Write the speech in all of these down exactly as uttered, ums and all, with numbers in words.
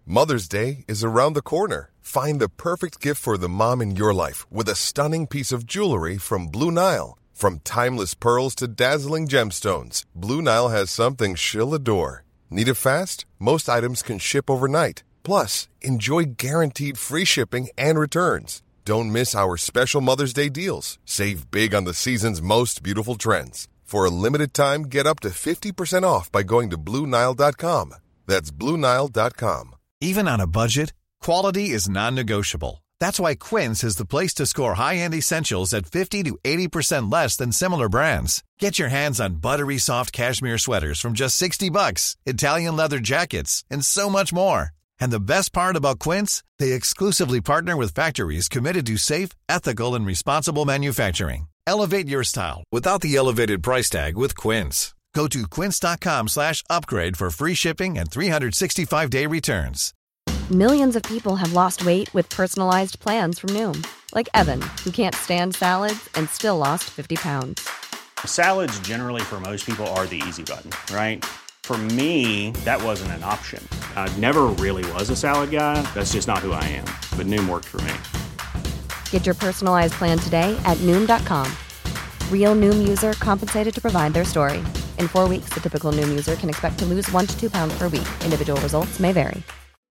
Mother's Day is around the corner. Find the perfect gift for the mom in your life with a stunning piece of jewelry from Blue Nile. From timeless pearls to dazzling gemstones, Blue Nile has something she'll adore. Need it fast? Most items can ship overnight. Plus, enjoy guaranteed free shipping and returns. Don't miss our special Mother's Day deals. Save big on the season's most beautiful trends. For a limited time, get up to fifty percent off by going to Blue Nile dot com. That's Blue Nile dot com. Even on a budget, quality is non-negotiable. That's why Quince is the place to score high-end essentials at fifty to eighty percent less than similar brands. Get your hands on buttery soft cashmere sweaters from just sixty bucks, Italian leather jackets, and so much more. And the best part about Quince, they exclusively partner with factories committed to safe, ethical, and responsible manufacturing. Elevate your style without the elevated price tag with Quince. Go to quince.com slash upgrade for free shipping and three sixty-five day returns. Millions of people have lost weight with personalized plans from Noom. Like Evan, who can't stand salads and still lost fifty pounds. Salads generally for most people are the easy button, right? For me, that wasn't an option. I never really was a salad guy. That's just not who I am. But Noom worked for me. Get your personalized plan today at Noom dot com. Real Noom user compensated to provide their story. In four weeks, the typical Noom user can expect to lose one to two pounds per week. Individual results may vary.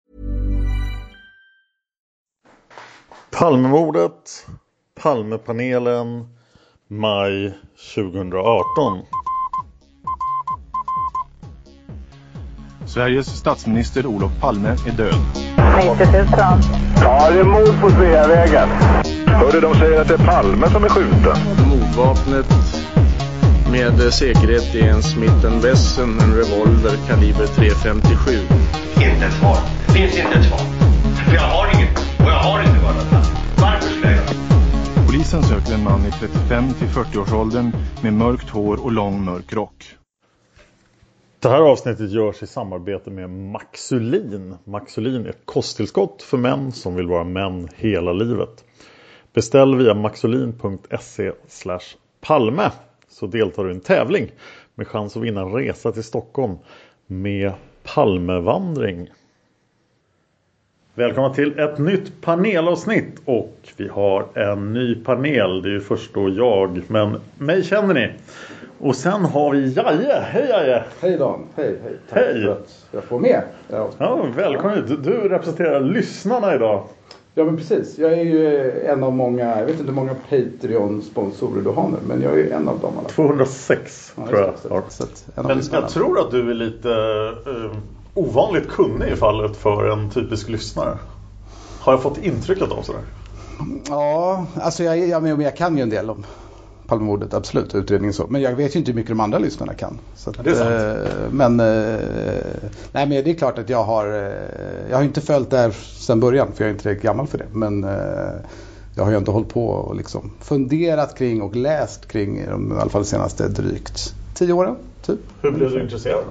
Palmemordet, Palmepanelen, maj tjugoarton. Sveriges statsminister Olof Palme är död. nittio tusen. Ja, det är mord på Sveavägen. Hörde de säger att det är Palme som är skjuten. Mordvapnet med säkerhet är en Smith and Wesson, en revolver kaliber tre femtiosju. Inte ett svar. Det finns inte ett svar. För jag har inget. Och jag har inte varit. Varför skulle jag? Polisen söker en man i trettiofem till fyrtio-årsåldern med mörkt hår och lång mörk rock. Det här avsnittet görs i samarbete med Maxulin. Maxulin är ett kosttillskott för män som vill vara män hela livet. Beställ via maxulin.se slash palme så deltar du i en tävling med chans att vinna en resa till Stockholm med Palmevandring. Välkomna till ett nytt panelavsnitt och vi har en ny panel. Det är ju först då jag, men mig känner ni. Och sen har vi Jaje. Hej Jaje. Hej Dan. Hej, hej. Tack hej. för att jag får med. Ja, ja välkommen. Du, du representerar lyssnarna idag. Ja men precis. Jag är ju en av många, jag vet inte hur många Patreon-sponsorer du har nu, men jag är ju en av dem. tvåhundrasex ja, tror jag. Ja, så att en men jag tror att du är lite uh, ovanligt kunnig i fallet för en typisk lyssnare. Har jag fått intrycket av sådär? Ja, alltså jag, jag, jag, jag kan ju en del om Palmemordet, absolut, utredningen så. Men jag vet ju inte hur mycket de andra lyssnarna kan. Så att, det är sant. Eh, men, eh, nej, men det är klart att jag har, eh, jag har inte följt det här sedan början, för jag är inte gammal för det. Men eh, jag har ju inte hållit på och liksom funderat kring och läst kring de, i alla fall de senaste drygt tio åren, typ. Hur blev du intresserad?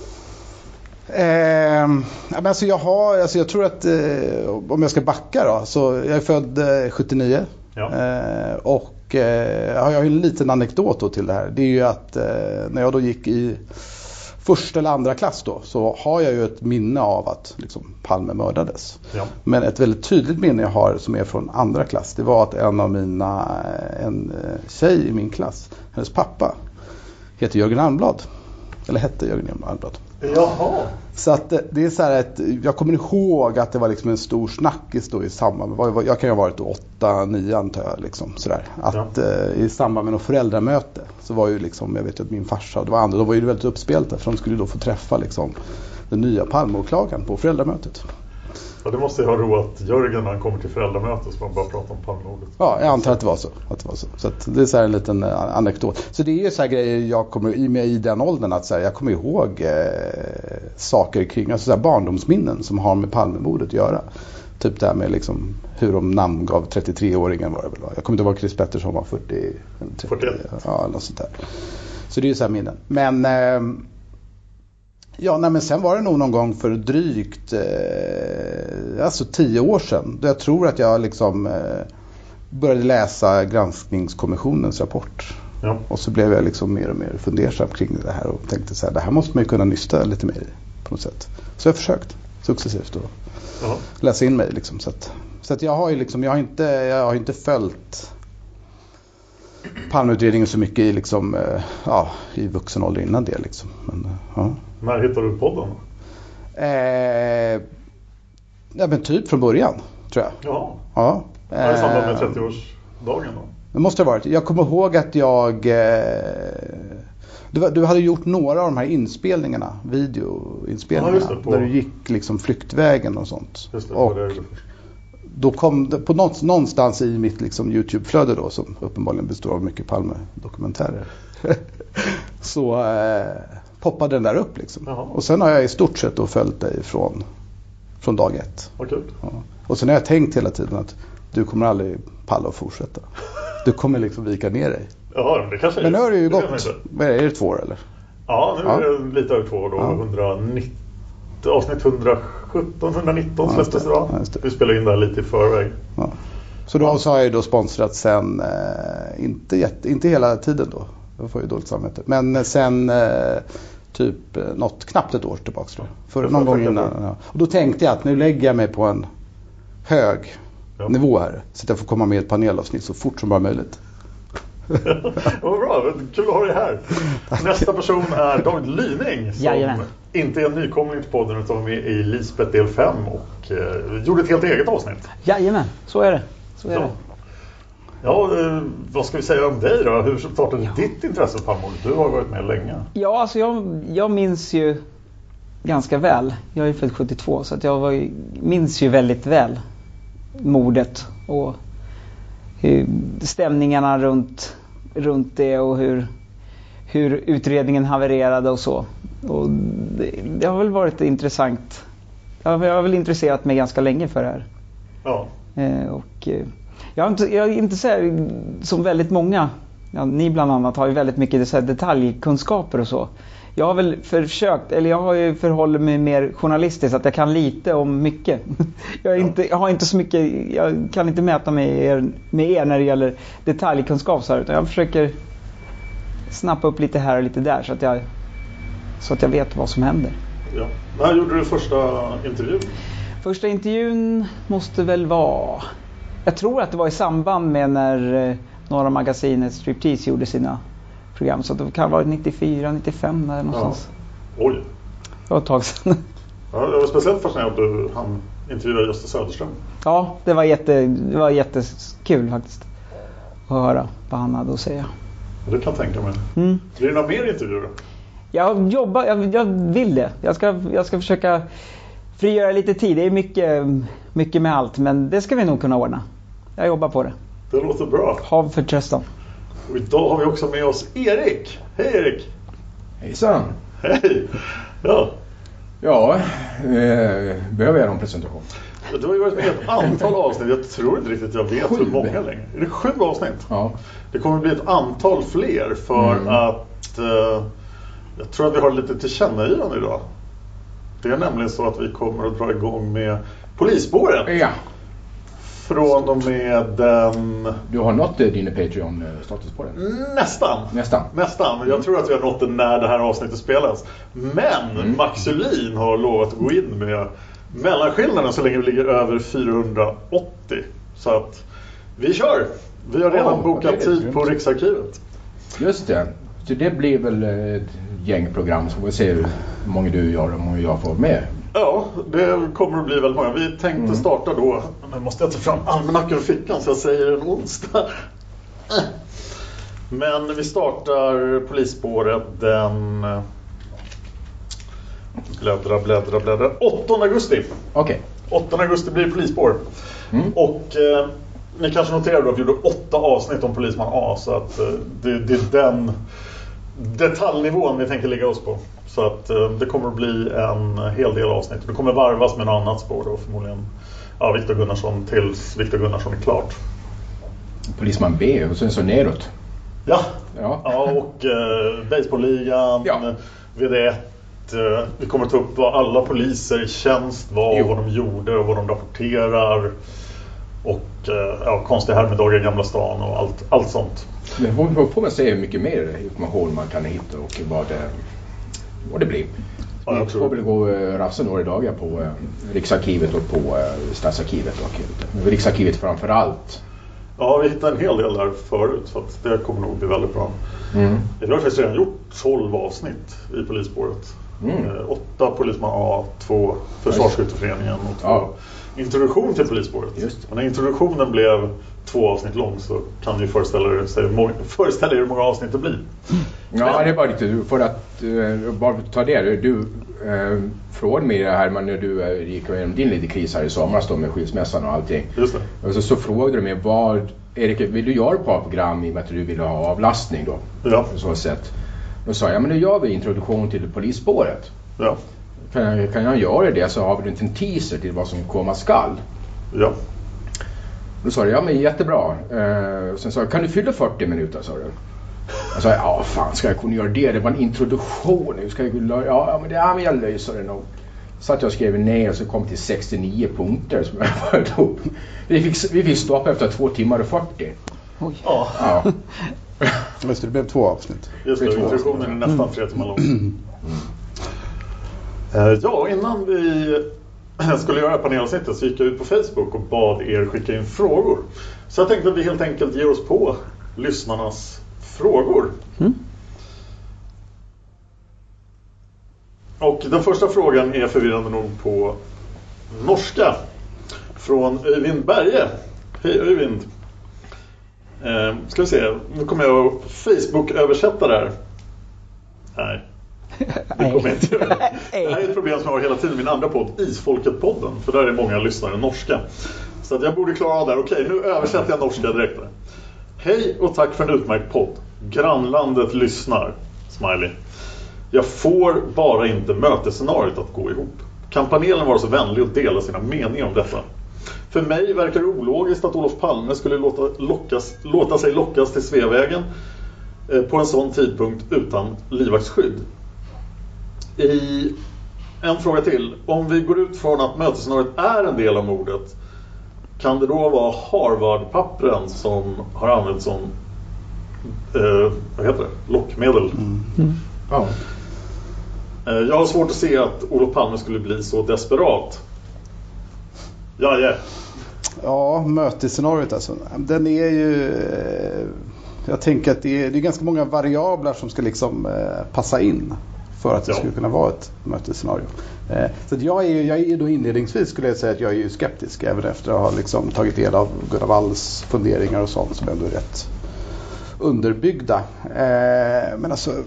Eh, men alltså jag har, alltså jag tror att eh, om jag ska backa då, så jag är född eh, sjuttionio. Ja. Eh, och eh, jag har ju en liten anekdot då till det här. Det är ju att eh, när jag då gick i första eller andra klass då, så har jag ju ett minne av att liksom, Palme mördades. Ja. Men ett väldigt tydligt minne jag har som är från andra klass, det var att en av mina, en tjej i min klass, hennes pappa heter Jörgen Almblad. Eller hette Jörgen Almblad. Jaha. Så att det är så här att jag kommer ihåg att det var liksom en stor snackis då i samband med, jag kan ju ha varit åtta, nio antar jag liksom sådär. Att ja. eh, i samband med något föräldramöte så var ju liksom, jag vet ju att min farsa och det var andra, de var ju väldigt uppspelta för de skulle då få träffa liksom den nya Palmeåklagaren på föräldramötet. Ja, det måste ju ha roat Jörgen när han kommer till föräldramötet så man bara pratar om Palmemordet. Ja, jag antar att det var så. Att det var så. Så att det är så här en liten anekdot. Så det är ju så här grejer jag kommer i med i den åldern att så här, jag kommer ihåg eh, saker kring, alltså så här barndomsminnen som har med Palmemordet att göra. Typ det här med liksom hur de namngav trettiotre-åringen var det väl. Jag kommer inte ihåg Chris Pettersson var fyrtio, trettio, fyrtioett. Ja, något sånt där. Så det är ju så här minnen. Men eh, ja, nej, men sen var det nog någon gång för drygt eh, alltså tio år sedan. Då jag tror att jag liksom eh, började läsa granskningskommissionens rapport. Ja. Och så blev jag liksom mer och mer fundersam kring det här och tänkte så här, det här måste man ju kunna nysta lite mer i på något sätt. Så jag har försökt. successivt och ja. läsa in mig liksom. Så att, så att jag har ju liksom, jag har inte, jag har inte följt Palmeutredningen så mycket i liksom, ja, i vuxen ålder innan det liksom. Men, ja. När hittade du podden? Eh, ja men typ från början, tror jag. Ja. Ja. Var det i samband med trettioårsdagen då? Det måste ha varit. Jag kommer ihåg att jag eh, du, du hade gjort några av de här inspelningarna, videoinspelningarna, ja, på... där du gick liksom flyktvägen och sånt. Just det, och det då kom det på någonstans i mitt liksom YouTube-flöde då, som uppenbarligen består av mycket Palme-dokumentärer. Så eh, poppade den där upp liksom. Jaha. Och sen har jag i stort sett då följt dig från, från dag ett. Okay. Ja. Och sen har jag tänkt hela tiden att du kommer aldrig palla och fortsätta. Du kommer liksom vika ner dig. Ja, det kanske är. Men nu har det ju gått, vad är det, är det två år eller? Ja, nu ja. är det lite över två år då. Ja. hundranittio, avsnitt hundrasjutton hundranitton släpptes det då. Ja, vi spelade in där lite i förväg. Ja. Så då så har jag ju då sponsrat sen, eh, inte, jätte, inte hela tiden då. Jag får ju dåligt samvete. Men sen eh, typ något, knappt ett år tillbaka då. För någon gång innan. Ja. Och då tänkte jag att nu lägger jag mig på en hög ja. nivå här. Så att jag får komma med ett panelavsnitt så fort som bara möjligt. Vad bra, kul att ha dig här. Nästa person är David Lyning som Jajamän. inte är en nykomling till podden utan med i Lisbeth del fem och eh, gjorde ett helt eget avsnitt. Jajamän, så är det. Så är ja. det. Ja, eh, vad ska vi säga om dig då? Hur startade ja. ditt intresse för palmemordet? Du har varit med länge. Ja, alltså jag, jag minns ju ganska väl. Jag är ju född sjuttiotvå så att jag var ju, minns ju väldigt väl mordet och hur stämningarna runt, runt det och hur, hur utredningen havererade och så. Och det, det har väl varit intressant. Jag har, jag har väl intresserat mig ganska länge för det här. Ja. Eh, och eh, jag har inte, jag är inte så här, som väldigt många, ja, ni bland annat har ju väldigt mycket så här detaljkunskaper och så. Jag har väl försökt, eller jag har ju förhållit mig mer journalistiskt att jag kan lite om mycket. Jag, är inte, jag har inte så mycket, jag kan inte mäta mig med er, med er när det gäller detaljkunskap så här, utan jag försöker snappa upp lite här och lite där så att jag, så att jag vet vad som händer. Ja. När gjorde du första intervjun? Första intervjun måste väl vara, jag tror att det var i samband med när Norra Magasinet Striptease gjorde sina program, så det kan vara nittiofyra nittiofem där någonstans. Ja. Oj. Det var ett tag sedan. Ja, det var speciellt fascinerande att du han intervjuade Gösta Söderström. Ja, det var jätte det var jättekul faktiskt att höra vad han hade att säga. Det kan jag tänka mig. Mm. Blir det några mer intervjuer? Jag jobbar, jag, jag vill det. Jag ska, jag ska försöka frigöra lite tid. Det är mycket, mycket med allt, men det ska vi nog kunna ordna. Jag jobbar på det. Det låter bra. Hav förtröstan. Och idag har vi också med oss Erik. Hej Erik! Hejsan! Hej! Ja, ja eh, behöver jag någon presentation? Du har ju varit med ett antal avsnitt. Jag tror inte riktigt jag vet sju. hur många längre. Är det sju avsnitt? Ja. Det kommer bli ett antal fler för mm. att eh, jag tror att vi har lite tillkännagivande idag. Det är nämligen så att vi kommer att dra igång med polisspåret. Ja. Från och med den... Du har nått din Patreon-status på den? Nästan. Nästan. Nästan. Jag tror att vi har nått den när det här avsnittet spelas. Men mm. Maxulin har lovat att gå in med mellanskillnaden så länge vi ligger över fyrahundraåttio. Så att vi kör. Vi har redan oh, bokat tid på Riksarkivet. Just det. Så det blir väl ett gängprogram så vi ser hur många du gör och hur många jag får med. Ja, det kommer att bli väldigt många. Vi tänkte mm. starta då. Nu måste jag ta fram almanackan ur fickan så jag säger en onsdag. Men vi startar polisspåret den... Bläddra, bläddra, bläddra. åttonde augusti. Okej. Okay. åttonde augusti blir polisspår. Mm. Och eh, ni kanske noterade att vi gjorde åtta avsnitt om Polisman A. Så att eh, det, det är den detaljnivån vi tänker lägga oss på. Så att eh, det kommer att bli en hel del avsnitt. Det kommer varvas med något annat spår då förmodligen. Ja, Viktor Gunnarsson tills Viktor Gunnarsson är klart. Polisman B och sen så neråt. Ja, ja. ja och eh, Baseballligan, ja. V D ett. Eh, vi kommer att ta upp vad alla poliser i tjänst var, jo. vad de gjorde och vad de rapporterar. Och eh, ja, konstiga härmiddagar i Gamla stan och allt, allt sånt. Men får, får man se hur mycket mer information man kan hitta och vad det, vad det blir. Ja, vi får väl gå uh, rafsa några dagar på uh, Riksarkivet och på uh, Stadsarkivet. Och, Riksarkivet framför allt. Ja, vi hittade en hel del där förut, så att det kommer nog bli väldigt bra. Mm. Vi har faktiskt redan gjort tolv avsnitt i polisspåret. Mm. Eh, åtta polisman A, två Försvarsskytteföreningen och två ja. introduktion till polisspåret. Just. Och när introduktionen blev två avsnitt lång så kan ni föreställa er, föreställa er hur många avsnitt det blir. Ja, det är bara lite för att uh, bara ta det. Du uh, frågade mig det här men när du uh, gick igenom din lite kris här i somras då med skilsmässan och allting. Just det. Och så, så frågade du mig vad Erik, vill du göra ett par program i och med att du vill ha avlastning då? Ja. På så sätt. Då sa jag, men nu gör vi introduktion till polisspåret. Ja. Kan jag, kan jag göra det så har vi en teaser till vad som komma skall. Ja. Då sa jag, ja men jättebra. Uh, sen sa jag, kan du fylla fyrtio minuter, sa du. Jag sa, ja fan ska jag kunna göra det? Det var en introduktion. Ska jag, ja, ja, men det, ja men jag löser det nog. Så att jag skrev ner och så kom till sextionio punkter som jag var ihop. Vi fick, vi fick stoppa efter två timmar och fyrtio. Oj. Ja. Ja. Just det, det blev två avsnitt. Just det, introduktionen är nästan mm. tre timmar lång. Mm. Uh, ja, innan vi skulle göra panelavsnittet så gick jag ut på Facebook och bad er skicka in frågor. Så jag tänkte att vi helt enkelt ger oss på lyssnarnas frågor. Mm. Och den första frågan är förvirrande nog på norska. Från Öyvind Berge. Hej Öyvind. Eh, ska vi se, nu kommer jag att Facebook-översätta det här. Nej. Det kommer inte göra. Det här är ett problem som jag har hela tiden i min andra podd, Isfolket-podden. För där är många lyssnare norska. Så att jag borde klara av det här. Okej, nu översätter jag norska direkt. Hej och tack för en utmärkt podd. Grannlandet lyssnar. Smiley. Jag får bara inte mötesscenariot att gå ihop. Kan panelen vara så vänlig och dela sina meningar om detta? För mig verkar det ologiskt att Olof Palme skulle låta, lockas, låta sig lockas till Sveavägen eh, på en sån tidpunkt utan livvaktsskydd. I en fråga till. Om vi går ut från att mötesscenariot är en del av mordet, kan det då vara Harvard-pappren som har använt som eh, vad heter det? Lockmedel? Mm. Mm. Ja. Eh, jag har svårt att se att Olof Palme skulle bli så desperat. Ja, ja. Ja, mötesscenariot alltså. Den är ju... Jag tänker att det är, det är ganska många variabler som ska liksom eh, passa in för att det ja. skulle kunna vara ett mötesscenario. Eh, så att jag, är, jag är då inledningsvis skulle jag säga att jag är ju skeptisk även efter att ha liksom tagit del av Gunnar Walls funderingar och sånt som ändå är rätt underbyggda. Eh, men alltså...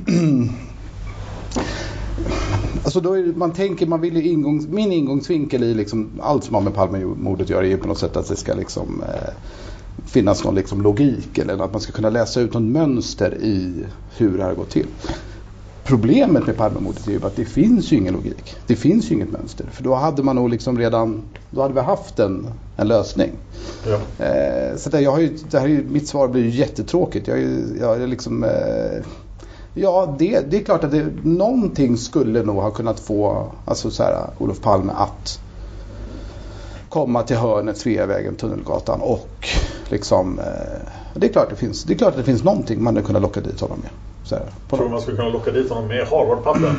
Alltså då är det, man tänker, man vill ju ingångs, min ingångsvinkel i liksom allt som har med Palmemordet att göra är ju på något sätt att det ska liksom eh, finnas någon liksom logik eller att man ska kunna läsa ut någon mönster i hur det här går till. Problemet med Palmemordet är ju att det finns ju ingen logik. Det finns ju inget mönster. För då hade man nog liksom redan, då hade vi haft en, en lösning. Ja. Eh, så där, jag har ju, det här är ju, mitt svar blir ju jättetråkigt. Jag är ju jag är liksom... Eh, Ja, det, det är klart att det, någonting skulle nog ha kunnat få alltså så här, Olof Palme att komma till hörnet Sveavägen, Tunnelgatan och liksom, eh, det är klart det finns, det är klart att det finns någonting man hade kunnat locka dit honom med. Så här, på tror du man skulle kunna locka dit honom med Harvard-pappen?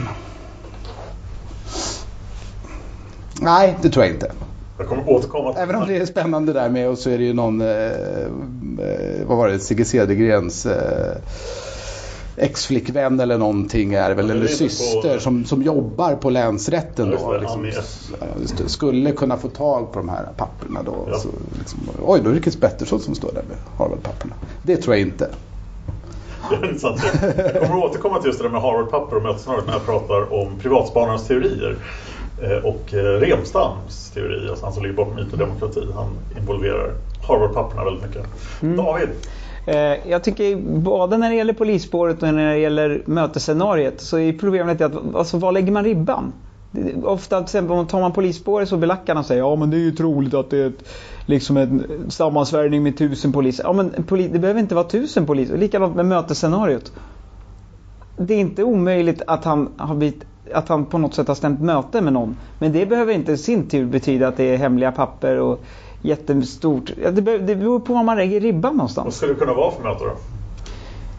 Nej, det tror jag inte. Jag kommer återkomma till även om det är spännande där med och så är det ju någon, eh, eh, vad var det, Sigge Cedergrens eh, ex-flickvän eller någonting är väl, eller syster på... som, som jobbar på länsrätten då, det, liksom, det, skulle kunna få tag på de här papperna då. Ja. Så, liksom, oj, då är det Rickes Pettersson som står där med Harvard-papperna. Det tror jag inte. Det är intressant. Jag kommer återkomma till just det där med Harvard-papper och mötesscenariot när jag pratar om privatspanarnas teorier och Remstams teori, alltså han som ligger bakom myt och demokrati. Han involverar Harvard-papperna väldigt mycket. Mm. David? Jag tycker både när det gäller polisspåret och när det gäller mötesscenariet så är problemet att alltså, var lägger man ribban? Ofta till exempel om tar man polisspåret så belackarna säger ja men det är ju troligt att det är ett, liksom en sammansvärjning med tusen poliser. Ja men poli- det behöver inte vara tusen poliser. Likadant med mötesscenariot. Det är inte omöjligt att han har blivit, att han på något sätt har stämt möte med någon. Men det behöver inte i sin tur betyda att det är hemliga papper och jättestort. Ja, det, be- det beror på var man lägger ribban någonstans. Vad skulle det kunna vara för möte då?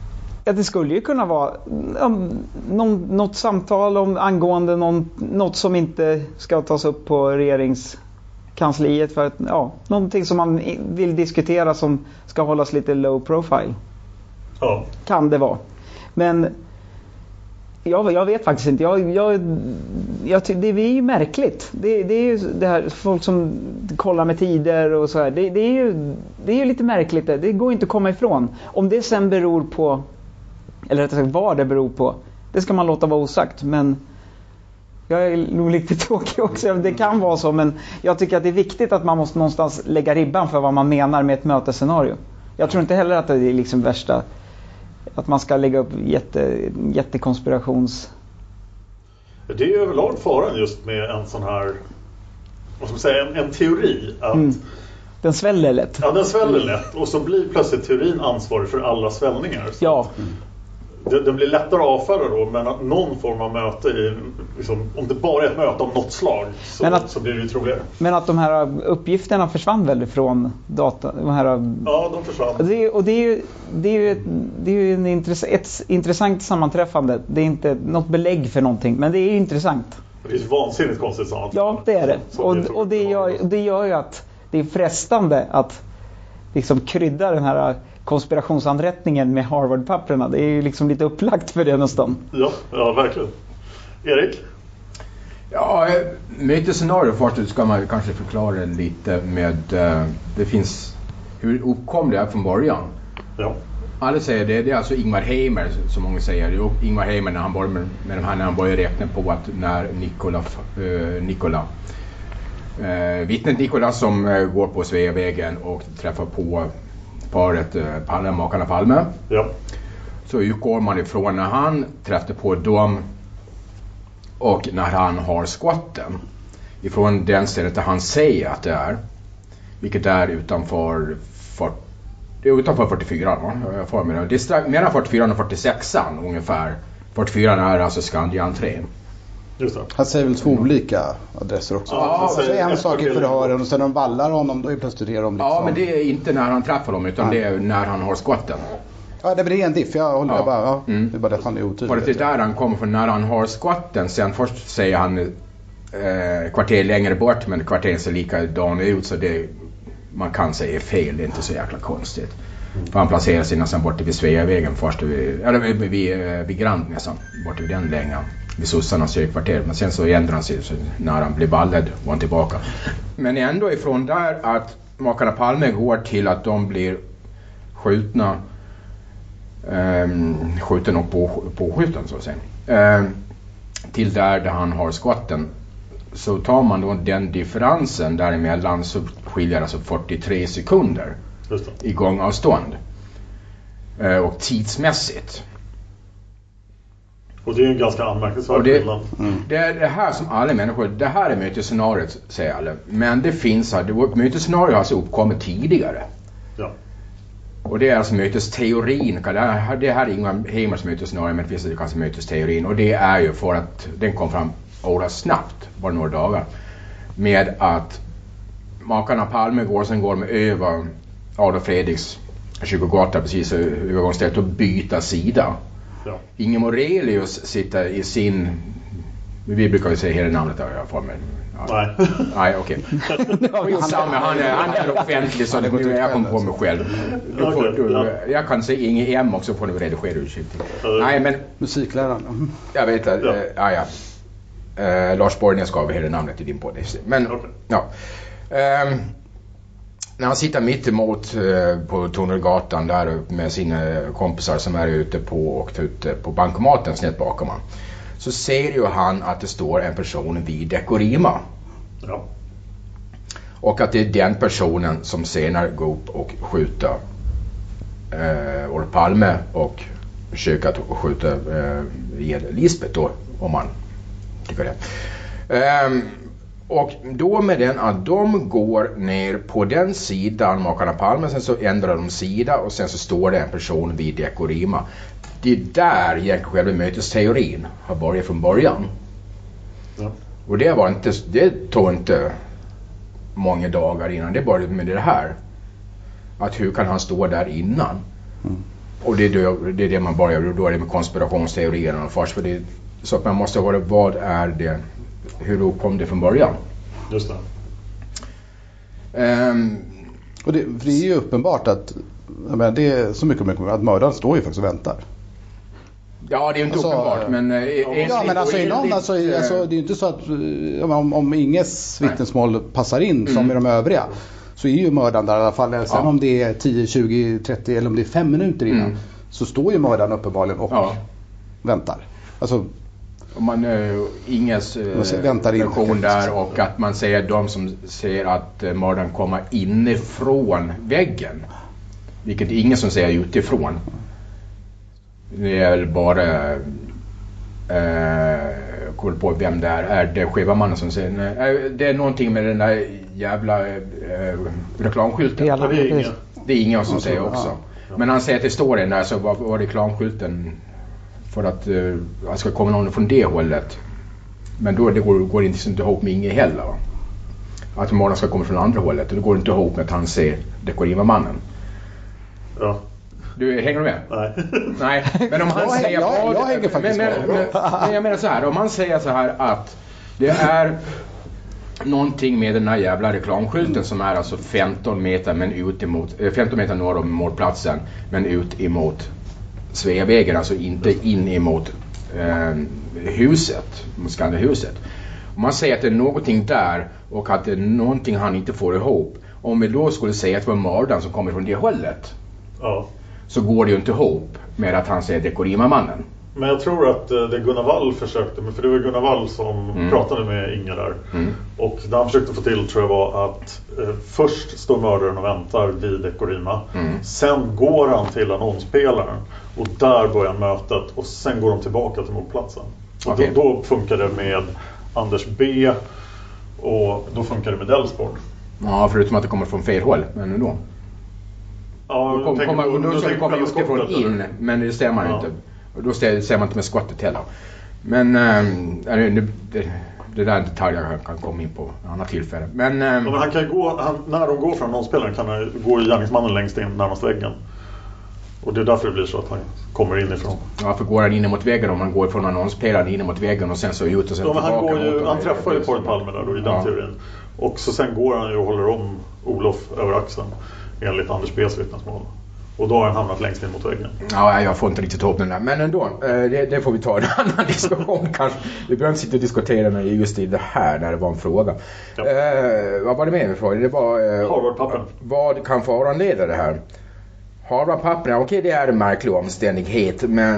Ja, det skulle ju kunna vara um, någon, något samtal om angående någon, något som inte ska tas upp på regeringskansliet för att, ja, någonting som man vill diskutera som ska hållas lite low profile. Ja. Kan det vara. Men jag, jag vet faktiskt inte. Jag, jag, jag, det är ju märkligt. Det, det är ju det här, folk som kollar med tider och så här. Det, det är ju det är ju lite märkligt. Det, det går inte att komma ifrån. Om det sen beror på, eller rättare sagt vad det beror på, det ska man låta vara osagt. Men jag är nog lite tråkig också. Det kan vara så, men jag tycker att det är viktigt att man måste någonstans lägga ribban för vad man menar med ett mötesscenario. Jag tror inte heller att det är liksom värsta, att man ska lägga upp jätte, jättekonspirations... Det är ju överlag faran just med en sån här, vad ska man säga, en, en teori att mm. den sväller lätt. Ja, den sväller lätt och så blir plötsligt teorin ansvarig för alla svällningar. Så ja. Det, det blir lättare att avfärda då, men att någon form av möte i, liksom, om det bara är ett möte om något slag så, att, så blir det ju troligare. Men att de här uppgifterna försvann väl från data? De här, ja, de försvann. Det, och det är ju, det är ju, ett, det är ju en intress, ett intressant sammanträffande. Det är inte något belägg för någonting, men det är ju intressant. Det är ju vansinnigt konstigt sammanträffande. Ja, det är det. Och, och det, gör, det gör ju att det är frestande att liksom krydda den här konspirationsanrättningen med Harvard-papperna. Det är ju liksom lite upplagt för det nästan. Ja, ja, verkligen. Erik? Ja, mytescenario först ska man kanske förklara lite med, det finns, hur uppkom det från början? Ja. Alla säger det, det är alltså Ingmar Heimer som många säger. Det är Ingmar Heimer när han började med, med de här, när han började räkna på att när Nikola, uh, Nikola uh, vittnet Nikola som uh, går på Sveavägen och träffar på paret uh, Palme, makarna Palme. Ja. Så utgår man ifrån när han träffade på dem och när han har skotten ifrån den stället där han säger att det är, vilket är utanför för, det är utanför fyrtiofyra va? Jag får med det. Det är strax, mellan fyrtiofyra och fyrtiosex ungefär. fyrtiofyra är alltså Skandian-entrén. Just det. Han säger väl två olika adresser också. Ja, så säger en sak i förhören och sen de vallar honom, då är plötsligt det de liksom. Ja, men det är inte när han träffar dem utan Nej. det är när han har skotten. Ja, det blir en diff. Jag håller ja. bara, ja. Mm. Det är bara att han är otydlig. För det är där han kommer från, när han har skotten. Sen först säger han eh, kvarter längre bort, men kvarteren ser likadan ut så det, man kan säga fel. Det är inte så jäkla konstigt. Mm. För han placerar sig nästan bort vid Sveavägen först, vid, eller vid, vid, vid Grand nästan, bort vid den längan. Vid sossarnas kyrkvarter. Men sen så ändrar han sig så när han blir ballad var han tillbaka. Men ändå ifrån där att makarna Palme går till att de blir skjutna. Um, skjuten och på, påskjuten så att säga. Um, till där, där han har skotten. Så tar man då den differensen däremellan så skiljer alltså fyrtiotre sekunder i gångavstånd. Uh, och tidsmässigt. Och det är ju en ganska anmärkningsvärd det, skillnad. Mm. Det är det här som alla människor, det här är mytescenariot säger alla. Men det finns här, mytescenariot har alltså uppkommit tidigare. Ja. Och det är alltså mytesteorin. Det här, det här är Ingmar Heimers mytescenario, men det finns det kanske mytesteorin. Och det är ju för att den kom fram oerhört snabbt, bara några dagar. Med att makarna Palme går, sen går de över Adolf Fredriks kyrkogata precis övergångsstället och byta sida. Ja. Inge Morelius sitter i sin, vi brukar ju säga hela namnet där jag får mig. Nej. Nej, okej. Okay. han, han, han är offentlig så nu jag kommer på mig själv. Du får, du, jag kan säga Inge M också får du redigera ursäkt. Nej, men musikläraren. Jag vet att ja. Äh, ja. Uh, Lars Borgnäs gav hela namnet i din podd. Men okay. Ja. Um, när han sitter mitt emot uh, på Tunnelgatan där med sina kompisar som är ute på och ute på bankomaten snett bakom han. Så ser ju han att det står en person vid Dekorima. Ja. Och att det är den personen som senare går upp och skjuter eh, Olof Palme och försöker att skjuta eh, Lisbeth då, om man tycker det. Ehm, och då med den att de går ner på den sidan, makarna Palme, sen så ändrar de sida och sen så står det en person vid Dekorima. Det är där egentligen själva mötesteorin har börjat från början. Ja. Och det var inte, det tog inte många dagar innan det började med det här. Att hur kan han stå där innan? Mm. Och det är det, det är det man börjar, då är det med konspirationsteorierna först. För det, så att man måste höra vad är det, hur då kom det från början. Just det. Um, och det, för det är ju uppenbart att jag menar, det är så mycket, mycket att mördaren står ju faktiskt och väntar. Ja, det är ju inte alltså, uppenbart, men... Eh, ja, men alltså, i någon, alltså, eh, alltså det är ju inte så att om, om inges vittnesmål passar in mm. som i de övriga, så är ju mördaren där i alla fall. Sen ja. om det är tio, tjugo, trettio eller om det är fem minuter innan, mm. så står ju mördaren uppenbarligen och ja. väntar. Alltså... Om man äh, inges äh, version där och att man säger de som säger att äh, mördaren kommer inifrån väggen. Vilket är ingen som säger utifrån. Det är väl bara äh, koll på vem det är. Är det Skevarmannen som säger nej, det är någonting med den där jävla äh, reklamskylten. Ja, det är ingen. Det är ingen som säger också. Ja. Men han säger att det står den där, så var, var reklamskylten för att uh, jag ska komma någon från det hållet. Men då det går, går det inte ihop med Inge heller. Va? Att morgon ska komma från andra hållet. Och det går inte ihop med att han ser Dekorima-mannen. Ja. Du, hänger du med? Nej. Nej, men om han jag, säger... Jag, vad, jag hänger faktiskt men, men, men, men jag menar så här. Om han säger så här att det är någonting med den här jävla reklamskylten mm. som är alltså femton meter men ut emot, femton meter norr om målplatsen men ut emot Sveavägen, alltså inte in emot eh, huset, Skanderhuset. Om man säger att det är någonting där och att det är någonting han inte får ihop, om vi då skulle säga att det var mördaren som kommer från det hållet, ja. så går det ju inte ihop med att han säger Dekorima-mannen. Men jag tror att det Gunnar Wall försökte, för det var Gunnar Wall som mm. pratade med Inga där. Mm. Och det han försökte få till tror jag var att eh, först står mördaren och väntar vid Dekorima. Mm. Sen går han till annonspelaren och där börjar mötet och sen går de tillbaka till mordplatsen. Okay. Och då, då funkar det med Anders B och då funkar det med Delsborg. Ja, förutom att det kommer från fel håll, men ändå. Ja, då kommer kom, då kom, kom just ifrån in, men det stämmer ja. inte. Och då ser man inte med skottet heller. Men äh, det, det där är en detalj jag kan komma in på en annan tillfälle. Men, äh, ja, men han kan gå, han, när de går från någonspelaren kan han gå gärningsmannen längst in närmast väggen. Och det är därför det blir så att han kommer inifrån. Ja, för går han in mot väggen om han går från annonspelaren in mot väggen och sen så ut och sen ja, tillbaka. Han, går ju, mot han träffar ju Paul Palme där då, i den ja. teorin. Och så sen går han ju och håller om Olof över axeln enligt Anders B's vittnesmål. Och då har han hamnat längst in mot väggen. Ja, jag får inte riktigt ihop den där. Men ändå, det, det får vi ta en annan diskussion kanske. Vi behöver inte sitta och diskutera när just i det här, när det var en fråga. Ja. Eh, vad var det med med frågan? Det var... Eh, Harvard-pappen. Vad kan föranleda det här? Harvard-pappen, okej, det är en märklig omständighet. Men,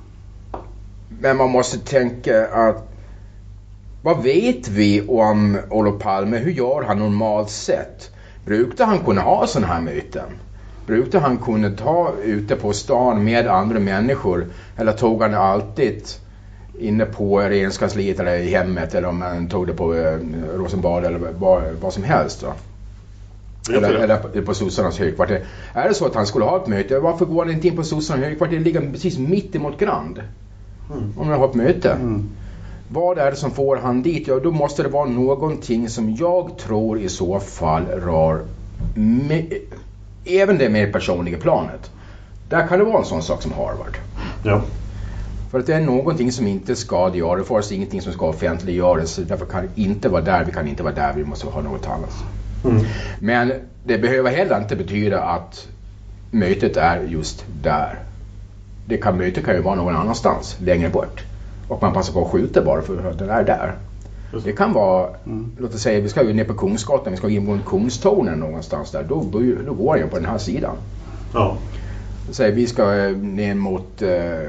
men man måste tänka att... Vad vet vi om Olof Palme? Hur gör han normalt sett? Brukade han kunna ha sådana här möten? Brukade han kunna ta ute på stan med andra människor? Eller tog han alltid inne på regeringskansliet eller i hemmet? Eller om han tog det på eh, Rosenbad eller vad, vad som helst då? Eller, eller på, på sossarnas högkvarter. Är det så att han skulle ha ett möte? Varför går han inte in på sossarnas högkvarter? Det ligger precis mitt emot Grand. Mm. Om han har ett möte. Mm. Vad är det som får han dit? Ja, då måste det vara någonting som jag tror i så fall rör med, även det mer personliga planet. Där kan det vara en sån sak som Harvard. Ja. För att det är någonting som inte ska göra. För oss ingenting som ska offentliggöras. Därför kan det inte vara där. Vi kan inte vara där. Vi måste ha något annat. Mm. Men det behöver heller inte betyda att mötet är just där. Det kan, mötet kan ju vara någon annanstans. Längre bort. Och man passar på att skjuta bara för att den är där. Det kan vara, mm. låt oss säga, vi ska ju ner på Kungsgatan, vi ska in mot Kungstornen någonstans där. Då, då går jag på den här sidan. Ja. Så vi ska ner mot eh,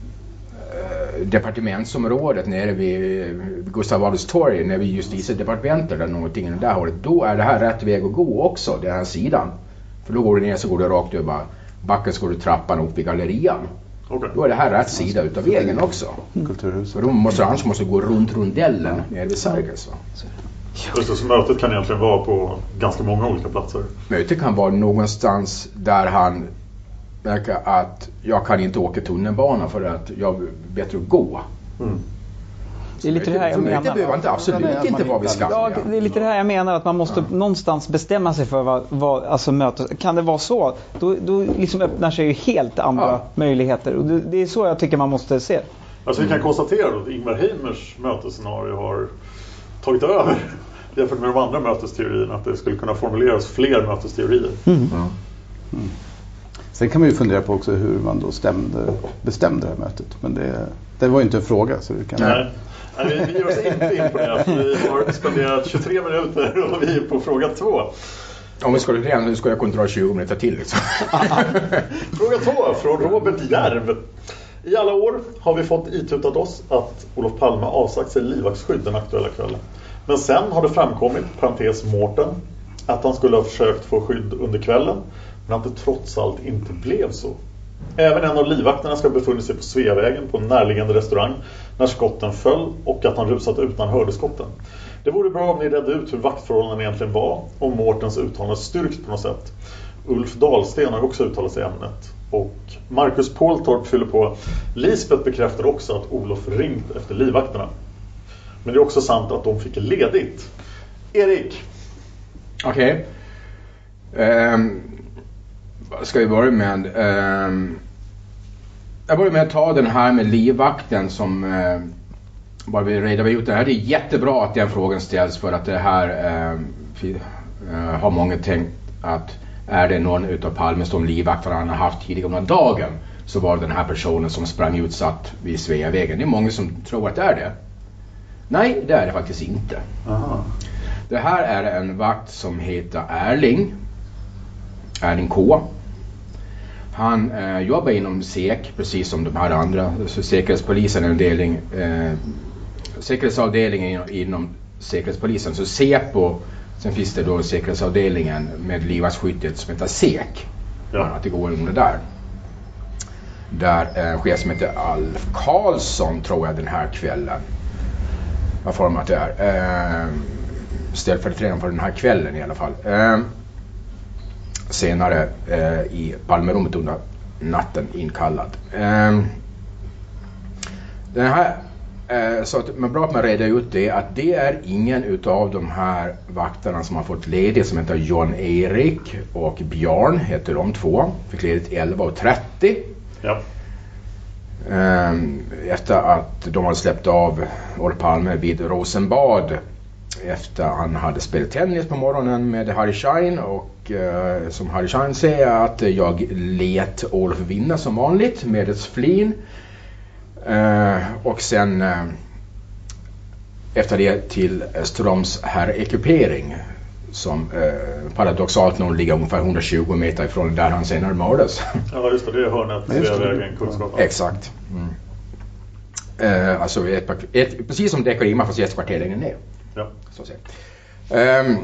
departementsområdet nere vid Gustav Adolfs torg, när vi justitiedepartementet eller någonting där hållet. Då är det här rätt väg att gå också, den här sidan. För då går du ner så går du rakt över backen, så går du trappan upp i gallerian. Okay. Då är det här rätt sida utav vägen också. Kulturhuset. För då måste annars måste gå runt rundellen nere vid Sergels. Just det, så mötet kan egentligen vara på ganska många olika platser. Mötet kan vara någonstans där han märker att jag kan inte åka tunnelbana för att jag är bättre att gå. Mm. Det är lite det här jag menar. Det behöver inte absolut inte vara vid skam. Ja, det är lite det här jag menar, att man måste ja. någonstans bestämma sig för vad, vad alltså mötet. Kan det vara så? Då, då liksom öppnar sig ju helt andra ja. möjligheter. Och det, det är så jag tycker man måste se. Alltså vi kan konstatera att Ingvar Heimers mötesscenario har tagit över jämfört med de andra mötesteorierna, att det skulle kunna formuleras fler mötesteorier. Mm. Ja. Mm. Sen kan man ju fundera på också hur man då stämde, bestämde det här mötet. Men det, det var ju inte en fråga. Så vi, kan... Nej. Nej, vi, vi gör oss inte in på det. Vi har spenderat tjugotre minuter och vi är på fråga två. Om vi skulle redan nu ska jag kunna dra tjugo minuter till. Liksom. Fråga två från Robert Järv. I alla år har vi fått itutat oss att Olof Palme avsagt sig livvaktsskydd den aktuella kvällen. Men sen har det framkommit, parentes Mårten, att han skulle ha försökt få skydd under kvällen, men att det trots allt inte blev så. Även en av livvakterna ska ha befunnit sig på Sveavägen på en närliggande restaurang när skotten föll, och att han rusat utan hörde skotten. Det vore bra om ni redde ut hur vaktförhållanden egentligen var, om Mårtens uttalande styrkt på något sätt. Ulf Dahlsten har också uttalat sig i ämnet. Och Marcus Påltorp fyller på. Lisbeth bekräftar också att Olof ringt efter livvakterna. Men det är också sant att de fick ledigt. Erik. Okej. Okay. Um, vad ska vi börja med? Um, jag börjar med att ta den här med livvakten som uh, bara vi redar ut det här. Det är jättebra att den frågan ställs, för att det här uh, uh, har många tänkt att är det någon utav Palme som livvakterna han har haft tidigare under dagen, så var det den här personen som sprang utsatt vid Sveavägen. Det är många som tror att det är det. Nej, det är det faktiskt inte. Aha. Det här är en vakt som heter Erling. Erling K. Han eh, jobbar inom S E K, precis som de här andra. Så Säkerhetspolisen är en delning, eh, säkerhetsavdelningen inom, inom Säkerhetspolisen. Så SEPO, sen finns det då säkerhetsavdelningen med livvaktsskyddet som heter S E K. Ja. Att det går under där. Där en chef som heter Alf Karlsson, tror jag, den här kvällen. Vad format det är. Eh, ställföreträdaren för den här kvällen i alla fall. Eh, senare eh, i Palmerummet under natten inkallad. Eh, den här, eh, så att man bra att man reda ut det, att det är ingen utav de här vakterna som har fått ledigt, som heter John Erik och Björn, heter de två. Fick ledigt elva och trettio. Ja. Efter att de hade släppt av Olof Palme vid Rosenbad efter han hade spelat tennis på morgonen med Harry Schein, och eh, som Harry Schein säger att jag let Olof vinna som vanligt med ett flin, eh, och sen eh, efter det till Stroms herrekupering som eh, paradoxalt nog ligger ungefär hundratjugo meter ifrån där han senare mördades. Ja, just det, det är hörnet Sveavägen, Kungsgatan. Exakt. Mm. Eh, alltså ett, ett, precis som Dekarima, fast ett kvarter längre ner. Ja. Så att säga. Um,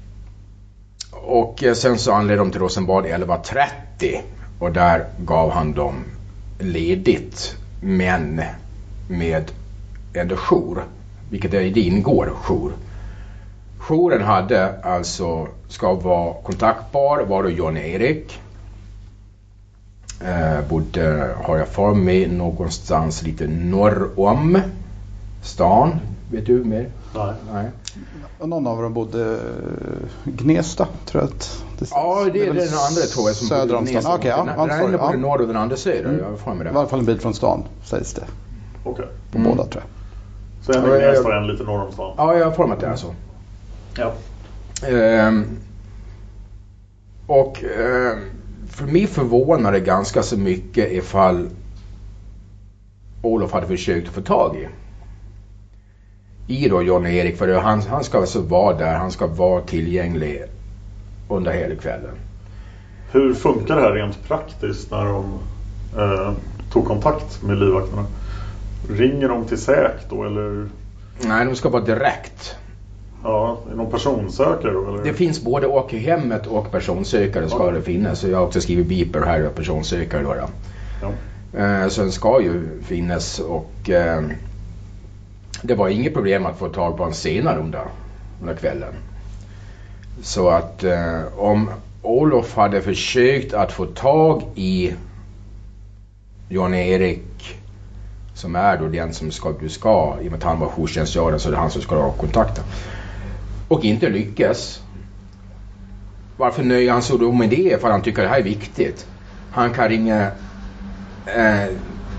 och sen så anledde de till Rosenbad elva trettio, och där gav han dem ledigt, men med en jour, vilket är i det ingår jour. Jouren hade alltså, ska vara kontaktbar, var då John Erik. Eh, bodde, har jag för mig, någonstans lite norr om stan. Vet du mer? Nej. Nej. Någon av dem bodde Gnesta, tror jag att det ja, det, det är den andra, tror jag, som söder om stan. Okej, ja. Den, den ena bodde norr och den andra söder. Mm. Jag får med det. I alla fall en bit från stan, sägs det. Okej. Okay. På mm. båda, tror jag. Så en i Gnesta, en lite norr om stan. Ja, jag har format det alltså. Ja. Ehm, och ehm, för mig förvånar det ganska så mycket ifall Olof hade försökt att få tag i i då John Erik, för han, han ska alltså vara där, han ska vara tillgänglig under hela kvällen. Hur funkar det här rent praktiskt när de eh, tog kontakt med livvakterna? Ringer de till S E K då, eller? Nej, de ska vara direkt. Ja, någon personsökare då, eller? Det finns både och i hemmet och personsökare ska ja. det finnas. Så jag har också skrivit beeper här och personsökare då. då. Ja. Eh, så den ska ju finnas, och eh, det var inget problem att få tag på en senare under, under kvällen. Så att eh, om Olof hade försökt att få tag i John Erik som är då den som ska, du ska, i och med att han var jourtjänstgörare, så är det han som ska ha kontakten. Och inte lyckas. Varför nöjer han sig då med det? För han tycker det här är viktigt. Han kan ringa eh,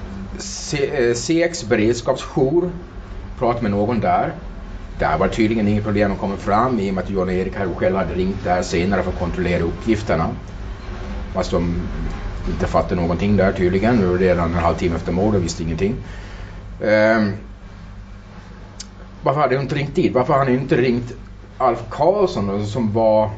C X beredskapsjour, prata med någon där. Där var tydligen inget problem att komma fram, i och med att John Erik själv hade ringt där senare för att kontrollera uppgifterna. Fast de inte fattade någonting där tydligen. Nu var det redan en halvtimme efter mord och visste ingenting. Um, varför hade han inte ringt dit? Varför hade han inte ringt Alf Karlsson som var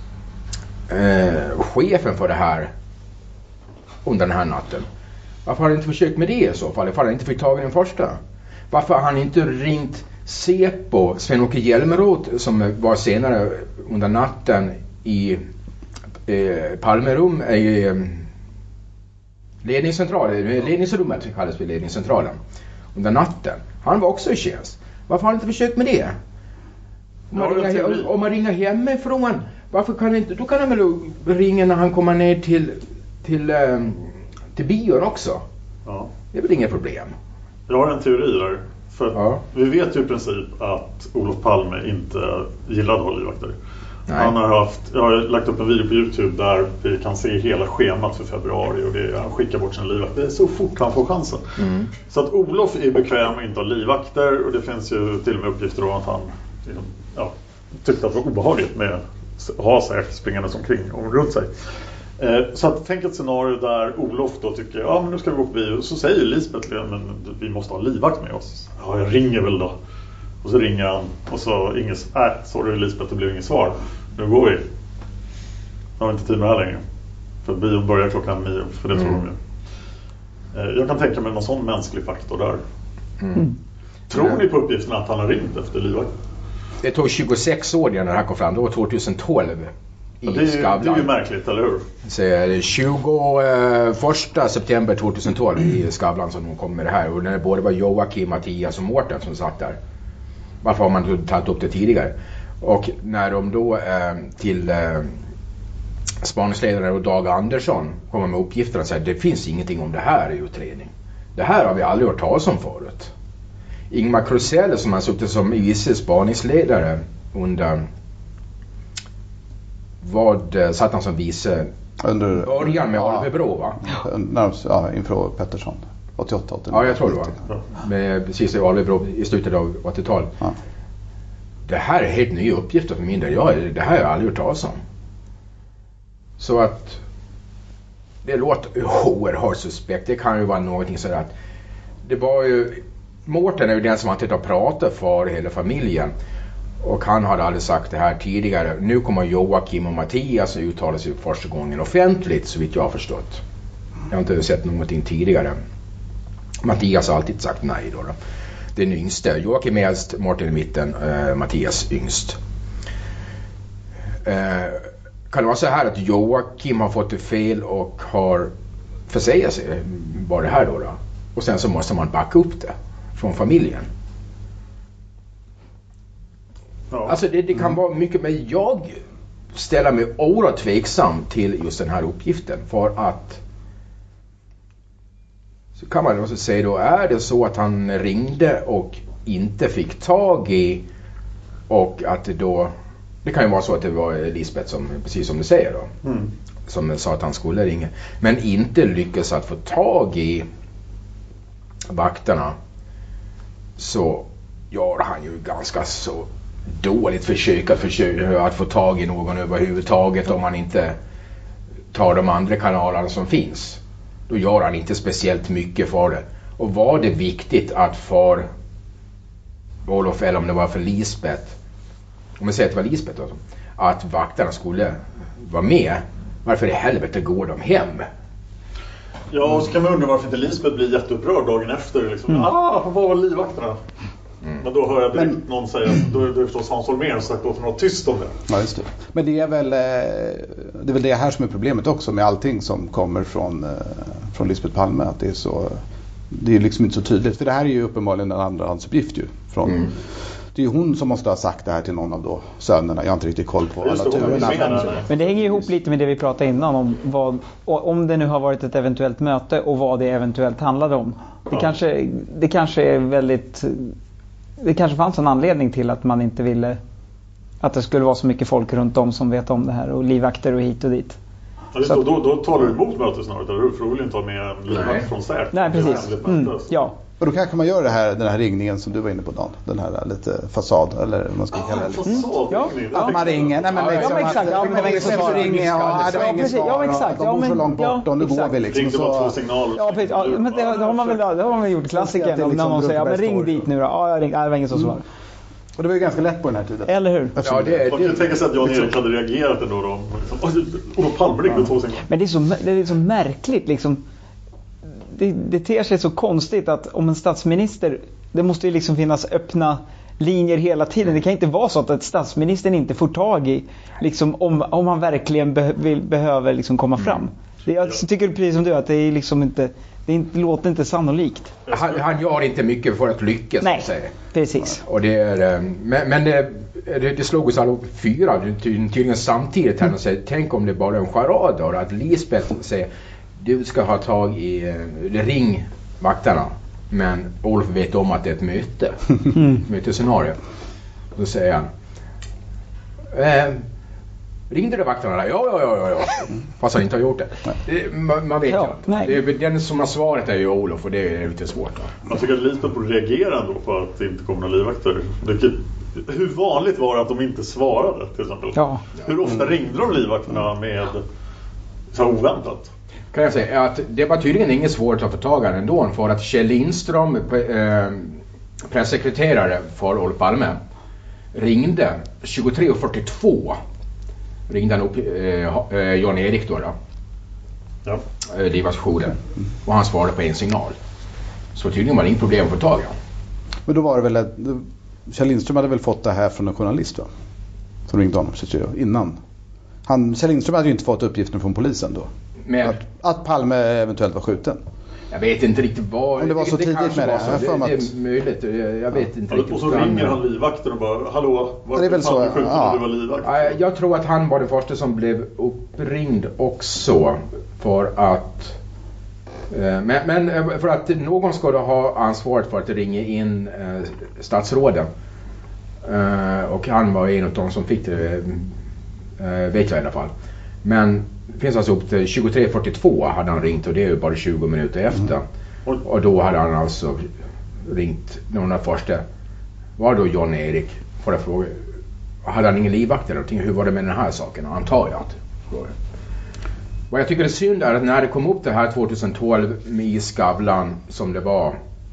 uh, chefen för det här under den här natten? Varför har han inte försökt med det i så fall? Varför har han inte fick tag i den första? Varför har han inte ringt Sepo, Sven-Åke Hjälmeroth, som var senare under natten i eh, Palmerum, i eh, ledningscentralen, ledningsrummet kallas för ledningscentralen, under natten. Han var också i tjänst. Varför har han inte försökt med det? Om man, ja, ringer, om man ringer hemifrån, varför kan inte, då kan han väl ringa när han kommer ner till till, eh, till bion också. Ja. Det är väl inget problem. Jag har en teori där. För ja. Vi vet ju i princip att Olof Palme inte gillade att ha livvakter. Han har haft, jag har lagt upp en video på YouTube där vi kan se hela schemat för februari, och det, han skickar bort sin livvakt. Det är så fort han får chansen. Mm. Så att Olof är bekväm och inte har livvakter, och det finns ju till och med uppgifter om att han ja, tyckte att det var obehagligt med att ha sig springande omkring och runt sig. Så att tänk ett scenario där Olof då tycker, ja men nu ska vi gå på bio. Så säger Lisbeth, men vi måste ha livvakt med oss. Ja, jag ringer väl då. Och så ringer han, och så inget, nej, sorry Lisbeth, det blev inget svar. Nu går vi. Jag har inte tid med det här längre. För bion börjar klockan nio, för det mm. tror de ju. Jag kan tänka mig någon sån mänsklig faktor där. Mm. Tror ni på uppgiften att han har ringt efter livvakt? Det tog tjugosex år innan det här kom fram, det var tjugohundratolv. Ja, det, är ju, det är ju märkligt, eller hur? Så tjugoförsta september tjugohundratolv i Skavlan som de kom med det här. Och när det både var Joakim, Mattias och Mårten som satt där. Varför har man inte tagit upp det tidigare? Och när de då eh, till eh, spaningsledaren och Dag Andersson kommer med uppgifterna och säger det finns ingenting om det här i utredning. Det här har vi aldrig hört talas om förut. Ingmar Krusell som har suttit som vice spaningsledare under... Vad satt han som vice under början med ja, Alvebro, va? Närmast, ja, inför Pettersson åttioåtta åttioåtta. Ja, jag tror det var. Med precis i Alvebro i slutet av åttiotalet. Ja. Det här är helt nya uppgifter för min del. Jag, det här har jag aldrig hört talas om. Så att det låter oerhört suspekt. Det kan ju vara någonting så att det var ju Mårten är ju den som alltid har pratat för hela familjen. Och han hade aldrig sagt det här tidigare. Nu kommer Joakim och Mattias uttala sig första gången offentligt, så vitt jag har förstått. Jag har inte sett någonting tidigare. Mattias har alltid sagt nej då. då. Det är den yngste. Joakim är äldst, Mårten i mitten, äh, Mattias yngst. Äh, kan det vara så här att Joakim har fått det fel och har försägat sig? Var det här då, då? Och sen så måste man backa upp det från familjen. Ja. Alltså det, det kan mm. vara mycket, men jag ställer mig oerhört tveksam till just den här uppgiften, för att så kan man också säga då, är det så att han ringde och inte fick tag i, och att det då, det kan ju vara så att det var Lisbeth som, precis som du säger då, mm. som sa att han skulle ringa, men inte lyckas att få tag i vakterna, så gör han ju ganska så dåligt försök att, försöka att få tag i någon överhuvudtaget om man inte tar de andra kanalerna som finns. Då gör han inte speciellt mycket för det. Och var det viktigt att för Olof, eller om det var för Lisbeth, om man säger att det var Lisbeth alltså, att vakterna skulle vara med, varför i helvete går de hem? Ja, och så kan man undra varför inte Lisbeth blir jätteupprörd dagen efter. Liksom. Mm. Ah, vad var livvakterna? Mm. Men då hör jag direkt men, någon säga att då är det förstås Hans Holmér som sagt låter något tyst om det. Ja, just det. Men det är väl det är väl det här som är problemet också med allting som kommer från, från Lisbeth Palme, att det är så, det är liksom inte så tydligt. För det här är ju uppenbarligen en andrahandsuppgift ju från, mm. det är ju hon som måste ha sagt det här till någon av då sönerna. Jag har inte riktigt koll på alla turerna. Men det hänger ihop lite med det vi pratade innan om vad, om det nu har varit ett eventuellt möte och vad det eventuellt handlade om. Det, ja. kanske, det kanske är väldigt... Det kanske fanns en anledning till att man inte ville att det skulle vara så mycket folk runt om som vet om det här och livvakter och hit och dit. Ja, just, då, då, då talar du emot mötesnöret, eller hur? För du vill inte ha med livvakt från Säk. Nej, precis. Mm, ja. Och då kanske man gör det här, den här ringningen som du var inne på, Dan. Den här lite fasad, eller vad man ska kalla det. Mm. Ja. Att man ringer. Nej, men liksom ja, exakt. Ja, men liksom så ringer jag. Ja, det var ingen svar. Ja, exakt. De bor så långt bort, om du går vi liksom. Ringde bara två signaler. Ja, precis. Ja, men det, det har man väl det har man väl gjort klassiken. Liksom, när någon säger, ja, men ring dit nu då. Ja, jag ringer. Det var ingen som svar. Och det var ju ganska lätt på den här tiden. Eller hur? Ja, det, man kan ju tänka sig att Jan Erik hade reagerat ändå då. Och då Palme ringde två signaler. Men det är så, det är så märkligt liksom. Det, det ter sig så konstigt att om en statsminister, det måste ju liksom finnas öppna linjer hela tiden. Det kan inte vara så att ett statsministern inte får tag i liksom, om, om han verkligen be, vill, behöver liksom komma fram. Det, jag tycker precis som du att det är liksom inte, det, är, det låter inte sannolikt. Han, han gör inte mycket för att lyckas. Nej, säger. Precis. Och det är, men, men det, det, det slog oss alla fyra tydligen samtidigt här och säger, tänk om det bara är en charad då, att Lisbeth säger du ska ha tag i eh, ring vakterna, men Olof vet om att det är ett möte mm. mötescenario. Då säger han eh, ringde du vakterna där? Ja, ja, ja, ja. Fast han inte har gjort det. det man, man vet ja, ju inte. Den som har svaret är ju Olof och det är lite svårt. Då. Man tycker att Lisbeth borde reagera ändå på att det inte kommer några livvakter. Hur vanligt var det att de inte svarade till exempel? Ja. Hur ofta ringde de livvakterna med så oväntat? Kan jag säga att det var tydligen inget svårt att få tag av ändå, för att Kjell Lindström, eh, pressekreterare för Olof Palme, ringde tjugotre fyrtiotvå ringde han upp eh, Jan Erik då, då ja. eh, livvaktsjouren, och han svarade på en signal. Så tydligen var det inget problem att få tag av. Men då var det väl att Kjell Lindström hade väl fått det här från en journalist, va? Som ringde honom innan. Han, Kjell Lindström hade ju inte fått uppgiften från polisen då. Med att, att Palme eventuellt var skjuten. Jag vet inte riktigt vad... Om det var så det, tidigt med det. Så. Det, det är möjligt. Jag vet ja. inte riktigt. Och så ringer han livvakten och bara, hallå, var det är väl så, ja. du var livvakt? Jag tror att han var den första som blev uppringd också. För att... Men, men för att någon ska då ha ansvaret för att ringa in statsråden. Och han var en av de som fick det, vet jag i alla fall. Men det finns alltså upp till tjugotre fyrtiotvå hade han ringt, och det är ju bara tjugo minuter efter. Mm. Och då hade han alltså ringt någon av första. Var då Jan Erik? För att fråga, hade han ingen livvakt eller någonting? Hur var det med den här saken? Antar jag att. Vad jag tycker är synd är att när det kom upp det här tjugohundratolv med i Skavlan som det var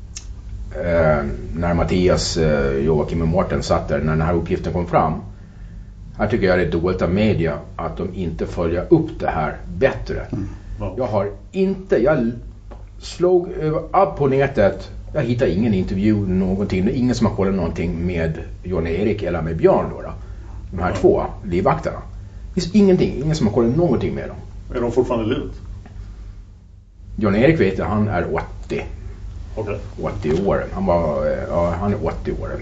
eh, när Mattias, eh, Joakim och Mårten satt där, när den här uppgiften kom fram. Jag tycker jag det är dåligt av media att de inte följer upp det här bättre. Mm. Wow. Jag har inte, jag slog upp på nätet, jag hittar ingen intervju, någonting, ingen som har kollat någonting med Jan Erik eller med Björn då, då. De här mm. två livvakterna. Det finns ingenting, ingen som har kollat någonting med dem. Är de fortfarande i livet? Jan Erik vet jag, han är åttio. Okay. åttio år. Han var, ja, han är åttio år.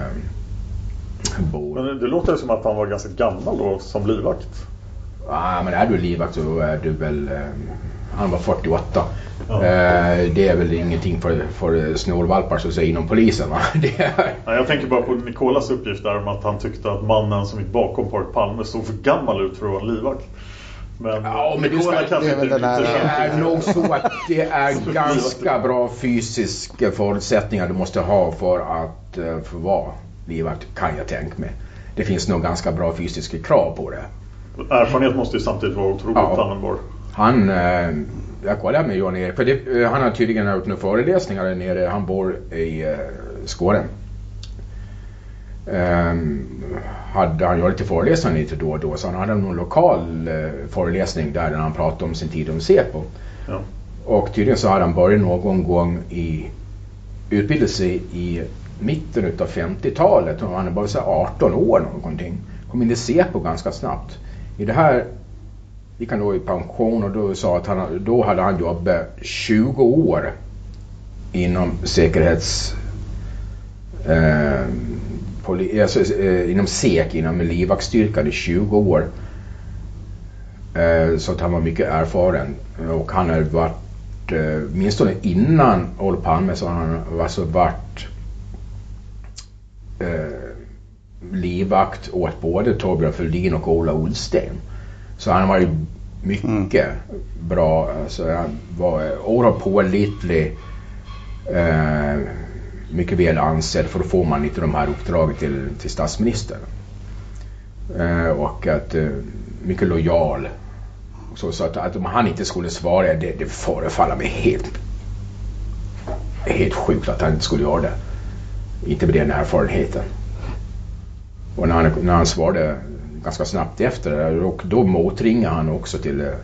Men det låter som att han var ganska gammal då som livvakt. Ja, men är du livvakt så är du väl... Eh, han var fyrtioåtta. Ja. Eh, det är väl ingenting för, för snorvalpar så att säga inom polisen, va? Det är... ja, jag tänker bara på Nikolas uppgift där om att han tyckte att mannen som gick bakom paret Palme såg för gammal ut för att vara en livvakt. Men, ja, men Nikola det, kanske det, inte det, det är nog så att det är ganska bra fysiska förutsättningar du måste ha för att uh, få vara livvakt, kan jag tänka mig. Det finns nog ganska bra fysiska krav på det. Erfarenhet måste ju samtidigt vara otroligt ja. användbar. Han, eh, jag kollar med Jan Erik, för det, eh, han har tydligen gjort några föreläsningar där nere. Han bor i eh, Skåne. Eh, hade han gjort lite föreläsningar lite då och då, så han hade någon lokal eh, föreläsning där, där han pratade om sin tid om Säpo. Ja. Och tydligen så hade han börjat någon gång i utbilda sig i mitten av femtiotalet, och han är bara så arton år någonting. Kom in i Säpo ganska snabbt. I det här gick han då i pension, och då sa att han, då hade han jobbat tjugo år inom säkerhets eh, poli- alltså, eh, inom S E K, inom livvaktstyrkan i tjugo år. Eh, så att han var mycket erfaren. Och han har varit, eh, minst innan Olof Palme, så har han alltså varit eh, livvakt åt både Torbjörn Fälldin och Ola Ullsten. Så han var ju mycket mm. bra. Alltså, han var oerhört pålitlig. Eh, mycket väl ansedd, för då får man inte de här uppdragen till, till statsministern. Eh, och att eh, mycket lojal. Så, så att, att om han inte skulle svara, det, det förefaller mig helt helt sjukt att han inte skulle göra det. Inte med den erfarenheten. Och när han, när han svarade ganska snabbt efter, och då motringar han också till eh,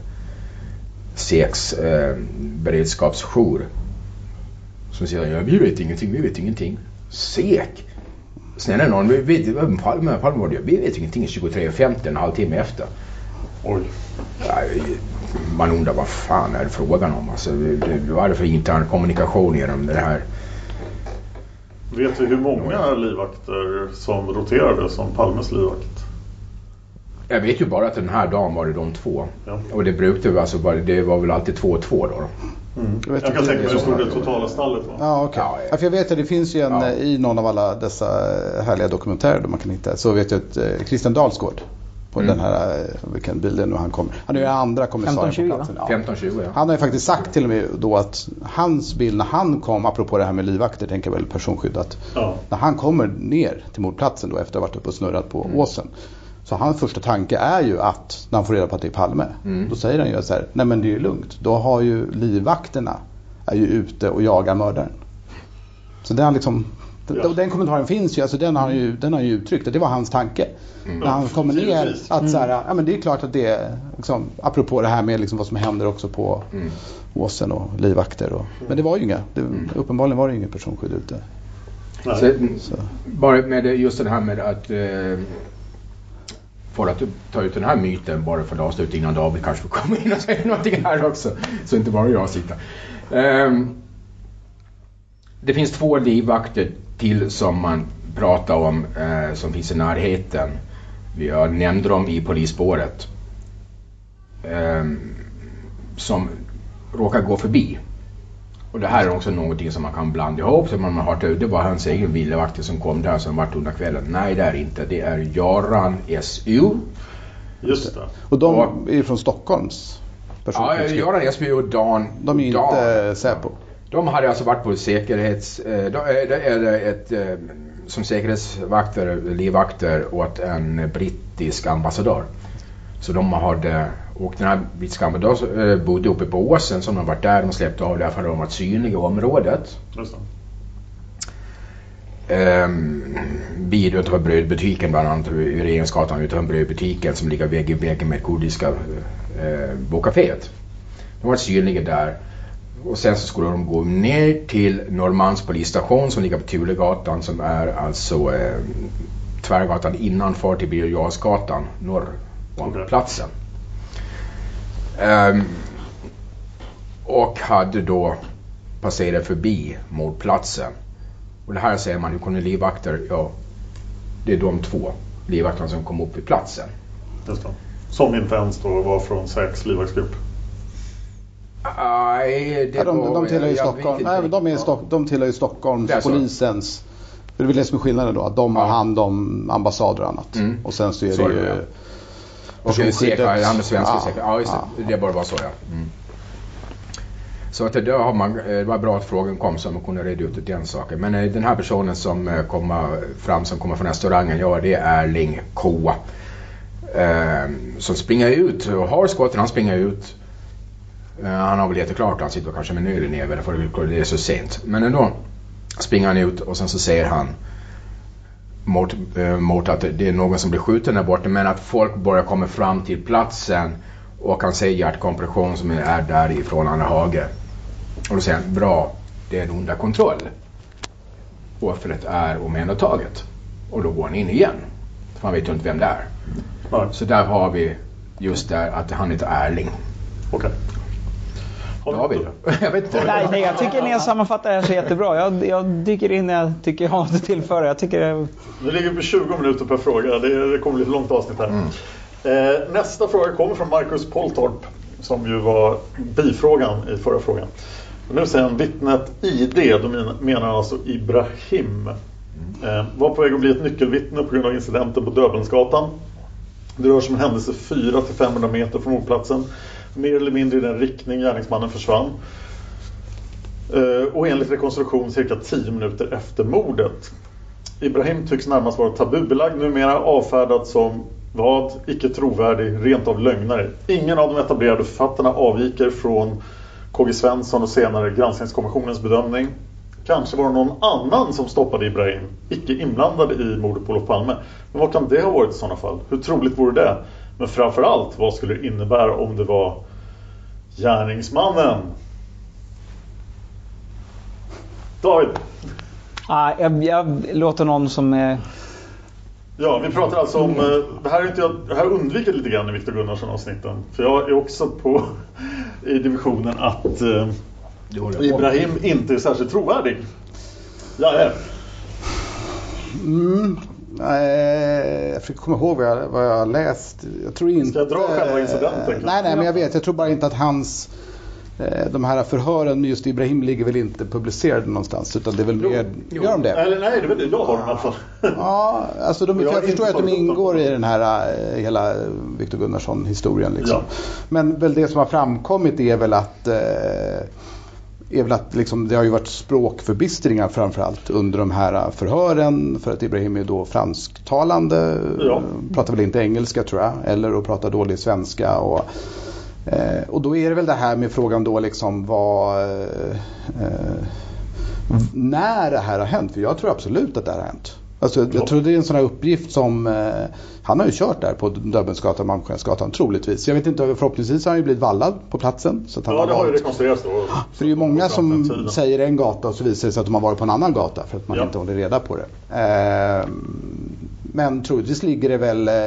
sex eh, beredskapsjour. Som säger, ja, vi vet ingenting, vi vet ingenting. Sek. Snälla någon, vi vet vad Palme, Palme var det. Vi vet ingenting, tjugotre femtio, en halvtimme efter. Oj. Ja, man undrar, vad fan är det frågan om? Alltså, det var det för intern kommunikation genom det här. Vet du hur många livvakter som roterade som Palmes livvakt? Jag vet ju bara att den här dagen var det de två. Ja. Och det brukade alltså bara, det var väl alltid två och två då. Mm. Jag, jag kan tänka mig hur stort det totala stallet var. Ja, okej. Okay. Ja, för jag vet att det finns ju en, ja. i någon av alla dessa härliga dokumentärer där man kan hitta, så vet jag att eh, Christian Dalsgaard på mm. den här, vilken bilden nu han kommer. Han är ju andra kommissarien på platsen. Ja. femton tjugo, ja. Han har ju faktiskt sagt till och med då att hans bild när han kom, apropå det här med livvakter, tänker jag väl personskyddat. Ja. När han kommer ner till mordplatsen då efter att ha varit uppe och snurrat på mm. åsen. Så hans första tanke är ju att när han får reda på att det är Palme, mm. då säger han ju så här, nej men det är ju lugnt. Då har ju livvakterna är ju ute och jagar mördaren. Så den liksom, ja. den, den kommentaren finns ju, alltså den har ju, den har ju uttryckt att det var hans tanke. Mm. När han kommer ner att så här, ja men det är klart att det är liksom, apropå det här med liksom vad som händer också på mm. åsen och livvakter och, men det var ju inga, det, mm. uppenbarligen var det ingen personskydd ute. Så, så. Bara med det, just det här med att eh, för att ta ut den här myten bara för att avsluta innan David kanske får komma in och säga någonting här också, så inte bara jag sitter. Um, det finns två livvakter till som man pratar om uh, som finns i närheten. Vi har nämnt dem i polisspåret um, som råkar gå förbi. Och det här är också någonting som man kan blanda ihop, så man har hört det var hans egen livvakt som kom där som varit under kvällen. Nej, det är inte. Det är Göran S U. Just det. Och de och, är från Stockholms Ja, Göran S U och Dan. De är inte Dan, Säpo. De hade alltså varit på säkerhets... Det är ett, som säkerhetsvakter, livvakter åt en brittisk ambassadör. Så de hade... Och den här brittiska ambassadören bodde uppe på åsen, som de varit där och släppte av, därför hade de varit synliga i området. Just det. Um, vid utanför brödbutiken, bland annat i Regeringsgatan utanför brödbutiken som ligger vägg i vägg med kurdiska uh, bokcaféet. De var synliga där. Och sen så skulle de gå ner till Norrmans polisstation som ligger på Tulegatan, som är alltså uh, tvärgatan innanför till Birger Jarlsgatan norr om okay. platsen. Um, och hade då passerat förbi mordplatsen. Och det här säger man, hur kunde livvakter, ja, det är de två livvakterna som kom upp i platsen. Just det. Som inte ens då var från sex livvaktsgrupp. Nej, det ja, de, var... de tillhör ju Stockholm. Nej, de, är Stock, de tillhör ju Stockholms polisens... Det är väl det som är skillnaden då, att de har hand om ambassader och annat. Mm. Och sen så är så det ju... Det, och säkra, andra svenska ja, säkra. Ja, just det. Det bara var så, ja. Mm. Så att det, har man, det var bra att frågan kom så man kunde reda ut den saken. Men den här personen som kommer fram, som kommer från restaurangen, ja, det är Erling K. Eh, som springer ut och har skott, han springer ut. Eh, han har väl jätteklart, han sitter kanske med en öl i näven för det är så sent. Men ändå springer han ut och sen så säger han mot, eh, mot att det är någon som blir skjuten där borta, men att folk börjar komma fram till platsen och kan se hjärtkompression som är därifrån Anna Hage. Och då säger han, bra, det är under kontroll. Offret är omhändertaget. Och då går han in igen. För man vet ju inte vem det är. Nej. Så där har vi just där att han heter Erling. Okej. David? Jag vet inte. Nej, nej, jag tycker ni sammanfattar det här så jättebra. Jag, jag dyker in när jag tycker jag har det tillföra. Jag tycker det... Det ligger på tjugo minuter per fråga. Det, det kommer bli ett långt avsnitt här. Mm. Eh, nästa fråga kommer från Marcus Poltorp, som ju var bifrågan i förra frågan. Och nu säger han vittnet I D, då menar han alltså Ibrahim. Eh, var på väg att bli ett nyckelvittne på grund av incidenten på Döbelnsgatan. Det rör sig om en händelse fyra till femhundra meter från mordplatsen. Mer eller mindre i den riktning gärningsmannen försvann. Eh, och enligt rekonstruktion cirka tio minuter efter mordet. Ibrahim tycks närmast vara tabubelagd numera, avfärdad som vad? Icke trovärdig, rent av lögnare. Ingen av de etablerade författarna avviker från K G Svensson och senare granskningskommissionens bedömning. Kanske var det någon annan som stoppade Ibrahim, icke inblandad i mordet på Olof Palme. Men vad kan det ha varit i sådana fall? Hur troligt vore det? Men framförallt, vad skulle det innebära om det var gärningsmannen? David? Ah, jag, jag låter någon som är... Ja, vi pratar alltså om... Mm. Det här är inte jag, det här undviker lite grann i Viktor Gunnarsson-avsnitten. För jag är också på i divisionen att eh, Ibrahim inte är särskilt trovärdig. Ja, är. Mm. Nej, jag försöker komma ihåg vad jag, vad jag har läst. Jag tror inte... Ska jag dra själva incidenten? Nej, nej, men jag vet. Jag tror bara inte att hans... De här förhören med just Ibrahim ligger väl inte publicerade någonstans, utan det är väl mer... Jo, gör de det? Eller nej, det vet jag har dem i alla fall. Ja, alltså de, jag, jag förstår att de ingår i den här hela Viktor Gunnarsson-historien liksom. Ja. Men väl det som har framkommit är väl att... Eh, är väl att liksom, det har ju varit språkförbistringar framförallt under de här förhören, för att Ibrahim är då fransktalande, ja. Pratar väl inte engelska tror jag, eller och pratar dålig svenska och... Eh, och då är det väl det här med frågan då liksom vad eh, när det här har hänt, för jag tror absolut att det här har hänt. Alltså, jag tror det är en sån här uppgift som eh, han har ju kört där på Döbelnsgatan, Malmskillnadsgatan troligtvis. Jag vet inte, förhoppningsvis har han ju blivit vallad på platsen så att han ja, har det varit... har ju rekonstruerats då. För det är ju många som säger en gata och så visar det sig att de har varit på en annan gata för att man ja. inte håller reda på det. Eh, men troligtvis ligger det väl eh,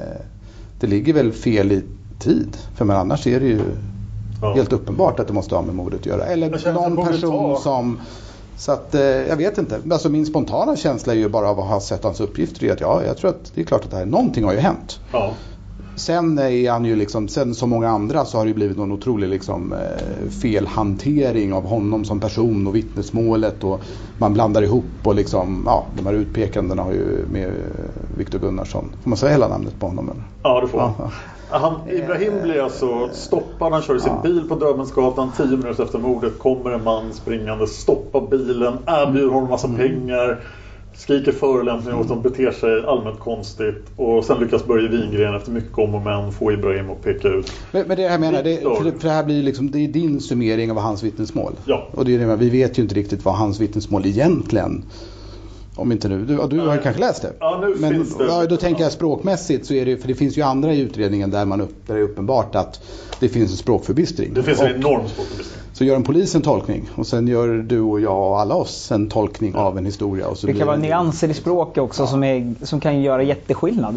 det ligger väl fel i tid. För men annars är det ju ja. helt uppenbart att det måste ha med mordet att göra. Eller någon person som... Så att, eh, jag vet inte. Alltså min spontana känsla är ju bara av att ha sett hans uppgifter. Att ja, jag tror att det är klart att det här, någonting har ju hänt. Ja. Sen är han ju liksom, sen som många andra så har det ju blivit någon otrolig liksom eh, felhantering av honom som person och vittnesmålet. Och man blandar ihop och liksom, ja, de här utpekandena har ju med Viktor Gunnarsson. Får man säga hela namnet på honom? Eller? Ja, det får man. Ja. Han, Ibrahim blir alltså stoppad, han kör sin ja. bil på Döbelnsgatan, tio minuter efter mordet kommer en man springande, stoppar bilen, erbjuder honom massa mm. pengar, skriker förolämpningar åt honom, beter sig allmänt konstigt och sen lyckas Börje Wingren efter mycket om och men få Ibrahim att peka ut. Men, men det jag menar, det, för, för det här blir liksom, det är din summering av hans vittnesmål. Ja. Och det är det, vi vet ju inte riktigt vad hans vittnesmål egentligen. Om inte nu. Du, du har kanske läst det. Ja, nu men finns det. Ja, då tänker jag språkmässigt så är det, för det finns ju andra i utredningen där man upp, där det är uppenbart att det finns en språkförbistring. Det finns en enorm språkförbistring. Så gör en polis en tolkning och sen gör du och jag och alla oss en tolkning ja. av en historia. Och så det kan vara nyanser i språket också ja. som, är, som kan göra jätteskillnad.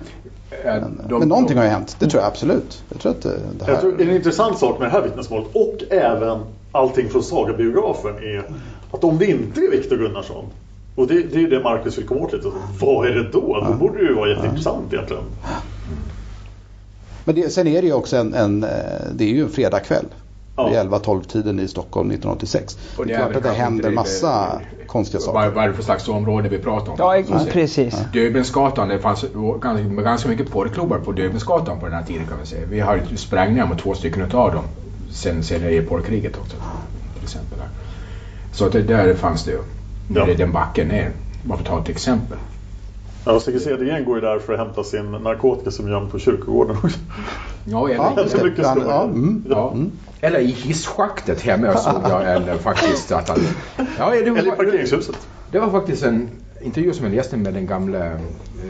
Men, de, men någonting har ju hänt, det tror jag absolut. Jag tror att det, det här... Jag tror det är en intressant sak med det här vittnesmålet och även allting från sagabiografen är att om det inte är Viktor Gunnarsson. Och det, det är ju det Marcus vill komma åt lite. Vad är det då? Ja. Då borde det ju vara jätteintressant ja. egentligen. Men det, sen är det ju också en, en det är ju en fredagkväll. Ja. I elva tolv tiden i Stockholm nittonhundraåttiosex. Och det är klart att det händer massa det, konstiga saker. Vad, vad är det för slags område vi pratar om? Ja, ja. precis. Döbelnsgatan, det fanns ganska, ganska mycket porrklubbar på Döbelnsgatan på den här tiden kan vi säga. Vi har ju sprängningar mot två stycken av dem. Sen senare i porrkriget också till exempel. Så att det där fanns det ju. Ja. Den backen är, bara för att ta ett exempel. Ja, C G C D går ju där för att hämta sin narkotika som gömd på kyrkogården. Ja, eller, ja, det mycket ja, ja, mm, ja. Mm. Eller i hisschaktet hemma såg jag eller faktiskt att han... Ja, det var, eller i parkeringshuset. Det var faktiskt en intervju som jag läste med den gamla eh,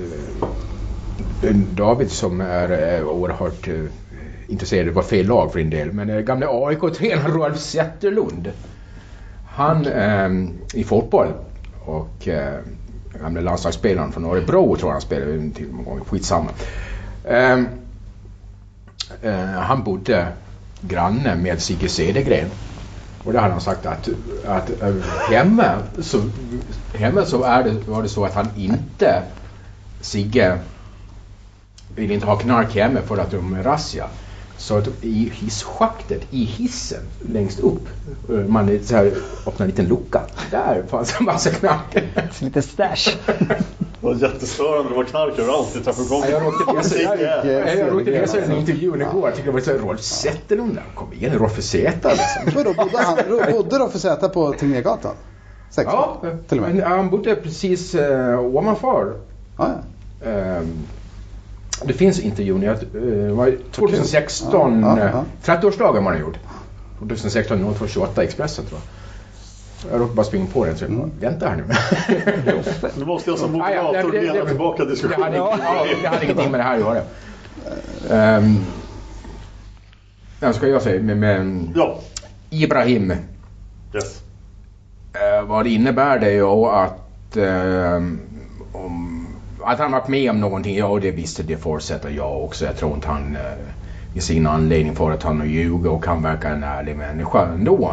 David som är eh, oerhört eh, intresserad, det var fel lag för en del, men den gamla A I K-tränaren Rolf Zetterlund. Han eh, i fotboll och eh, gamla landslagsspelaren från Örebro tror jag han spelade till många gånger, skitsamma. Eh, eh, han bodde granne med Sigge Cedergren. Och där hade han sagt att, att hemma, så, hemma så är det, var det så att han inte, Sigge vill inte ha knark hemma för att de är razzia. Så att i hisschaktet, i hissen längst upp, man så här, öppnar en liten lucka. Där fanns en massa knark. Lite stash. Det var jättestörande, det var knark överallt i trafikuppgången. Jag råkade läsa, jag, jag, jag råkade läsa en intervju igår. Jag tyckte det var så här, Rolf Zetterlund där. Kom igen, Rolf Zäta liksom. Då bodde han bodde Rolf Zäta på Tegnérgatan? Ja, till och med. Han bodde precis uh, ovanför. Ah, ja. um, Det finns intervjun, jag uh, var tjugohundrasexton, ja, ja, ja. trettioårsdagen man har gjort. tjugohundrasexton noll två tjugoåtta Expressen tror jag. Jag råkade bara springa på den, så jag mm. vänta här nu. Nu måste jag som moderator leda tillbaka diskussionen. Det hade, ja, det hade ingenting med det här att göra. Um, jag ska jag säga med, med ja. Ibrahim. Yes. Uh, vad det innebär det ju att uh, om, att han varit med om någonting, ja det visste det fortsätter jag också. Jag tror inte han uh, i sin anledning för att han har ljuga och kan verka en ärlig människa ändå.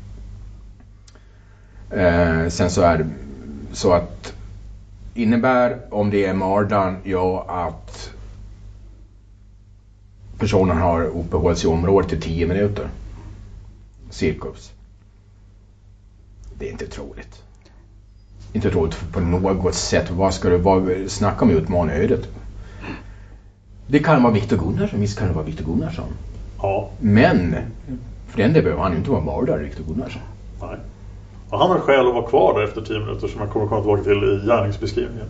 Eh, sen så är det så att innebär om det är mördan, ja att personen har uppehållit sig i området i tio minuter cirkus. Det är inte troligt. Inte troligt på något sätt. Vad ska du vad, snacka om utmana ödet? Det kan vara Viktor Gunnarsson, visst kan det vara Viktor Gunnarsson. Ja. Men för den det behöver han inte vara mördare, Viktor Gunnarsson. Nej. Och han har skäl att vara kvar där efter tio minuter som jag kommer komma tillbaka till i gärningsbeskrivningen.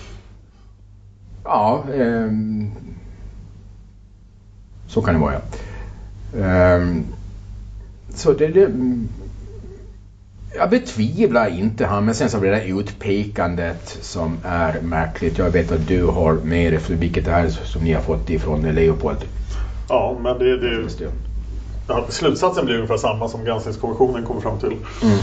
Ja, eh, så kan det vara. Ja. Eh, så det, det jag betvivlar inte han, men sen så blir det utpekandet som är märkligt. Jag vet att du har med det, för vilket det är som ni har fått ifrån Leopold. Ja, men det, det, det. Ja, slutsatsen blir ungefär samma som granskningskommissionen kommer fram till. Mm.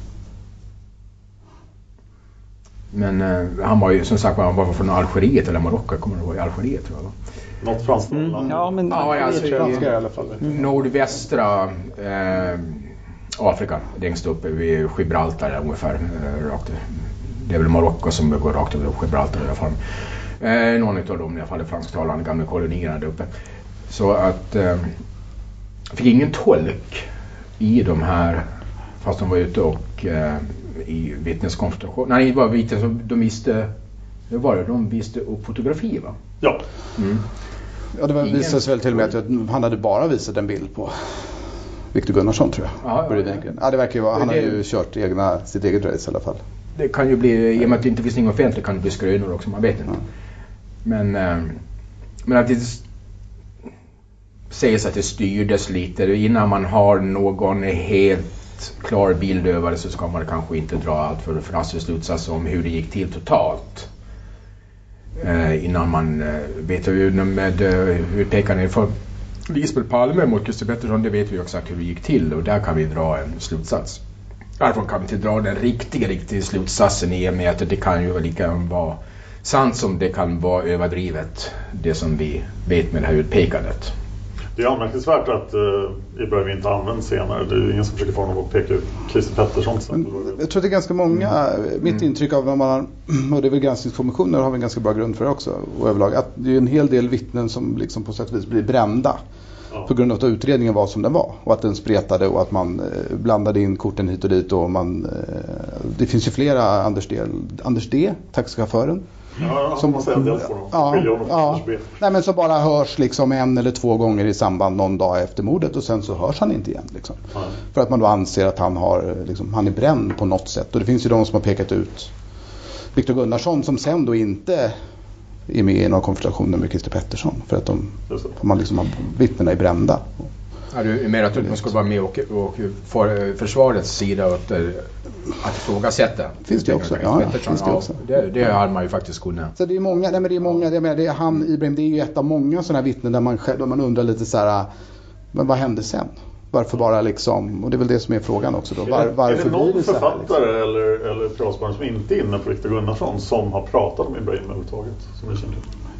Men eh, han var ju som sagt han var från Algeriet eller Marocko, kommer det vara i Algeriet tror jag. Något franskt mm. land. Ja, men ja, alltså, i, i alla fall. Mm. Nordvästra eh, Afrika, längst uppe vid Gibraltar ungefär eh, rakt. Det är väl Marocko som går rakt över Gibraltar i alla fall. Eh, någon av dem i alla fall är fransktalande gamla kolonierna där uppe. Så att eh, fick ingen tolk i de här, fast de var ute och eh, i vittneskonfrontation. Nej, det var vittnen som de visste, det var det, de visste upp fotografi va? Ja. Mm. Ja, det var, Ingen... visade sig väl till och med att han hade bara visat en bild på Viktor Gunnarsson tror jag. Ja, ja, ja. ja det verkar ju vara, han det... har ju kört egna, sitt eget race i alla fall. Det kan ju bli, i och med att det inte finns någon offentlig kan det bli skrönor också, man vet inte. Ja. Men, äh, men att det sägs att det styrdes lite innan man har någon helt klar bild över det, så ska man kanske inte dra allt för förhastade slutsatser om hur det gick till totalt. Eh, innan man eh, vet hur med eh, utpekande för Lisbeth Palme mot Christer Pettersson, det vet vi exakt hur det gick till och där kan vi dra en slutsats. Därför kan vi inte dra den riktiga, riktiga slutsatsen i och med att det kan ju lika vara sant som det kan vara överdrivet, det som vi vet med det här utpekandet. Det är anmärkningsvärt att uh, Ibrahim inte används senare. Det är ju ingen som försöker få honom att peka ut Christer Pettersson. Men jag tror att det är ganska många, mm. mitt intryck av vad man har, och det är väl granskningskommissioner har vi en ganska bra grund för det också, och överlag, att det är en hel del vittnen som liksom på sätt och vis blir brända. Ja. På grund av att utredningen var som den var. Och att den spretade och att man eh, blandade in korten hit och dit. Och man, eh, det finns ju flera Anders D. Anders D, taxichauffören. Ja, som man säger dels på dem. Ja, ja. Nej, men som bara hörs liksom en eller två gånger i samband någon dag efter mordet. Och sen så hörs han inte igen. Liksom. Ja. För att man då anser att han, har, liksom, han är bränd på något sätt. Och det finns ju de som har pekat ut Viktor Gunnarsson som sen då inte är med i några konfrontationer med Christer Pettersson för att de, man liksom har vittnena är brända. Ja, du är mer att man ska vara med och, och för försvarets sida att, att ifrågasätta. Finns det också? Ja, finns det också. Ja, det, det har man ju faktiskt kunnat. Så det är många, nej men det är många, det är, det är han Ibrahim, det är ju ett av många sådana vittnen där man själv, där man undrar lite så här, men vad hände sen? Varför bara liksom, och det är väl det som är frågan också då. Var, varför är det någon blir det så här, författare liksom? eller, eller privatperson som inte är inne på Viktor Gunnarsson som har pratat om Ibrahim överhuvudtaget, som ni känner till?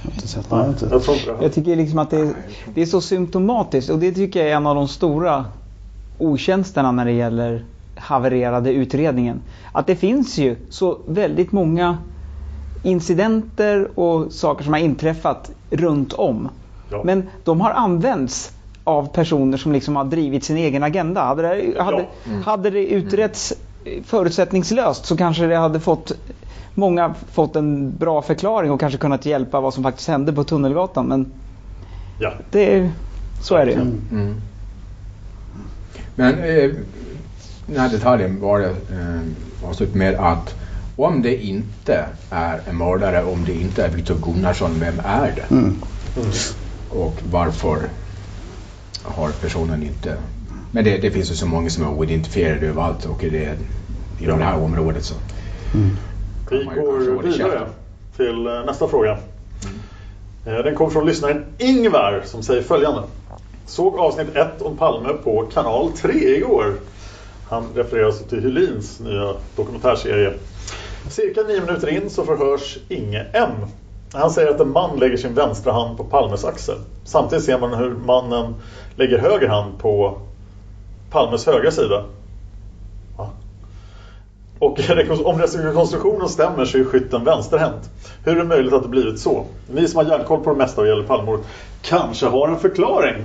Jag har inte sett något. Jag, tror inte det. Jag tycker liksom att det är, det är så symptomatiskt, och det tycker jag är en av de stora otjänsterna när det gäller havererade utredningen. Att det finns ju så väldigt många incidenter och saker som har inträffat runt om. Ja. Men de har använts av personer som liksom har drivit sin egen agenda. Hade det, hade, ja. mm. hade det utretts förutsättningslöst så kanske det hade fått många fått en bra förklaring och kanske kunnat hjälpa vad som faktiskt hände på Tunnelgatan. Men ja. det, så är det ju. Mm. Mm. Men eh, den här detaljen var det eh, avslut med att om det inte är en mördare, om det inte är Viktor Gunnarsson, vem är det? Mm. Mm. Och varför har personen inte... Men det, det finns ju så många som är oidentifierade överallt, och det är i det här området så... Mm. Vi går vidare till nästa fråga. Mm. Den kommer från lyssnaren Ingvar som säger följande. Såg avsnitt ett om Palme på kanal tre igår. Han refererar sig till Hylins nya dokumentärserie. Cirka nio minuter in så förhörs Inge M. Han säger att en man lägger sin vänstra hand på Palmes axel. Samtidigt ser man hur mannen lägger höger hand på Palmes högra sida. Ja. Och om rekonstruktionen stämmer så är skytten vänsterhänt. Hur är det möjligt att det blivit så? Ni som har järnkoll på det mesta vad gäller Palmemordet kanske har en förklaring.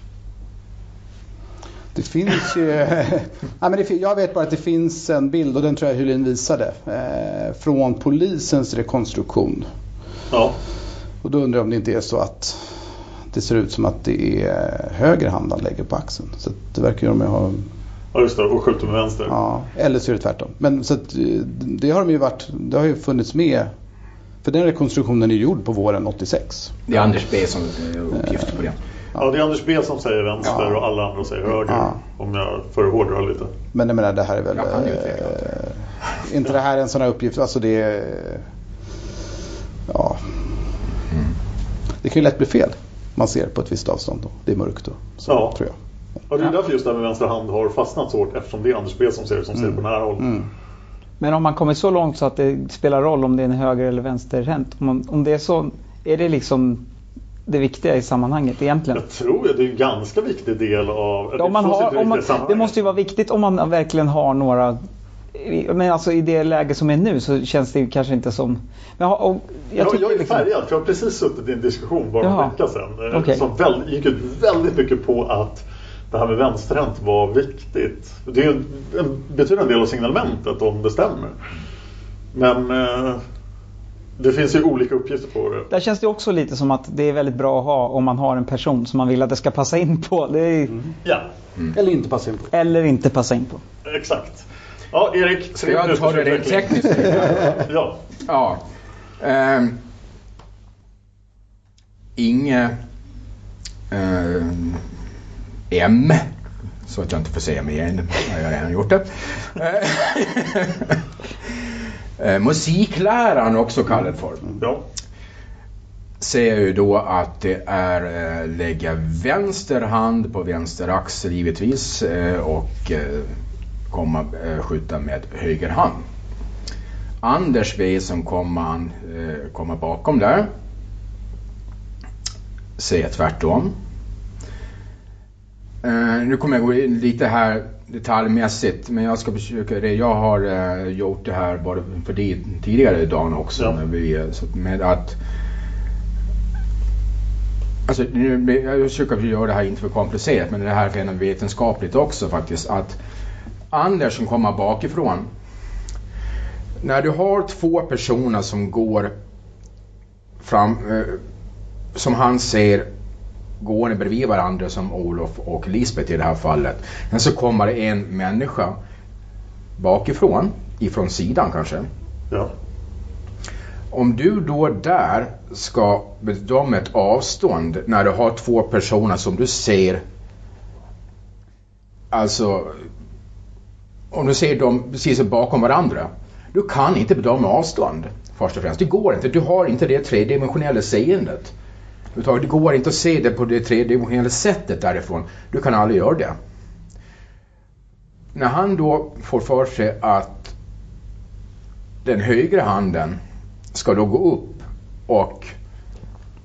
Det finns ju... ja, men det, jag vet bara att det finns en bild, och den tror jag Hylin visade, eh, från polisens rekonstruktion. Ja. Och då undrar jag om det inte är så att det ser ut som att det är höger hand han lägger på axeln. Så att det verkar ju de ha... Ja just det, och skjuter med vänster. Ja, eller så är det tvärtom. Men så att det har de ju varit, det har ju funnits med, för den rekonstruktionen är gjord på våren åttiosex. Det är Anders B som är uppgift på det. Ja. ja, det är Anders B som säger vänster ja. och alla andra säger höger. Ja. Om jag förhårdrar lite. Men jag menar, det här är väl... Äh, inte det här är en sån här uppgift. Alltså det är... Ja. Mm. Det kan ju lätt bli fel. Man ser på ett visst avstånd då. Det är mörkt då. Så, ja. tror jag. Ja, det är därför just det med vänster hand har fastnat så hårt. Eftersom det är Anders B som ser som mm. ser på nära håll. Mm. Men om man kommer så långt så att det spelar roll om det är en höger eller vänsterhänt. Om, man, om det är så... Är det liksom... det viktiga i sammanhanget egentligen? Jag tror att det är en ganska viktig del av... Ja, man har, om man, det måste ju vara viktigt om man verkligen har några... Men alltså i det läge som är nu så känns det ju kanske inte som... Men, och jag, ja, jag är liksom... färgad, för jag har precis suttit i en diskussion bara en vecka sedan. Okay. Som väl, gick ut väldigt mycket på att det här med vänsterhänt var viktigt. Det är ju en betydande del av signalementet om det stämmer. Men... Eh, det finns ju olika uppgifter på det. Där känns det också lite som att det är väldigt bra att ha om man har en person som man vill att det ska passa in på. Det är... mm. Ja. Mm. Eller inte passa in på. Eller inte passa in på. Exakt. Ja, Erik. Ska jag ta det rent tekniskt? ja. Ja. Um, Inge um, M. Så att jag inte får säga mer än jag har redan gjort det. Eh, musikläraren också kallad för. Ja. Säger ju då att det är eh, lägga vänster hand på vänster axel givetvis eh, och eh, komma eh, skjuta med höger hand. Anders V som kommer eh, komma bakom där säger tvärtom. Eh, nu kommer jag gå in lite här detaljmässigt, men jag ska försöka det. Jag har uh, gjort det här bara för det tidigare dagen också. Ja. Med, vi, så med att alltså, nu, jag försöker göra det här inte för komplicerat, men det här är vetenskapligt också faktiskt. Att Anders som kommer bakifrån, när du har två personer som går fram, uh, som han ser gående bredvid varandra som Olof och Lisbeth i det här fallet. Men så kommer det en människa bakifrån, ifrån sidan kanske. Ja. Om du då där ska bedöma ett avstånd när du har två personer som du ser, alltså om du ser dem precis bakom varandra, du kan inte bedöma avstånd först och främst. Det går inte, du har inte det tredimensionella seendet. Det går inte att se det på det tredimensionella sättet därifrån. Du kan aldrig göra det. När han då får för sig att den högra handen ska då gå upp och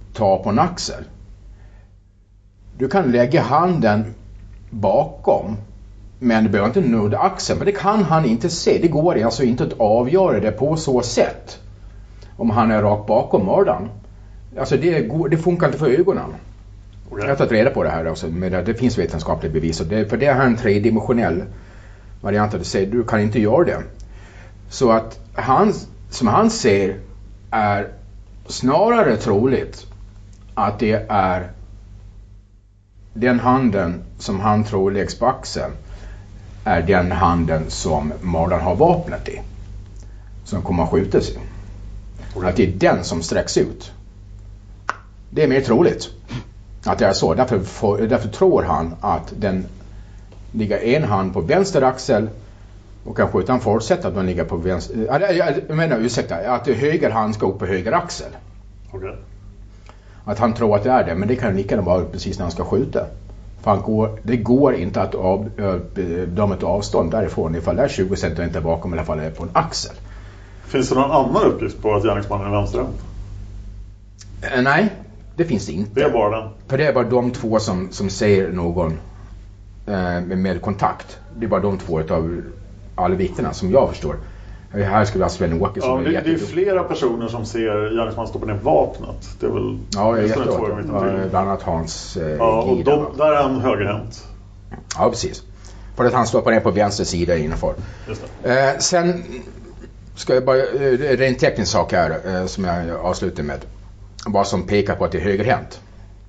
ta på en axel. Du kan lägga handen bakom, men du behöver inte nudda axeln. Men det kan han inte se. Det går alltså inte att avgöra det på så sätt. Om han är rakt bakom mördaren. Alltså det, går, det funkar inte för ögonen. Okay. Jag har tagit reda på det här också. Men det, det finns vetenskapliga bevis. Och det, för det är en tredimensionell variant. Att säga, du kan inte göra det. Så att han, som han ser, är snarare troligt att det är den handen som han tror läggs på axeln är den handen som mördaren har vapnet i. Som kommer att skjuta sig. Att det är den som sträcks ut. Det är mer troligt att det är så. Därför, för, därför tror han att den ligger en hand på vänster axel och kanske utan fortsätta att den ligger på vänster. Jag, jag menar, ursäkta, att höger hand ska upp på höger axel. Okay. Att han tror att det är det, men det kan lika gärna vara precis när han ska skjuta. För han går, det går inte att av, döma ett avstånd därifrån ifall det är tjugo centimeter bakom eller ifall det är på en axel. Finns det någon annan uppgift på att gärningsmannen är vänsterhänt? Eh, nej, det finns det inte. Det är bara den? För det är bara de två som, som ser någon eh, med kontakt. Det är bara de två av alla vittnena som jag förstår. Här skulle jag Sven Åke som ja, är det, jättedum. det är flera personer som ser gärningsmannen stoppa ner vapnet. Det är väl... Ja, jag jättedum. Ja, bland annat Hans eh, ja, och de, där är han högerhänt. Ja, precis. För att han stoppar ner på vänster sida innanför. Just det. Eh, sen ska jag bara... Eh, det är en teknisk sak här eh, som jag avslutar med. Bara som pekar på att det är högerhänt.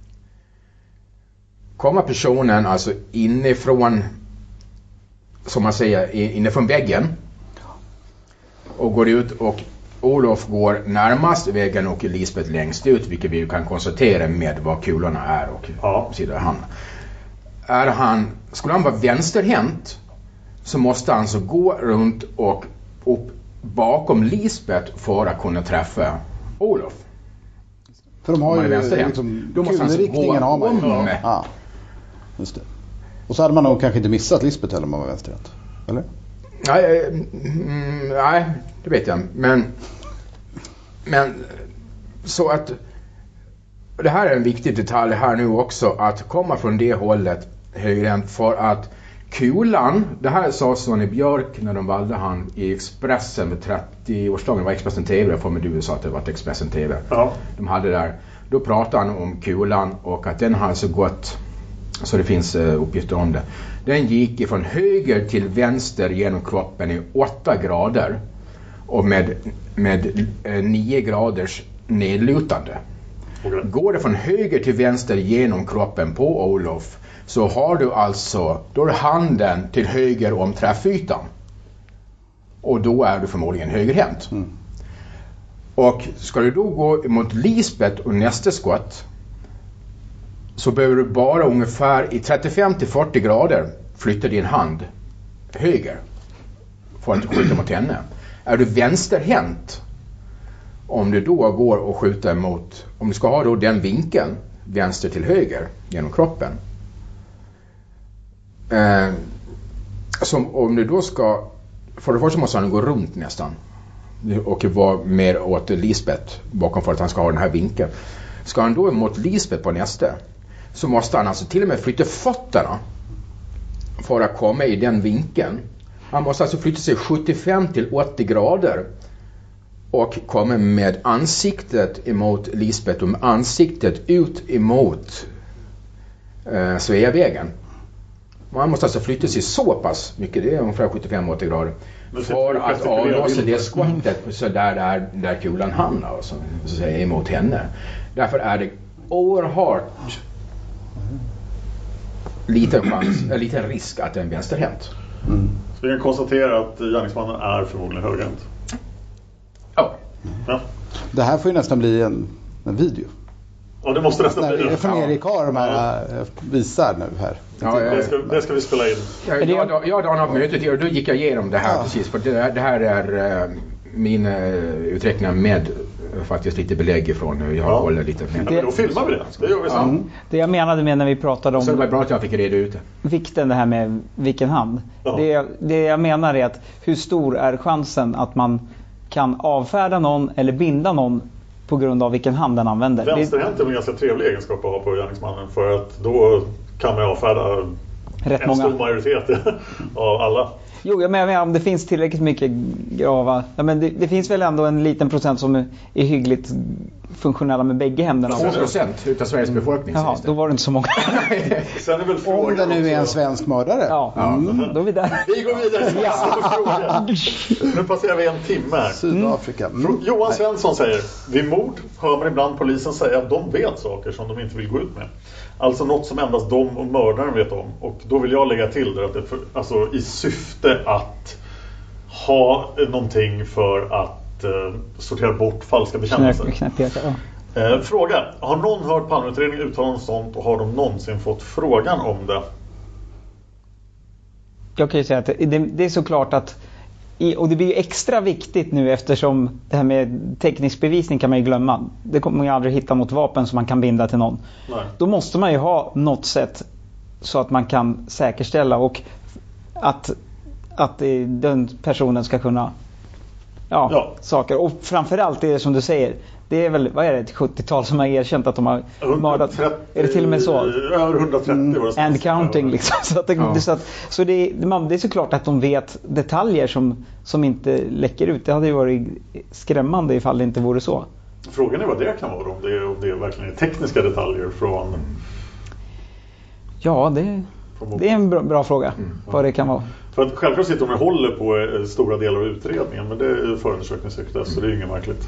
Kommer personen alltså inifrån, som man säger, inifrån väggen och går ut och Olof går närmast väggen och Lisbeth längst ut, vilket vi kan konstatera med vad kulorna är och ja. Sidor han. Är han, skulle han vara vänsterhänt så måste han så gå runt och upp bakom Lisbeth för att kunna träffa Olof. För de har ju liksom kulriktningen har man ju. Ja. Ja. Just det. Och så hade man nog kanske inte missat Lisbeth heller om man var vänsterhänt. Eller? Nej, mm, nej, det vet jag. Men, men så att det här är en viktig detalj här nu också, att komma från det hållet högerhänt, för att kulan, det här sa Sonny Björk när de valde han i Expressen med trettio-årsdagen, det var Expressen T V, jag får med du sa att det var Expressen T V. Ja. De hade där, då pratade han om kulan och att den har så gått, så det finns uh, uppgifter om det. Den gick från höger till vänster genom kroppen i åtta grader och med, med uh, nio graders nedlutande. Okay. Går det från höger till vänster genom kroppen på Olof, så har du alltså, då är handen till höger om träffytan. Och då är du förmodligen högerhänt. Mm. Och ska du då gå mot Lisbeth och nästa skott, så behöver du bara ungefär i trettiofem till fyrtio grader flytta din hand höger för att skjuta mot henne. Är du vänsterhänt, om du då går och skjuter mot, om du ska ha då den vinkeln vänster till höger genom kroppen, eh, som om du då ska, för det första måste han gå runt nästan och vara mer åt Lisbeth bakom för att han ska ha den här vinkeln. Ska han då mot Lisbeth på nästa, så måste han alltså till och med flytta fötterna för att komma i den vinkeln. Han måste alltså flytta sig sjuttiofem till åttio grader och komma med ansiktet emot Lisbeth och med ansiktet ut emot eh, Sveavägen. Man måste alltså flytta sig så pass mycket, det är ungefär sjuttiofem till åttio grader, för att avlåsa det skottet så där, där, där kulan hamnar och så, så säga, emot henne. Därför är det oerhört liten chans, en liten risk att det är en vänsterhänt. Mm. Så vi kan konstatera att gärningsmannen är förmodligen högerhänt. Ja. Ja. Det här får ju nästan bli en, en video. Ja, det måste nästan bli det. Från Erik har de här ja. visar nu här. Ja, ja, det, ska, det ska vi spela in. Jag, jag, jag hade något möte och då gick jag igenom det här ja. precis. För det, det här är uh, min uh, uträkningar med uh, faktiskt lite belägg från. Jag ja. håller lite med. Ja, men då filmar vi det. Det gör vi så. Mm. Det jag menade med när vi pratade om... Så det var bra att jag fick reda ut det. Vikten det här med vilken hand. Ja. Det, det jag menar är att hur stor är chansen att man kan avfärda någon eller binda någon på grund av vilken hand den använder. Vänsterhänt är en ganska trevlig egenskap att ha på gärningsmannen, för att då kan man avfärda rätt en många. stor majoritet av alla. Jo, jag menar om det finns tillräckligt mycket grava... Ja, men det, det finns väl ändå en liten procent som är, är hyggligt funktionella med bägge händerna. två procent utav Sveriges befolkning. Jaha, då var det inte så många. Sen är väl om det nu är en svensk mördare. Ja, mm. Då är vi där. Vi går vidare till nästa fråga. Nu passerar vi en timme här. Sydafrika. Mm. Johan Svensson säger: vid mord hör man ibland polisen säga att de vet saker som de inte vill gå ut med. Alltså något som endast de och mördaren vet om. Och då vill jag lägga till det, att det för, alltså, i syfte att ha någonting för att eh, sortera bort falska bekännelser. Knäpp, knäpp, ja. eh, Fråga: har någon hört Palmeutredningen uttala om sånt, och har de någonsin fått frågan om det? Jag kan ju säga att det, det är såklart att i, och det blir ju extra viktigt nu, eftersom det här med teknisk bevisning kan man ju glömma. Det kommer man ju aldrig hitta något vapen som man kan binda till någon. Nej. Då måste man ju ha något sätt så att man kan säkerställa och att, att den personen ska kunna ja, ja. saker. Och framförallt det som du säger, det är väl, vad är det, ett sjuttiotal som har erkänt att de har mördat. Är det till och med så? Över hundratrettio var det. And counting liksom. Så, att det, ja. så, att, så det, man, det är såklart att de vet detaljer som, som inte läcker ut. Det hade ju varit skrämmande ifall det inte vore så. Frågan är vad det kan vara, om det, om det verkligen är tekniska detaljer från... Ja, det, det är en bra, bra fråga, mm. vad det kan vara. För att självklart sitter de och håller på stora delar av utredningen, men det är förundersökningssekretess, mm. så det är inget märkligt.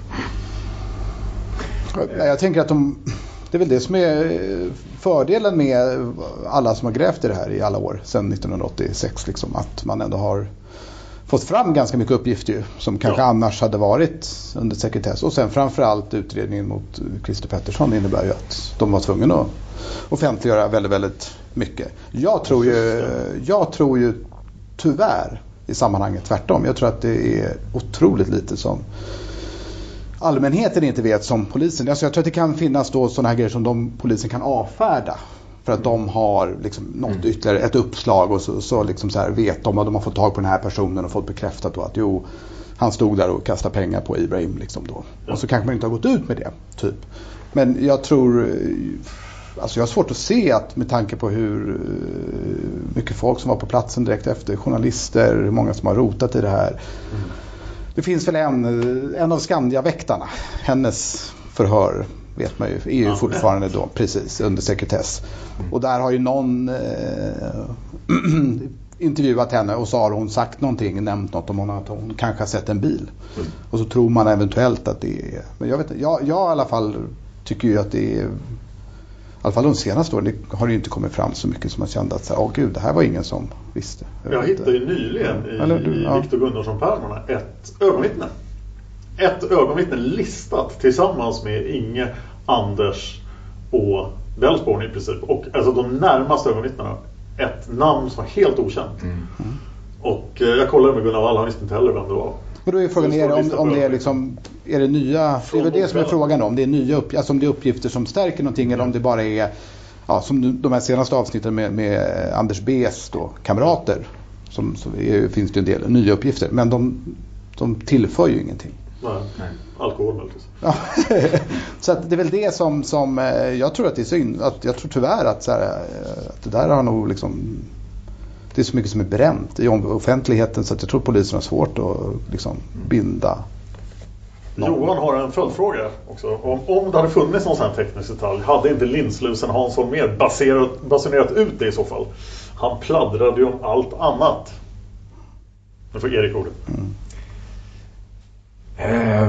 Jag tänker att de, det är väl det som är fördelen med alla som har grävt i det här i alla år sedan nittonhundraåttiosex, liksom, att man ändå har fått fram ganska mycket uppgifter ju, som kanske ja. annars hade varit under sekretess. Och sen framförallt utredningen mot Christer Pettersson innebär ju att de var tvungna att offentliggöra väldigt, väldigt mycket. Jag tror ju, jag tror ju tyvärr i sammanhanget tvärtom. Jag tror att det är otroligt lite som allmänheten inte vet som polisen. Alltså jag tror att det kan finnas då sådana här grejer som de polisen kan avfärda. För att de har liksom något mm. ytterligare ett uppslag, och så, så, liksom så här vet de att de har fått tag på den här personen och fått bekräftat då att jo, han stod där och kastade pengar på Ibrahim liksom då. Och så kanske man inte har gått ut med det, typ. Men jag tror, alltså jag har svårt att se att, med tanke på hur mycket folk som var på platsen direkt efter, journalister, hur många som har rotat i det här. Mm. Det finns väl en, en av Skandia-väktarna, hennes förhör vet man ju, är ju fortfarande då precis under sekretess. Och där har ju någon eh, intervjuat henne, och så har hon sagt någonting, nämnt något om hon, att hon kanske har sett en bil. Mm. Och så tror man eventuellt att det är, men jag vet inte, jag, jag i alla fall tycker ju att det är, i alla fall de senaste åren, det har ju inte kommit fram så mycket som man kände att, åh gud, det här var ingen som visste. Jag, jag hittade ju nyligen i, Eller, du, ja. i Viktor Gunnarsson-pärmarna ett ögonvittne. Ett ögonvittne listat tillsammans med Inge, Anders och Delsborn i princip. Och alltså de närmaste ögonvittnena, ett namn som var helt okänt. Mm. Mm. Och eh, jag kollade med Gunnar Wall, han visste inte heller vem det var. Men då är frågan, är det, om, om det är liksom, är det nya, det är väl det som är frågan om, det är nya uppgifter, alltså om det är uppgifter som stärker någonting, mm. eller om det bara är, ja, som de här senaste avsnitten med, med Anders B's då, kamrater, som, så är, finns det en del nya uppgifter, men de, de tillför ju ingenting. Nej, nej. Alkohol möjligtvis. Ja. Så att det är väl det som, som jag tror att det är synd, att jag tror tyvärr att, så här, att det där har nog liksom, det är så mycket som är bränt i offentligheten, så att jag tror polisen har svårt att liksom binda någon. Johan har en följdfråga också. Om, om det hade funnits någon sån här teknisk detalj, hade inte Lindslusen Hans Holmér baserat, basunerat ut det i så fall? Han pladdrade ju om allt annat. Nu får Erik ordet. Mm. Uh,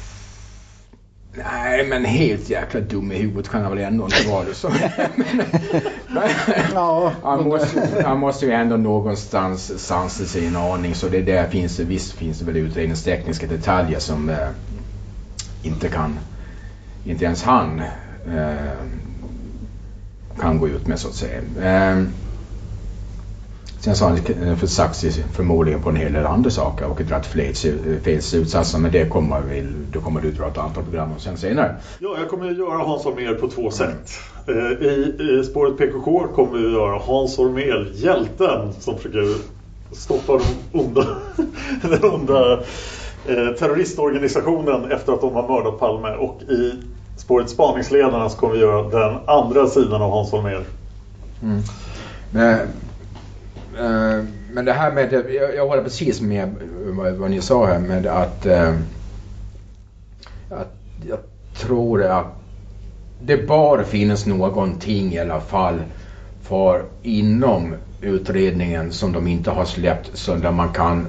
nej, men helt jäkla dum i huvudet kan han väl ändå inte vara det så. men, ja, han, måste, han måste ju ändå någonstans sansa sig en aning, så det där finns, visst finns det väl utredningstekniska detaljer som uh, inte kan, inte ens han uh, kan gå ut med, så att säga. Uh, Sen så har han för sagt förmodligen på en hel del andra saker och dragit fel, fel slutsatser, men det kommer väl, då kommer du dra ett antal program och sen senare. Ja, jag kommer att göra Hans Holmér på två sätt. I, i spåret P K K kommer vi att göra Hans Holmér, hjälten som försöker stoppa den onda, den onda eh, terroristorganisationen efter att de har mördat Palme. Och i spåret Spaningsledarna så kommer vi göra den andra sidan av Hans Holmér. Mm. Men, äh, men det här med, jag, jag håller precis med vad, vad ni sa här med att, äh, att jag tror att det bara finns någonting i alla fall för inom utredningen som de inte har släppt, så där man kan,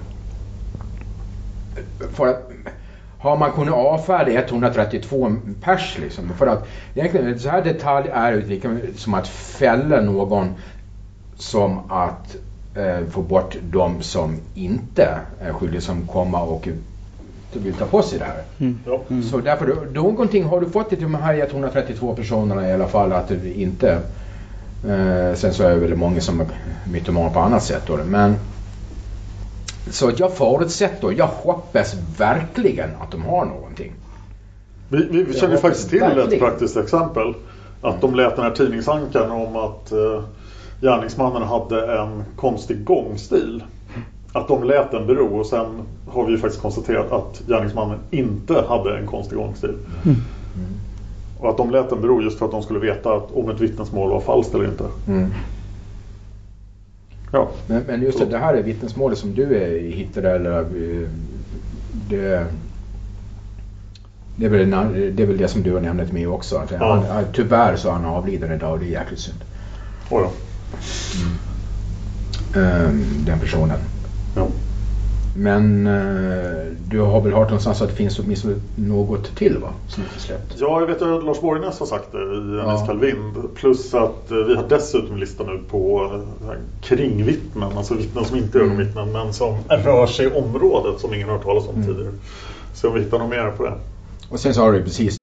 för att har man kunnat avfärda etthundratrettiotvå pers liksom, för att egentligen så här detalj är det som att fälla någon, som att eh, få bort de som inte är skyldiga, som kommer och vill ta på sig det här. Mm. Mm. Så därför, någonting har du fått till de här etthundratrettiotvå personerna i alla fall, att det inte eh, sen så är det väl många som är mytoman på annat sätt då, men så jag förutsätter, jag hoppas verkligen att de har någonting. Vi, vi, vi känner faktiskt till verkligen ett praktiskt exempel. Att de lät den här tidningsankan om att eh, gärningsmannen hade en konstig gångstil. Att de lät den bero, och sen har vi ju faktiskt konstaterat att gärningsmannen inte hade en konstig gångstil. Mm. Mm. Och att de lät den bero just för att de skulle veta att om ett vittnesmål var falskt eller inte. Mm. Ja. Men, men just det, det här är vittnesmålet som du är, hittade, eller det, det, är väl, det är väl det som du har nämnt till mig också. Att ja. han, tyvärr så han avliden idag, det är jäkligt synd. Oh ja. Mm. Um, den personen. Ja. Men uh, du har väl hört någonstans att det finns åtminstone något till, va? Som inte släppt. Ja, jag vet att Lars Borgnäs har sagt det i En iskall vind. Plus att uh, vi har dessutom listan nu på uh, kringvittnen. Alltså vittnen som inte är mm. ögonvittnen, men som rör sig i området som ingen har hört talas om mm. tidigare. Så om vi hittar något mer på det. Och sen så har du precis.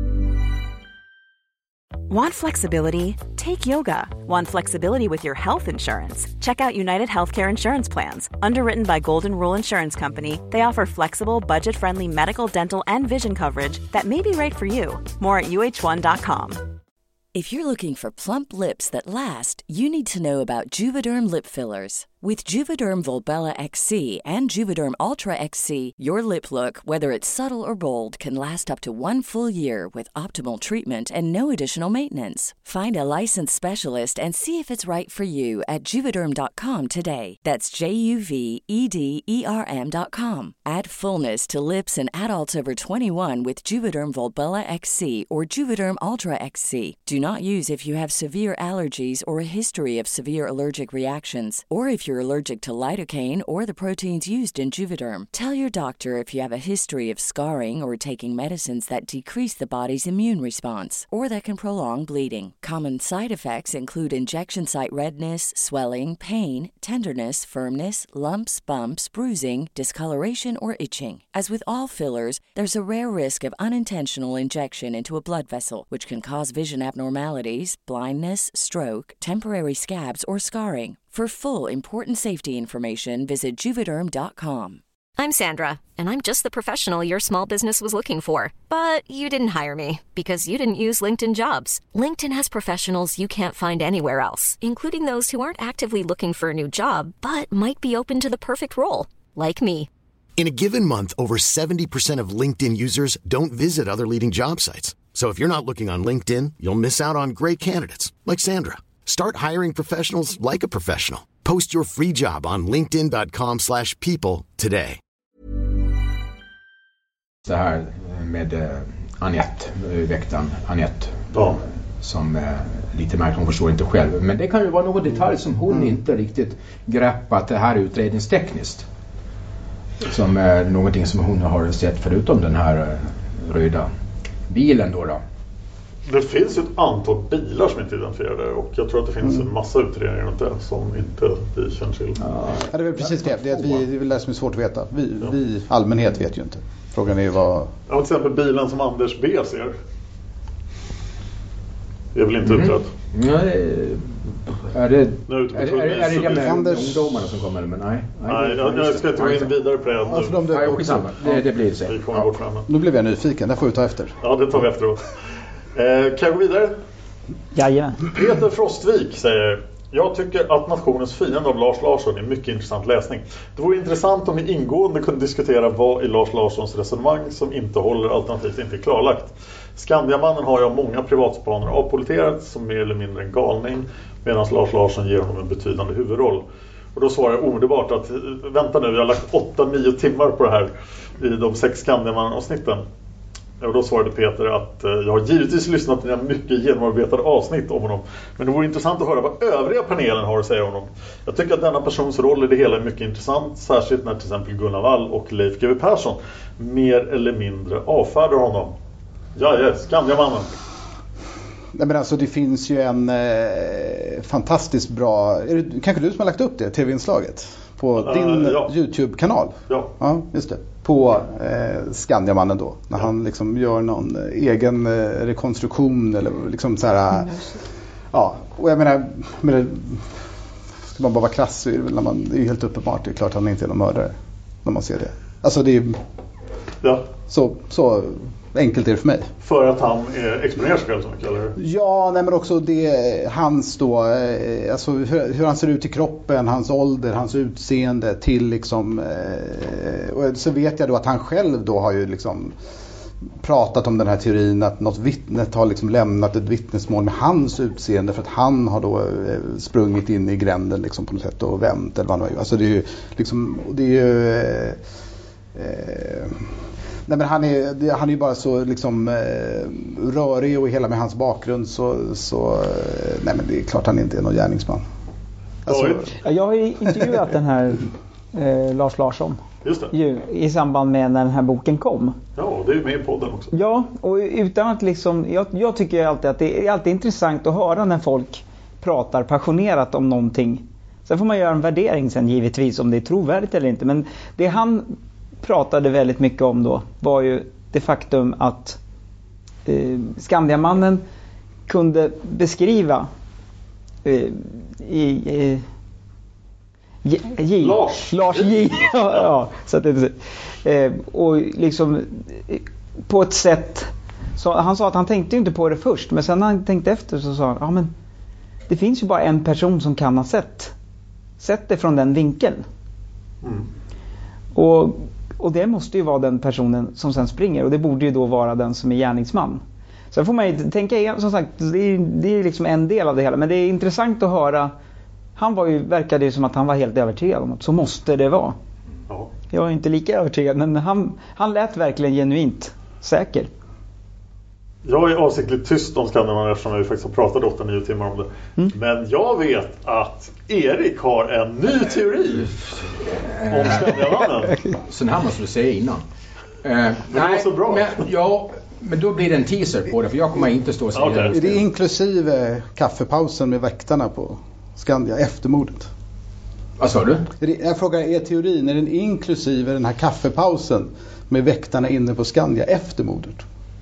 Want flexibility? Take yoga. Want flexibility with your health insurance? Check out United Healthcare Insurance Plans. Underwritten by Golden Rule Insurance Company, they offer flexible, budget-friendly medical, dental, and vision coverage that may be right for you. More at U H one dot com. If you're looking for plump lips that last, you need to know about Juvederm lip fillers. With Juvederm Volbella X C and Juvederm Ultra X C, your lip look, whether it's subtle or bold, can last up to one full year with optimal treatment and no additional maintenance. Find a licensed specialist and see if it's right for you at Juvederm dot com today. That's J U V E D E R M dot com. Add fullness to lips in adults over twenty-one with Juvederm Volbella X C or Juvederm Ultra X C. Do not use if you have severe allergies or a history of severe allergic reactions, or if you're allergic to lidocaine or the proteins used in Juvederm. Tell your doctor if you have a history of scarring or taking medicines that decrease the body's immune response or that can prolong bleeding. Common side effects include injection site redness, swelling, pain, tenderness, firmness, lumps, bumps, bruising, discoloration, or itching. As with all fillers, there's a rare risk of unintentional injection into a blood vessel, which can cause vision abnormalities, blindness, stroke, temporary scabs, or scarring. For full, important safety information, visit Juvederm dot com. I'm Sandra, and I'm just the professional your small business was looking for. But you didn't hire me, because you didn't use LinkedIn Jobs. LinkedIn has professionals you can't find anywhere else, including those who aren't actively looking for a new job, but might be open to the perfect role, like me. In a given month, over seventy percent of LinkedIn users don't visit other leading job sites. So if you're not looking on LinkedIn, you'll miss out on great candidates, like Sandra. Start hiring professionals like a professional. Post your free job on linkedin dot com slash people today. Så här med uh, Anette, väktaren Anette, ja. som är uh, lite märkligt, hon förstår inte själv. Men det kan ju vara någon detalj som hon mm. inte riktigt greppat det här utredningstekniskt. Som är någonting som hon har sett förutom den här uh, röda bilen då då. Det finns ju ett antal bilar som inte är identifierade, och jag tror att det finns mm. en massa utredningar runt det som inte vi känner till. Ja, det är väl precis det. Det är, att vi, det är väl det som är svårt att veta. Vi, ja. vi allmänhet vet ju inte. Frågan är ju vad... Ja, till exempel bilen som Anders B ser. Det är väl inte mm. utrett? Nej. Är det, nu är, är, är, är det de med Anders... ungdomarna som kommer? Men nej. Nej, nej jag, jag ska inte gå in vidare på det. Ja, för de det, också, det, det blir så. Vi kommer ja. bort framme. Nu blev jag nyfiken, det får vi ta efter. Ja, det tar vi efteråt. Eh, kan jag gå vidare? Jajamän. Peter Frostvik säger: Jag tycker att Nationens fiende av Lars Larsson är mycket intressant läsning. Det vore intressant om ni ingående kunde diskutera vad i Lars Larssons resonemang som inte håller, alternativt inte är klarlagt. Skandiamannen har jag många privatspanare avpoliterat som mer eller mindre en galning, medan Lars Larsson ger honom en betydande huvudroll. Och då svarar jag omedelbart att vänta nu, jag har lagt åtta nio timmar på det här i de sex Skandiamannen-avsnitten. Och då svarade Peter att eh, jag har givetvis lyssnat på dina mycket genomarbetade avsnitt om honom. Men det vore intressant att höra vad övriga panelen har att säga om honom. Jag tycker att denna persons roll i det hela är mycket intressant. Särskilt när till exempel Gunnar Wall och Leif G W Persson mer eller mindre avfärdar honom. Ja, ja, Skandiamannen. Nej, men alltså det finns ju en eh, fantastiskt bra... Är det kanske du som har lagt upp det, tv-inslaget? På uh, din ja. YouTube-kanal? Ja. Ja, just det. På eh, Skandiamannen då. När ja. han liksom gör någon eh, egen eh, rekonstruktion eller liksom så här... Mm. Ja, och jag menar... menar ska man bara vara krass så är det väl när man... Det är ju helt uppenbart. Det är klart att han inte är någon mördare. När man ser det. Alltså det är... Ja. Så... så enkelt är det för mig. För att han exponerar sig själv så mycket, eller? Ja, nej, men också det, hans då, alltså hur, hur han ser ut i kroppen, hans ålder, hans utseende till liksom, och så vet jag då att han själv då har ju liksom pratat om den här teorin att något vittnet har liksom lämnat ett vittnesmål med hans utseende för att han har då sprungit in i gränden liksom på något sätt och vänt eller vad han har gjort. Alltså det är ju liksom, det är ju eh, eh, nej, men han är han är ju bara så liksom eh, rörig och hela med hans bakgrund så så eh, nej, men det är klart han inte är någon gärningsman. Alltså, jag har ju intervjuat den här eh, Lars Larsson. Just det. Ju, i samband med när den här boken kom. Ja, det är med i podden också. Ja, och utan att liksom jag, jag tycker alltid att det är alltid intressant att höra när folk pratar passionerat om någonting. Sen får man göra en värdering sen givetvis om det är trovärdigt eller inte, men det han pratade väldigt mycket om då var ju det faktum att eh, Skandiamannen kunde beskriva eh, i, eh, J, J, Lars Lars J ja, ja, så att det, eh, och liksom eh, på ett sätt så han sa att han tänkte inte på det först, men sen när han tänkte efter så sa han ja, men det finns ju bara en person som kan ha sett sett det från den vinkeln. Mm. och Och det måste ju vara den personen som sen springer. Och det borde ju då vara den som är gärningsman. Sen får man ju tänka, som sagt, det är, det är liksom en del av det hela. Men det är intressant att höra. Han var ju, verkade ju som att han var helt övertygad om att så måste det vara. Ja. Jag är inte lika övertygad, men han, han lät verkligen genuint säker. Jag är avsiktligt tyst om Skandiamannen eftersom vi faktiskt har pratat åtta nio timmar om det. Mm. Men jag vet att Erik har en ny teori om Skandiamannen. Så här måste du säga innan. Uh, det nej, var så bra. Men, ja, men då blir det en teaser på det, för jag kommer inte stå och säga okay. det. Är det inklusive kaffepausen med väktarna på Skandia efter mordet? Vad sa du? Är det, jag frågar, är teorin, är den inklusive den här kaffepausen med väktarna inne på Skandia efter mordet?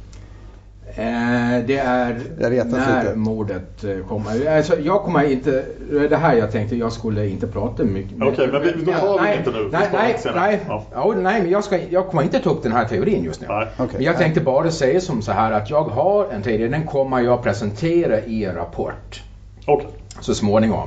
Eh, det är när inte. mordet kommer. Alltså, jag kommer inte, det här jag tänkte jag skulle inte prata mycket. Okej, okay, men vi, då tar vi nej, inte nu. Nej, nej, nej, ja. Ja, nej, men jag, ska, jag kommer inte ta upp den här teorin just nu. Nej. Okay, men jag nej. tänkte bara säga som så här att jag har en teori, den kommer jag presentera i en rapport. Okay. Så småningom.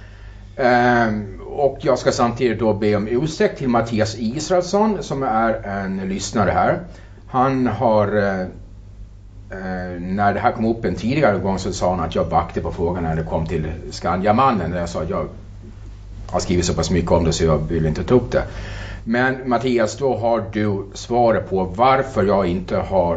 Um, och jag ska samtidigt då be om ursäkt till Mattias Israelsson som är en lyssnare här. Han har... Uh, Uh, när det här kom upp en tidigare gång så sa han att jag backade på frågan när det kom till Skandiamannen. Jag sa att jag har skrivit så pass mycket om det så jag vill inte ta upp det. Men Mattias, då har du svaret på varför jag inte har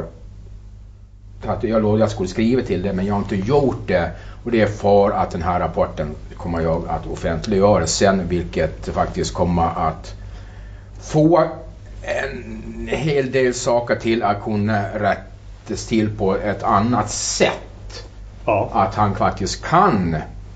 att jag lovade att jag skulle skriva till det, men jag har inte gjort det. Och det är för att den här rapporten kommer jag att offentliggöra sen, vilket faktiskt kommer att få en hel del saker till att kunna rätt till på ett annat sätt. Ja. Att han faktiskt kan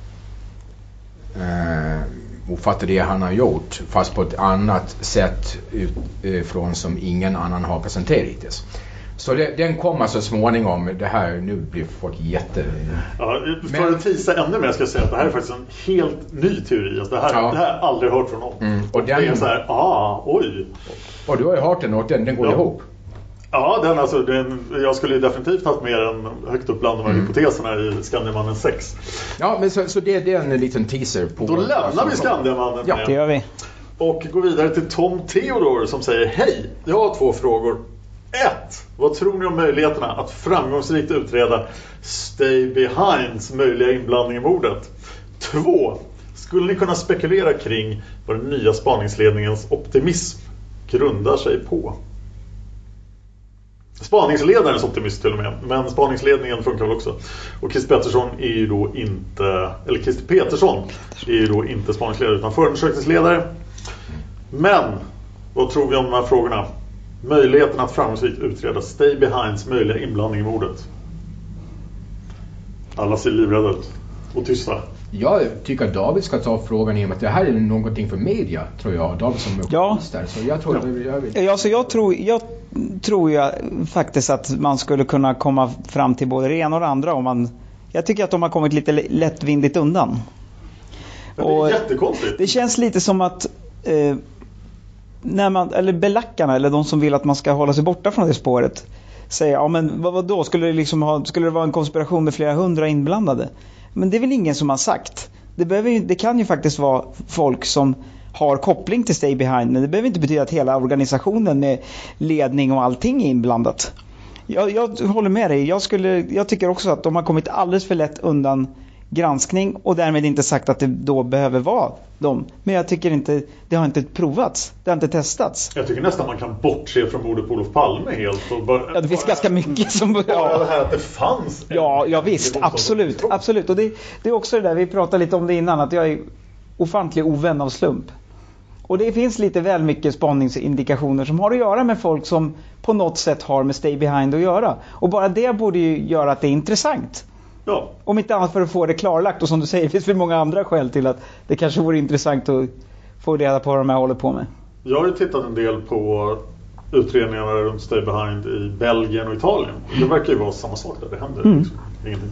eh, uppfatta det han har gjort fast på ett annat sätt utifrån som ingen annan har presenterat hittills. Så det, den kommer så småningom. Det här, nu blir folk jätte... Ja, för Men, att tisa ännu mer ska jag säga att det här är faktiskt en helt ny teori. Alltså det, här, ja. det här har jag aldrig hört från någon. Mm. Och den, det är så här, ah, oj. Och du har ju hört den och den, den går ja. ihop. Ja, den, alltså, den, jag skulle ju definitivt haft mer än högt upp bland de här mm. hypoteserna i Skandiamannen sex. Ja, men så, så det, det är en liten teaser på... Då lämnar vi Skandiamannen. Ja, det gör vi. Och går vidare till Tom Theodore som säger: hej, jag har två frågor. ett. Vad tror ni om möjligheterna att framgångsrikt utreda Stay Behinds möjliga inblandning i mordet? två. Skulle ni kunna spekulera kring vad den nya spaningsledningens optimism grundar sig på? Spaningsledarens optimism till och med, men spaningsledningen funkar väl också. Och Christer Pettersson är ju då inte, eller Christer Petersson är ju då inte spaningsledare utan förundersökningsledare. Men vad tror vi om de här frågorna? Möjligheten att framgångsrikt utreda Stay Behinds möjliga inblandning i mordet. Alla ser livrädda ut och tysta. Jag tycker att David ska ta frågan i och med att det här är någonting för media, tror jag. David som är ja. där. Så jag tror, ja. jag, jag, ja, så jag tror jag tror jag faktiskt att man skulle kunna komma fram till både det ena och det andra om man. Jag tycker att de har kommit lite lättvindigt undan. Men det är och jättekonstigt. Det känns lite som att eh, när man, eller belackarna eller de som vill att man ska hålla sig borta från det spåret säger, ja men vad, vad då? Skulle det, liksom ha, skulle det vara en konspiration med flera hundra inblandade? Men det är väl ingen som har sagt. Det, behöver ju, det kan ju faktiskt vara folk som har koppling till Stay Behind, men det behöver inte betyda att hela organisationen med ledning och allting är inblandat. Jag, jag håller med dig. Jag, skulle, jag tycker också att de har kommit alldeles för lätt undan granskning och därmed inte sagt att det då behöver vara dem. Men jag tycker inte, det har inte provats. Det har inte testats. Jag tycker nästan man kan bortse från mordet på Olof Palme helt. Och bara, ja, det finns bara, ganska mycket som... Bara ja. Det här att det fanns. Ja, ja visst. Absolut. Absolut. Och det, det är också det där, vi pratade lite om det innan, att jag är ofantlig ovän av slump. Och det finns lite väl mycket spaningsindikationer som har att göra med folk som på något sätt har med Stay Behind att göra. Och bara det borde ju göra att det är intressant. Ja. Om inte annat för att få det klarlagt. Och som du säger, det finns väl många andra skäl till att det kanske vore intressant att få reda på vad de här håller på med. Jag har ju tittat en del på utredningarna runt Stay Behind i Belgien och Italien. Det verkar ju vara samma sak där, det händer mm. liksom ingenting.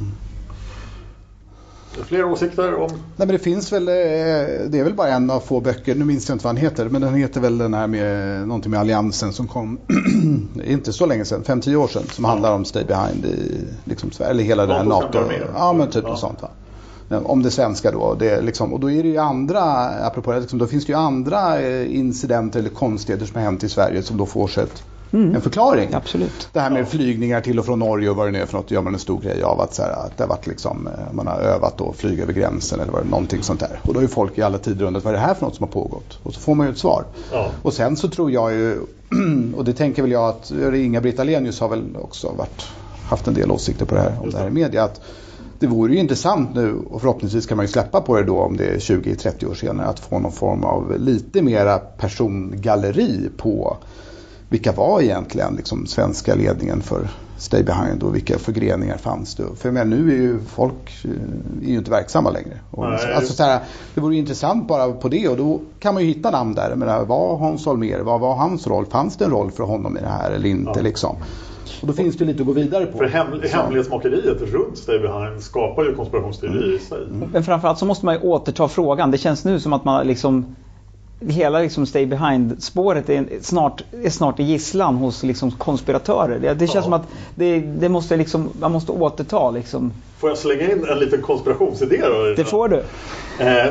Fler åsikter om... Nej, men det finns väl, det är väl bara en av få böcker, nu minns jag inte vad han heter, men den heter väl den här med någonting med Alliansen som kom inte så länge sedan, fem till tio år sedan, som ja. handlar om Stay Behind i liksom, eller hela det här NATO. Ja, men typ ja. något sånt va. Om det svenska då, det liksom, och då är det ju andra, apropå det, liksom, då finns det ju andra incidenter eller konstigheter som har hänt i Sverige som då får sig ett Mm. en förklaring. Absolut. Det här med flygningar till och från Norge och vad det nu är för något, gör man en stor grej av att, så här, att det har varit liksom, man har övat och flyga över gränsen eller vad det, någonting sånt där. Och då är ju folk i alla tider undrat vad är det här för något som har pågått. Och så får man ju ett svar. Ja. Och sen så tror jag ju, och det tänker väl jag att Inga-Britt Ahlenius har väl också varit, haft en del åsikter på det här, om Just det här i media, att det vore ju intressant nu, och förhoppningsvis kan man ju släppa på det då om det är tjugo till trettio år senare, att få någon form av lite mera persongalleri på vilka var egentligen liksom svenska ledningen för Stay Behind och vilka förgreningar fanns det. För men nu är ju folk är ju inte verksamma längre. Och alltså, så här, det vore ju intressant bara på det, och då kan man ju hitta namn där. Men vad Hans Holmér, vad var hans roll? Fanns det en roll för honom i det här eller inte ja. liksom? Och då finns det lite att gå vidare på. För hem, hemlighetsmakeriet runt Stay Behind skapar ju konspirationsteorier mm. i sig. Mm. Men framförallt så måste man ju återta frågan. Det känns nu som att man liksom hela liksom Stay Behind-spåret är snart, är snart i gisslan hos liksom konspiratörer. Det, det känns ja. som att det, det måste liksom, man måste återta liksom. Får jag slänga in en liten konspirationsidé då? Det får du. Eh,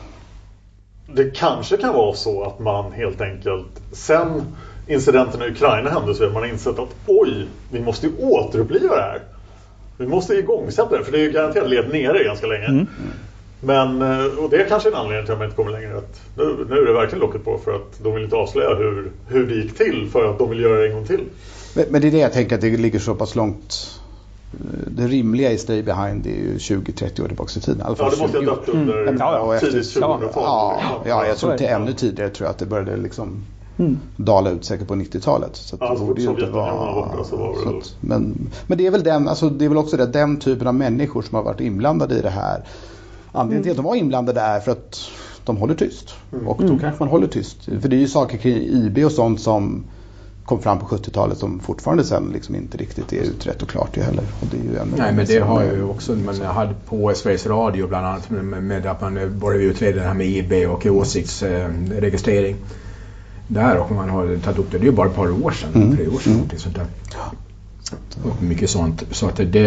det kanske kan vara så att man helt enkelt sen incidenten i Ukraina hände så har man insett att oj, vi måste ju återuppliva det här. Vi måste igångsätta det, för det är ju garanterat led nere ganska länge. Mm. Men, och det är kanske en anledning till att man inte kommer längre. Att nu, nu är det verkligen locket på, för att de vill inte avslöja hur, hur det gick till, för att de vill göra det en gång till. Men, men det är det jag tänker, att det ligger så pass långt. Det rimliga i Stay Behind är ju tjugo till trettio år tillbaka i tiden. Ja, det måste ha dött under mm. ja, tidigt tjugohundratals. Ja, ja, jag tror inte ännu tidigare, tror jag att det började liksom mm. dala ut säkert på nittiotalet. Så att ja, det borde ju inte vara... Borta, så var det så att, men, men det är väl den, alltså, det är väl också det, den typen av människor som har varit inblandade i det här. Anledningen till att de var inblandade är för att de håller tyst. Mm. Och då mm. kanske man håller tyst. För det är ju saker kring I B och sånt som kom fram på sjuttiotalet som fortfarande sen liksom inte riktigt är utrett och klart ju heller. Och det är ju ännu Nej, men det har ju också, man hade på Sveriges Radio bland annat med, med att man började utreda det här med I B och åsiktsregistrering. där och man har tagit upp det. Det är ju bara ett par år sedan, mm. tre år sedan. Mm. Sånt där. Och mycket sånt. Så att det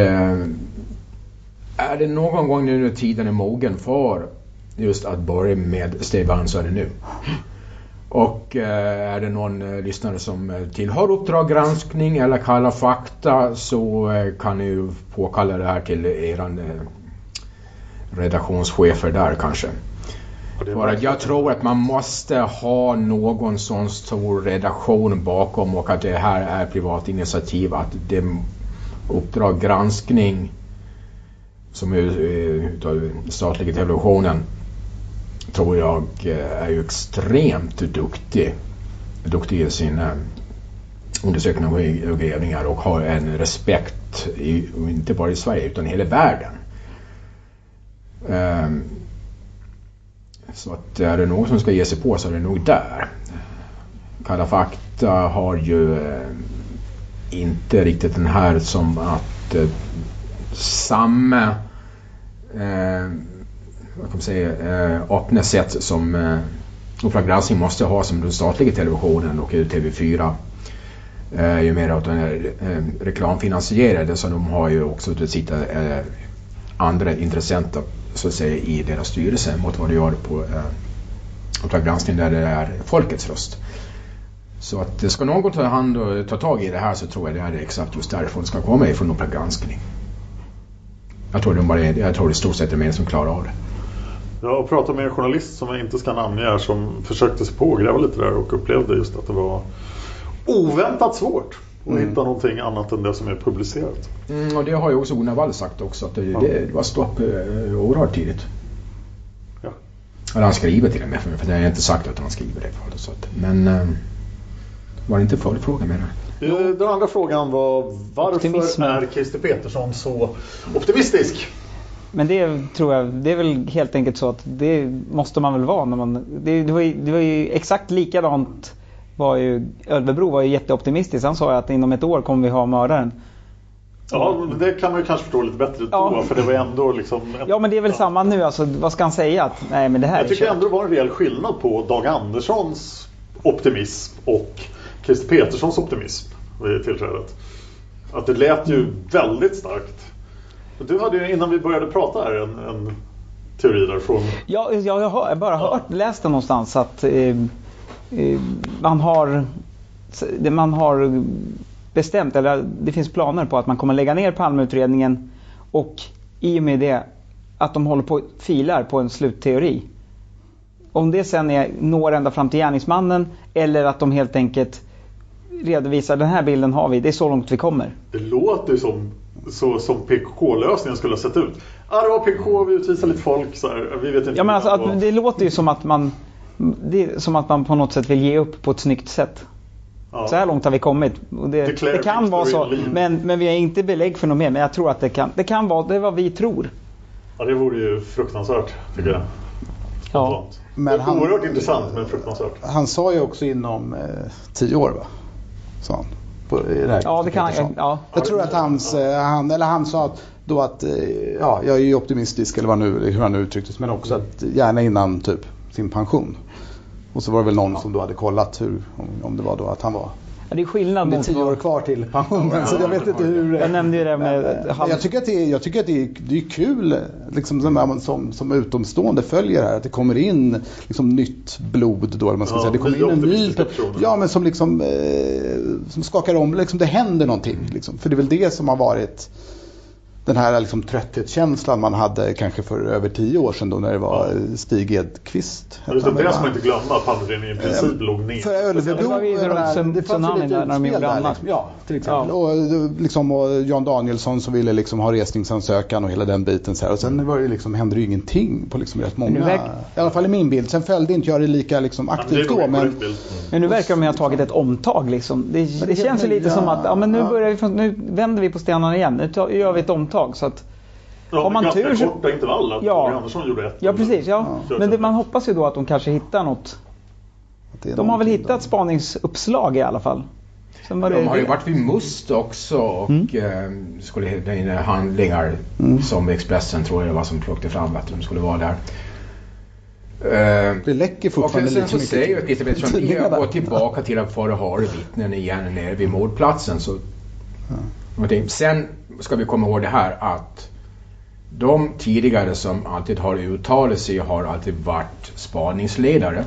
är det någon gång nu när tiden är mogen för just att börja med städband så är det nu. Och eh, är det någon eh, lyssnare som tillhör Uppdrag granskning eller Kalla fakta så eh, kan ni ju påkalla det här till eran eh, redaktionschefer där kanske. För att jag tror att man måste ha någon sån stor redaktion bakom och att det här är privat initiativ, att det Uppdrag granskning som är utav statliga televisionen tror jag är ju extremt duktig duktig i sina undersökningar och grävningar och har en respekt i, inte bara i Sverige utan i hela världen. Um, så att är det någon som ska ge sig på så är det nog där. Kalla fakta har ju eh, inte riktigt den här som att eh, samma eh, vad kan man säga eh, öppna sätt som eh, Uppdrag granskning måste ha som den statliga televisionen och T V fyra är eh, ju mer att den är eh, reklamfinansierade, så de har ju också att sitta eh, andra intressenter så att säga i deras styrelse mot vad de gör på eh, Uppdrag granskning där det är folkets röst. Så att det ska någon ta hand och ta tag i det här så tror jag det är exakt just därifrån det ska komma ifrån Uppdrag granskning. Jag tror, de bara är, jag tror det i stort sett är mer som klarar av det. Jag har pratat med en journalist som jag inte ska namnge som försökte sig på och gräva lite där och upplevde just att det var oväntat svårt att mm. hitta någonting annat än det som är publicerat. Mm, och det har ju också Gunnar Wall sagt också att det, ja. det, det var stopp uh, oerhört tidigt. Ja. Eller han skriver till och med, för det har jag inte sagt att han skriver det. Så att, men uh, var det inte följdfråga med det? Den andra frågan var varför Optimismen. är Christer Petersson så optimistisk? Men det tror jag, det är väl helt enkelt så att det måste man väl vara när man, det, det, var, ju, det var ju exakt likadant var ju, Ölvebro var ju jätteoptimistisk. Han sa ju att inom ett år kommer vi ha mördaren. Ja, det kan man ju kanske förstå lite bättre ja. då, för det var ändå liksom... En, ja, men det är väl ja. samma nu, alltså vad ska han säga? Att, nej, men det här jag tycker ändå det var en rejäl skillnad på Dag Anderssons optimism och Christer Peterssons optimism vid tillträdet. Att det lät ju mm. väldigt starkt. Du hade ju innan vi började prata här en, en teori därifrån. Ja, jag har bara hört, läst det någonstans att eh, eh, man har man har bestämt, eller det finns planer på att man kommer lägga ner Palmeutredningen, och i och med det att de håller på filar på en slutteori. Om det sen är når ända fram till gärningsmannen eller att de helt enkelt redovisar den här bilden har vi, det är så långt vi kommer. Det låter ju som så som P K K-lösningen skulle ha sett ut. Ja, det var P K K, vi utvisar lite folk så här. Vi vet inte. Ja, men alltså, att, det låter ju som att man det är som att man på något sätt vill ge upp på ett snyggt sätt. Ja. Så här långt har vi kommit. Och det, det kan vara så, men, men vi har inte belägg för något mer. Men jag tror att det kan, det kan vara det vad vi tror. Ja, det vore ju fruktansvärt, tycker jag. Ja. Men han, oerhört intressant, men fruktansvärt. Han sa ju också inom eh, tio år, va? Sa han. På, i det ja, det kan jag. Ja. Jag tror att hans, eh, han, eller han sa då att eh, ja, jag är ju optimistisk, eller vad nu, hur han nu uttrycktes, men också att gärna innan typ sin pension. Och så var det väl någon som då hade kollat hur, om, om det var då att han var... Ja, det är skillnad mot tio år kvar till pensionen, ja, så jag vet inte hur... Jag nämnde ju det med... Han... Jag tycker att det är, jag tycker att det är, det är kul liksom, som, som, som utomstående följer här, att det kommer in liksom, nytt blod då, eller man ska ja, säga. Det kommer in en ny... Ja, men som liksom eh, som skakar om, liksom, det händer någonting. Liksom. För det är väl det som har varit... Den här liksom, trötthetskänslan man hade kanske för över tio år sedan då när det var ja. Stig Edqvist. Ja, det är det som man inte glömma att Palmeutredningen i princip äh, låg ner. För Ölvebro, det, det fanns ju lite utspel där. Liksom, ja, till exempel. Ja. Och, liksom, och Jan Danielsson som ville liksom, ha resningsansökan och hela den biten. Så här. Och sen var det, liksom, hände det ju ingenting på liksom, rätt många. Verk... I alla fall i min bild. Sen följde inte jag det lika liksom, aktivt ja, men då. Men... Mm. men nu verkar de ha tagit ett omtag. Liksom. Det, det, det känns ju lite ja. som att ja, men nu, börjar vi, nu vänder vi på stenarna igen. Nu tar, gör vi ett omtag. Så att ja, har man tur så korta intervaller. Ja. Andersson gjorde ett. Ja, precis. Ja. Ja. Men det, man hoppas ju då att de kanske hittar något. De har väl hittat spaningsuppslag i alla fall. Sen var de det... har ju varit vid Must också och mm. eh, skulle hitta in handlingar mm. som Expressen tror jag det var som plockade fram att de skulle vara där. Det läcker fortfarande lite mycket. Och sen så säger jag Christer Pettersson, vi har gått tillbaka till att få ha vittnen igen nere vid mordplatsen. Så, ja. Sen ska vi komma ihåg det här att de tidigare som alltid har uttalat sig har alltid varit spaningsledare.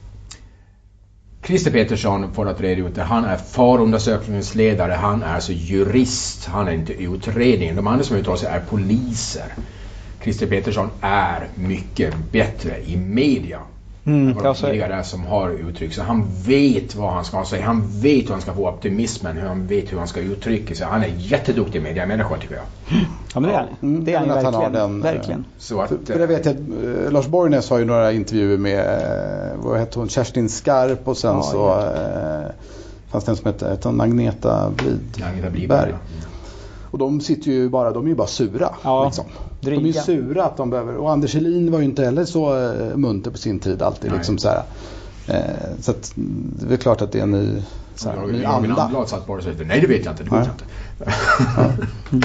Christer Pettersson, för att reda ut det, han är förundersökningsledare, han är alltså jurist, han är inte utredning. De andra som uttalar sig är poliser. Christer Pettersson är mycket bättre i media. Mm, vad de tidigare som har uttryckt sig. Han vet vad han ska säga. Han vet hur han ska få optimismen. Hur han vet hur han ska uttrycka sig. Han är jätteduktig mediamänniska, tycker jag. Ja, men det är mm, det är han ju verkligen. Han den, verkligen. Så att, för, för det vet jag att Lars Borgnäs har ju några intervjuer med vad heter hon, Kerstin Skarp och sen ja, så eh, fanns det en som heter, heter Agneta Blidberg. Ja. Och de sitter ju bara, de är ju bara sura. Ja, liksom. De är ju sura att de behöver. Och Anders Helin var ju inte heller så uh, munter på sin tid alltid. Liksom, så här. Uh, så att, det är klart att det är en ny, så här, ny anda. Jag satt bara och sa, nej det vet jag inte, det vet jag inte. Ja. Mm.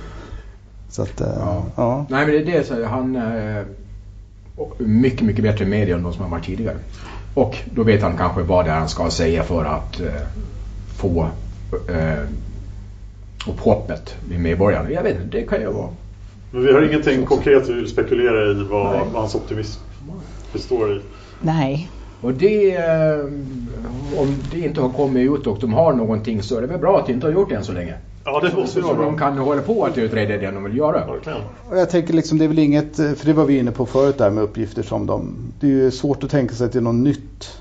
Så att, uh, ja. Ja. Nej men det är det, så han är mycket, mycket bättre media än de som har varit tidigare. Och då vet han kanske vad det är han ska säga för att uh, få uh, upp hoppet vid medborgarna. Jag vet inte, det kan ju vara. Men vi har ingenting konkret vi vill spekulera i vad, vad hans optimism består i. Nej. Och det, om det inte har kommit ut och de har någonting, så är det väl bra att de inte har gjort det än så länge. Ja, det måste så, så de kan hålla på att utreda det de vill göra. Och jag tänker liksom, det är väl inget, för det var vi inne på förut där med uppgifter som de, det är ju svårt att tänka sig att det är något nytt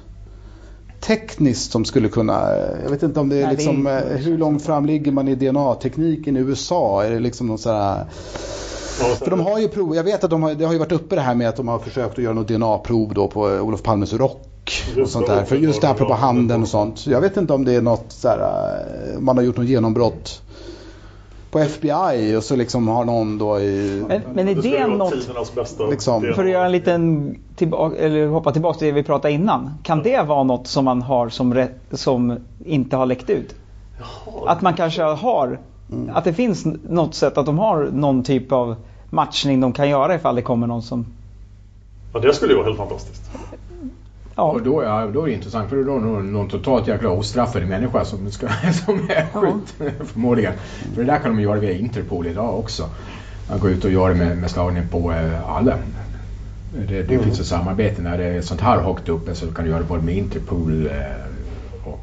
tekniskt som skulle kunna, jag vet inte om det är Nej, liksom, det är hur långt fram ligger man i D N A-tekniken i U S A, är det liksom någon sån här. För de har ju prov, jag vet att de har, det har ju varit uppe det här med att de har försökt att göra något D N A-prov då på Olof Palmes rock och sånt där, för just det här på handen och sånt. Så jag vet inte om det är något så här, man har gjort något genombrott på F B I och så liksom har någon då i. Men, men är det, det något liksom, för att göra en liten tillbaka, eller hoppa tillbaka till det vi pratade innan, kan det vara något som man har som, re, som inte har läckt ut? Jaha. Att man kanske har mm. att det finns något sätt att de har någon typ av matchning de kan göra ifall det kommer någon som. Ja, det skulle ju vara helt fantastiskt. Ja. Och då, ja, då är det intressant, för då är det någon, någon totalt jäkla ostraffad människa som, ska, som är ja. skit förmodligen. För det där kan de göra via Interpol idag också. Man går ut och gör det med, med slagning på eh, alla. Det, det mm. finns ett samarbete när det är sånt här högt uppe, så kan du göra det både med Interpol eh, och.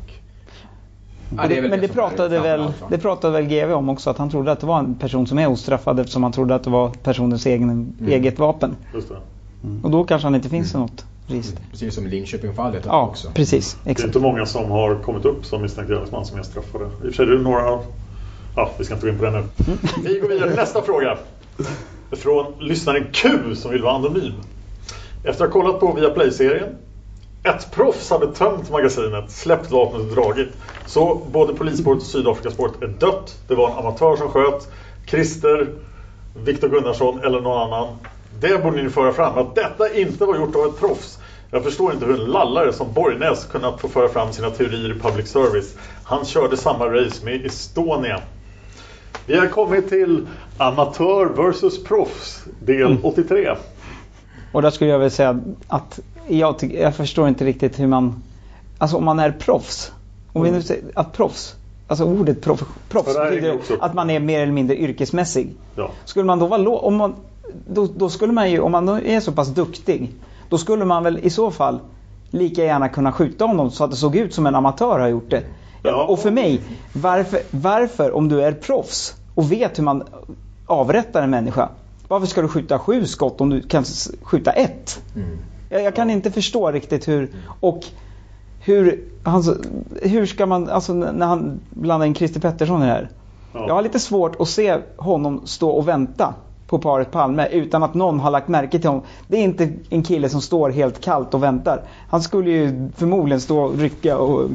Ja, det men det, det pratade väl det pratade väl G V om också, att han trodde att det var en person som är ostraffad eftersom han trodde att det var personens egen, mm. eget vapen. Just det. Mm. Och då kanske han inte finns mm. något register. Precis som i Linköping-fallet ja, också. Precis. Exakt. Det är inte många som har kommit upp som misstänkt gärningsman som är straffade. I och för sig är det några. Ja, vi ska inte gå in på det nu. Mm. Vi går vidare till nästa fråga. Från lyssnaren Q som vill vara anonym. Efter att ha kollat på Viaplay-serien. Ett proffs hade tömt magasinet, släppt vapnet och dragit. Så både Polissport och Sydafrikasport är dött. Det var en amatör som sköt. Christer, Viktor Gunnarsson eller någon annan. Det borde ni föra fram. Att detta inte var gjort av ett proffs. Jag förstår inte hur en lallare som Borgnäs kunnat få föra fram sina teorier i public service. Han körde samma race med Estonia. Vi har kommit till amatör versus proffs, del mm. åttiotre. Och där skulle jag väl säga att jag, ty- jag förstår inte riktigt hur man. Alltså om man är proffs. Om mm. vi nu säger att proffs. Alltså ordet proff, proffs betyder att man är mer eller mindre yrkesmässig. Ja. Skulle man då vara lo- om man då, då skulle man ju, om man är så pass duktig, då skulle man väl i så fall lika gärna kunna skjuta honom så att det såg ut som en amatör har gjort det. Ja. Och för mig, varför, varför om du är proffs och vet hur man avrättar en människa, varför ska du skjuta sju skott om du kan skjuta ett? Mm. Jag, jag kan inte förstå riktigt hur, och hur, alltså, hur ska man, alltså när han blandar in Christer Pettersson i det här. Ja. Jag har lite svårt att se honom stå och vänta på paret Palme utan att någon har lagt märke till honom. Det är inte en kille som står helt kallt och väntar. Han skulle ju förmodligen stå och rycka och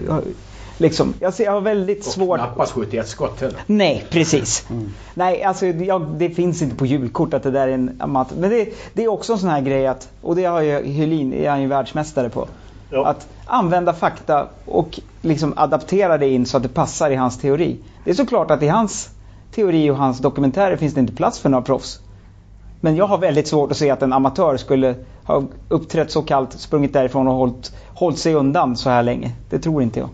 liksom, jag ser jag har väldigt och svårt. Och knappast skjuta ett skott heller. Nej, precis. Mm. Nej, alltså jag, det finns inte på julkort att det där är en amatör. Men det, det är också en sån här grej att, och det har ju Helin, är han ju världsmästare på. Ja. Att använda fakta och liksom adaptera det in så att det passar i hans teori. Det är såklart att i hans teori och hans dokumentärer finns det inte plats för några proffs. Men jag har väldigt svårt att se att en amatör skulle har uppträtt så kallt, sprungit därifrån och hållit, hållit sig undan så här länge. Det tror inte jag.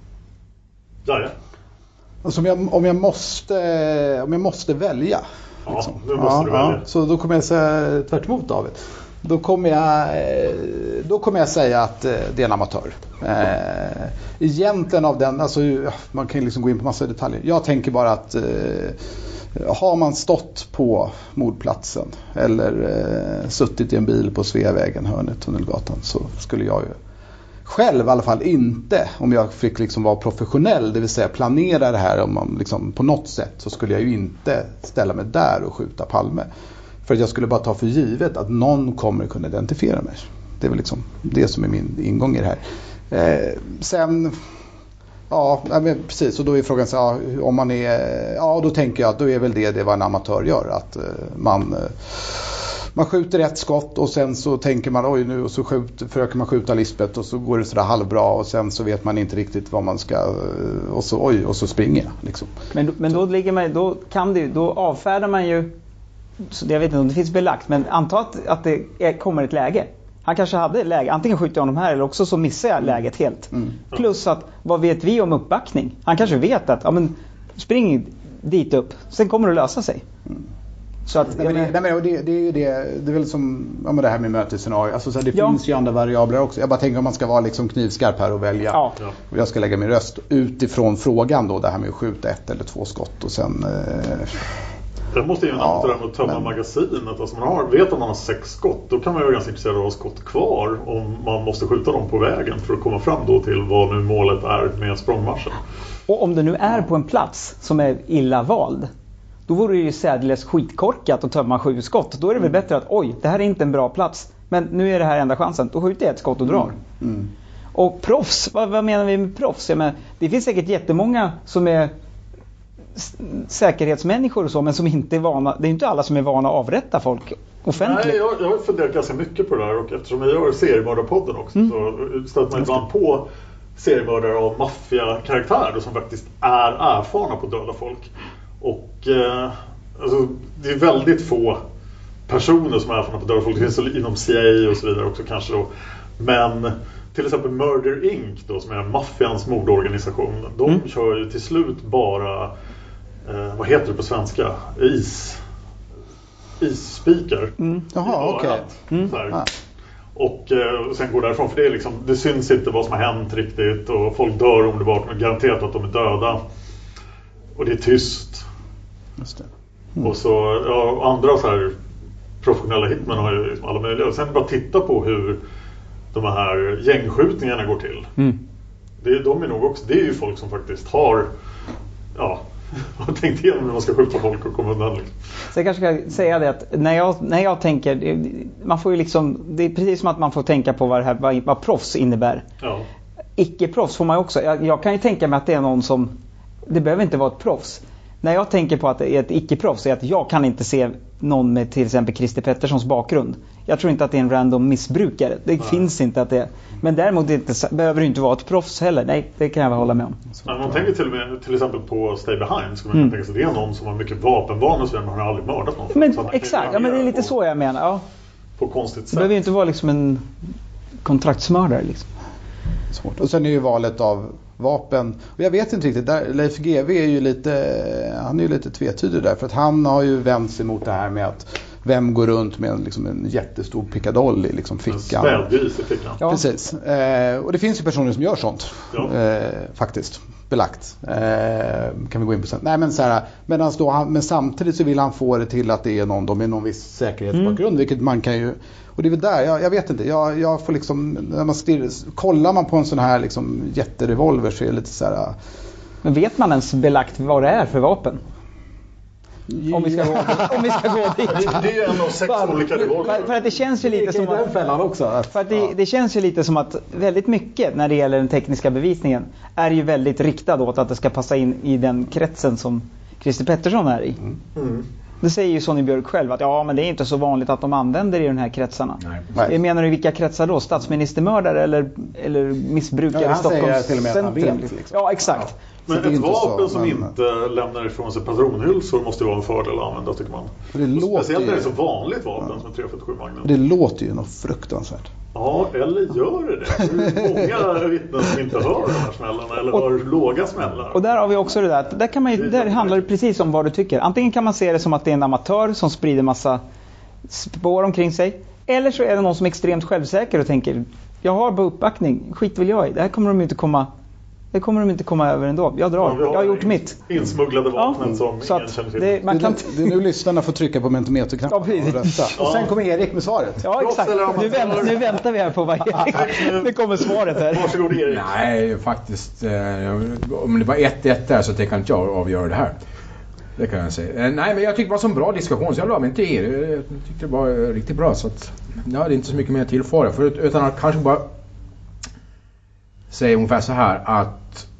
Ja, ja. Alltså om, jag, om, jag måste, om jag måste välja. Ja, liksom. nu måste ja, du välja. Ja, så då kommer jag säga tvärt emot David. Då kommer jag, då kommer jag säga att det är en amatör. Eh, egentligen av den, alltså, man kan liksom gå in på massa detaljer. Jag tänker bara att eh, har man stått på mordplatsen eller eh, suttit i en bil på Sveavägen, hörnet, Tunnelgatan, så skulle jag ju själv i alla fall inte, om jag fick liksom vara professionell, det vill säga planera det här om man liksom, på något sätt, så skulle jag ju inte ställa mig där och skjuta Palme. För att jag skulle bara ta för givet att någon kommer kunna identifiera mig. Det är väl liksom det som är min ingång i det här. Eh, sen, ja, precis. Och då är frågan så, ja, om man är, ja, då tänker jag att då är väl det det vad en amatör gör. Att eh, man, eh, man skjuter ett skott och sen så tänker man, oj nu, och så skjut, försöker man skjuta Lisbeth och så går det sådär halvbra och sen så vet man inte riktigt vad man ska, och så, oj, och så springer jag liksom. Men, men då ligger man, då kan det, då avfärdar man ju, så jag vet inte om det finns belagt, men anta att, att det är, kommer ett läge. Han kanske hade ett läge, antingen skjuter jag honom här eller också så missar jag läget helt. Mm. Plus att, vad vet vi om uppbackning? Han kanske vet att, ja men spring dit upp, sen kommer det lösa sig. Mm. Så att, nej, men det, nej, men det, det är ju det, det är väl som, ja, men det här med mötesscenario. Alltså, så här, det ja. finns ju andra variabler också. Jag bara tänker om man ska vara liksom knivskarp här och välja. Ja. Och jag ska lägga min röst utifrån frågan då, det här med att skjuta ett eller två skott och sen... Eh, Det måste ju ja, det där med att tömma men... magasinet. Alltså man har, vet att man har sex skott, då kan man ju vara ganska intresserad av att ha skott kvar om man måste skjuta dem på vägen för att komma fram då till vad nu målet är med språngmarschen. Och om det nu är på en plats som är illa vald, då vore det ju särdeles skitkorkat att tömma sju skott. Då är det väl bättre att, oj, det här är inte en bra plats, men nu är det här enda chansen. Då skjuter jag ett skott och drar. Mm. Mm. Och proffs, vad, vad menar vi med proffs? Jag menar, det finns säkert jättemånga som är säkerhetsmänniskor och så, men som inte är vana, det är inte alla som är vana att avrätta folk offentligt. Nej, jag, jag har funderat ganska mycket på det här, och eftersom jag gör seriemördarpodden också mm. så stöter man ibland på seriemördare av maffiakaraktär som faktiskt är erfarna på att döda folk. Och eh, alltså, det är väldigt få personer som är erfarna på att döda folk. Det finns inom C I A och så vidare också kanske då. Men till exempel Murder Incorporated då, som är maffians mordorganisation, de mm. kör ju till slut bara eh, vad heter det på svenska? Is isspikar. Mm. Jaha, okej. Okay. Mm. Ah. Och eh, sen går därifrån, för det är liksom, det syns inte vad som har hänt riktigt och folk dör omedelbart, men garanterat att de är döda. Och det är tyst. Just det. Mm. Och så ja, andra så här professionella hitmen har ju liksom alla möjliga. Och sen bara titta på hur de här gängskjutningarna går till. Mm. Det, de är nog också, det är ju folk som faktiskt har ja, har tänkt igenom hur man ska skjuta folk och komma undan. Liksom. Så jag kanske ska säga det att när jag, när jag tänker, man får ju liksom, det är precis som att man får tänka på vad, det här, vad, vad proffs innebär. Ja. Icke-proffs får man också. Jag, jag kan ju tänka mig att det är någon som, det behöver inte vara ett proffs. När jag tänker på att det är ett icke-proffs är att jag kan inte se någon med till exempel Christer Petterssons bakgrund. Jag tror inte att det är en random missbrukare. Det Nej. finns inte att det är. Men däremot det inte, behöver det inte vara ett proffs heller. Nej, det kan jag väl hålla med om. Men man tänker till, med, till exempel på Stay Behind, så man mm. tänka sig det är någon som har mycket vapenvana, så man har aldrig mördat någon. Men exakt, ja, men det är lite på, så jag menar. Ja. På konstigt sätt. Det behöver ju inte vara liksom en kontraktsmördare liksom. Svårt. Och sen är ju valet av vapen, och jag vet inte riktigt, där Leif G W är ju lite, han är ju lite tvetydig där, för att han har ju vänt sig mot det här med att vem går runt med en, liksom en jättestor pickadoll i liksom fickan. En spädgris i fickan. Ja. Precis. Eh, och det finns ju personer som gör sånt. Ja. Eh, faktiskt. Belagt. Eh, kan vi gå in på sen. Nej, men så här, men, då han, men samtidigt så vill han få det till att det är någon, de är någon viss säkerhetsbakgrund, mm. vilket man kan ju, och det är väl där, jag, jag vet inte, jag, jag får liksom, när man stirrar, kollar man på en sån här liksom jätterevolver så är det lite så här. Men vet man ens belagt vad det är för vapen? Om vi ska gå, om vi ska gå dit. Det är ju en av sex för, olika revolver. För, för att det känns ju lite som att, fällan också. För att det, det känns ju lite som att väldigt mycket när det gäller den tekniska bevisningen är ju väldigt riktad åt att det ska passa in i den kretsen som Christer Pettersson är i. Mm. Det säger ju Sonny Björk själv att ja, men det är inte så vanligt att de använder det i de här kretsarna. Nej. Menar du vilka kretsar då? Statsministermördare eller, eller missbrukare ja, i Stockholms till och med centrum? Vet, liksom. Ja, exakt. Ja. Men ett vapen så, som men... inte lämnar ifrån sig patronhylsor måste ju vara en fördel att använda, tycker man. Det Speciellt när det är så vanligt vapen ja. som tre fyrtiosju Magnum. Det låter ju något fruktansvärt. Ja, eller gör det det? Det är många vittnen som inte hör de här smällarna eller har låga smällar. Och där har vi också det där. Där, kan man ju, där handlar det precis om vad du tycker. Antingen kan man se det som att det är en amatör som sprider massa spår omkring sig. Eller så är det någon som är extremt självsäker och tänker jag har bara uppbackning, skit vill jag i. Det här kommer de inte komma... Det kommer de inte komma över ändå. Jag drar. Ja, jag har gjort mitt. Insmugglade vapnen ja. som så ingen känner till. Det, man kan... det, det är nu lyssnarna får trycka på mentometerknappen ja, och rösta. Och sen kommer Erik med svaret. Ja, exakt. Nu, vänt, nu väntar vi här på vad Erik... Nu kommer svaret här. Varsågod Erik. Nej, faktiskt. Eh, om det var ett ett där så kan inte jag avgöra det här. Det kan jag säga. Eh, nej, men jag tyckte det var så en bra diskussion så jag la mig inte i det. Jag tyckte det var riktigt bra så att jag hade inte så mycket mer tillföra. För, utan att kanske bara säga ungefär så här att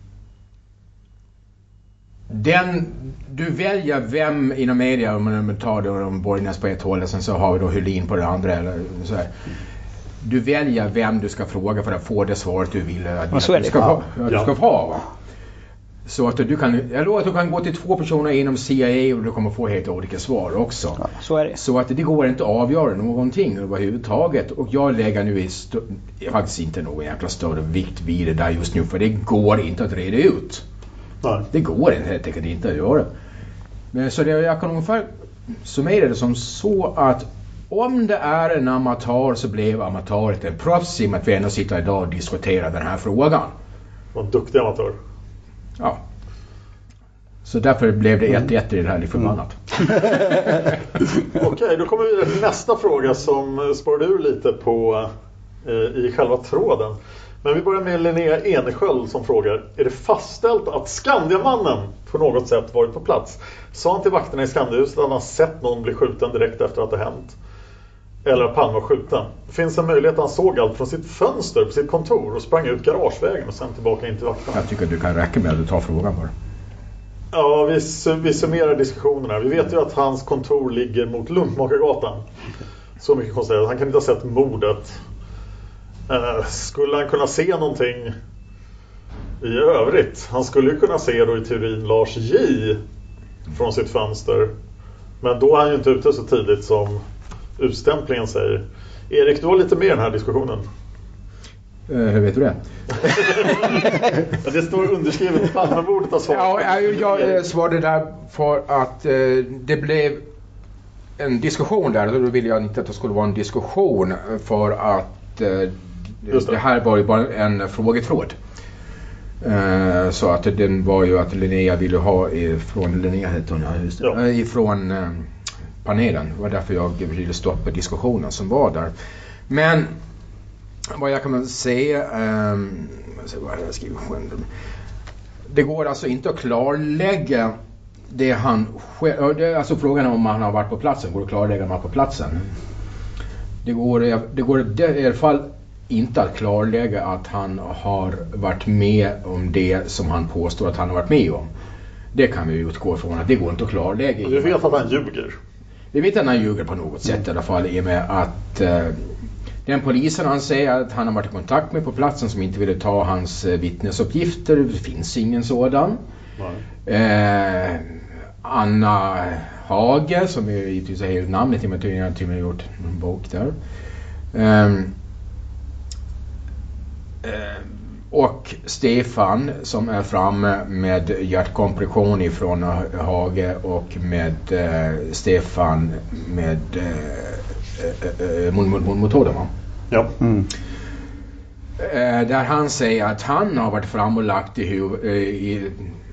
den, du väljer vem inom media, om man tar det om Borgnäs på ett håll och sen så har vi då Hylin på det andra eller så här. Du väljer vem du ska fråga för att få det svaret du vill att så är det. du ska ha. Ja. Du ska ha va? Så att du kan, jag lovar att du kan gå till två personer inom C I A och du kommer få helt olika svar också. Ja, så är det. Så att det går inte att avgöra någonting överhuvudtaget. Och jag lägger nu i st- faktiskt inte någon jäkla större vikt vid det där just nu. För det går inte att reda ut. Nej. Det går inte, helt enkelt inte att göra. Men så det, jag kan ungefär summera det som så att om det är en amatör så blev amatöret en proffsig med att vi ändå sitter idag och diskuterar den här frågan. En duktig amatör. Ja. Så därför blev det ett ett i det här lite förbannat. Mm. Okej, okay, då kommer vi till nästa fråga som spårade ur lite på eh, i själva tråden. Men vi börjar med Linnea Enesköld som frågar: är det fastställt att Skandiamannen på något sätt varit på plats? Sa han till vakterna i Skandiahuset att han har sett någon bli skjuten direkt efter att det hänt? Eller att Palme var skjuten? Det finns en möjlighet att han såg allt från sitt fönster på sitt kontor och sprang ut garagevägen och sen tillbaka in till vakterna. Jag tycker att du kan räcka med att du tar frågan bara. Ja, vi, vi summerar diskussionerna. Vi vet ju att hans kontor ligger mot Luntmakargatan. Så mycket konstigt. Han kan inte ha sett mordet. Uh, skulle han kunna se någonting i övrigt? Han skulle ju kunna se då i teorin Lars J från sitt fönster. Men då är han ju inte ute så tidigt som utstämplingen säger. Erik, du har lite mer i den här diskussionen. Uh, hur vet du det? Det står underskrivet på Palmemordet av svar. Ja, jag, jag svarade där för att uh, det blev en diskussion där. Då ville jag inte att det skulle vara en diskussion för att uh, det. det här var ju bara en frågetråd. Uh, så att den var ju att Linnea ville ha ifrån Linnea heter hon, just det, ja. ifrån uh, panelen. Det var därför jag ville stoppa diskussionen som var där. Men vad jag kan säga, um, vad jag skriver själv. Det går alltså inte att klarlägga det han själv, alltså frågan om han har varit på platsen, går det att klarlägga om han är på platsen? Det går, det går i alla fall inte att klarlägga att han har varit med om det som han påstår att han har varit med om. Det kan vi utgå från att det går inte att klarlägga. Du vet att han ljuger? Vi vet att han ljuger på något sätt i alla fall, i och med att uh, den polisen han säger att han har varit i kontakt med på platsen som inte ville ta hans uh, vittnesuppgifter, det finns ingen sådan. Uh, Anna Hage, som är givetvis är namnet i och med att jag till och med gjort en bok där. Um, uh, och Stefan som är framme med hjärtkompression ifrån Hage och med uh, Stefan med uh, munmetoden va? Ja. Mm. Uh, där han säger att han har varit fram och lagt i huvudet uh, i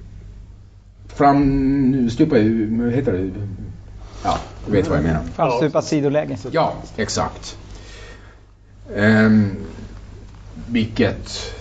fram stupa hur heter det? Ja, du vet vad jag menar. Framstupat sidoläge. Ja, exakt. Um, vilket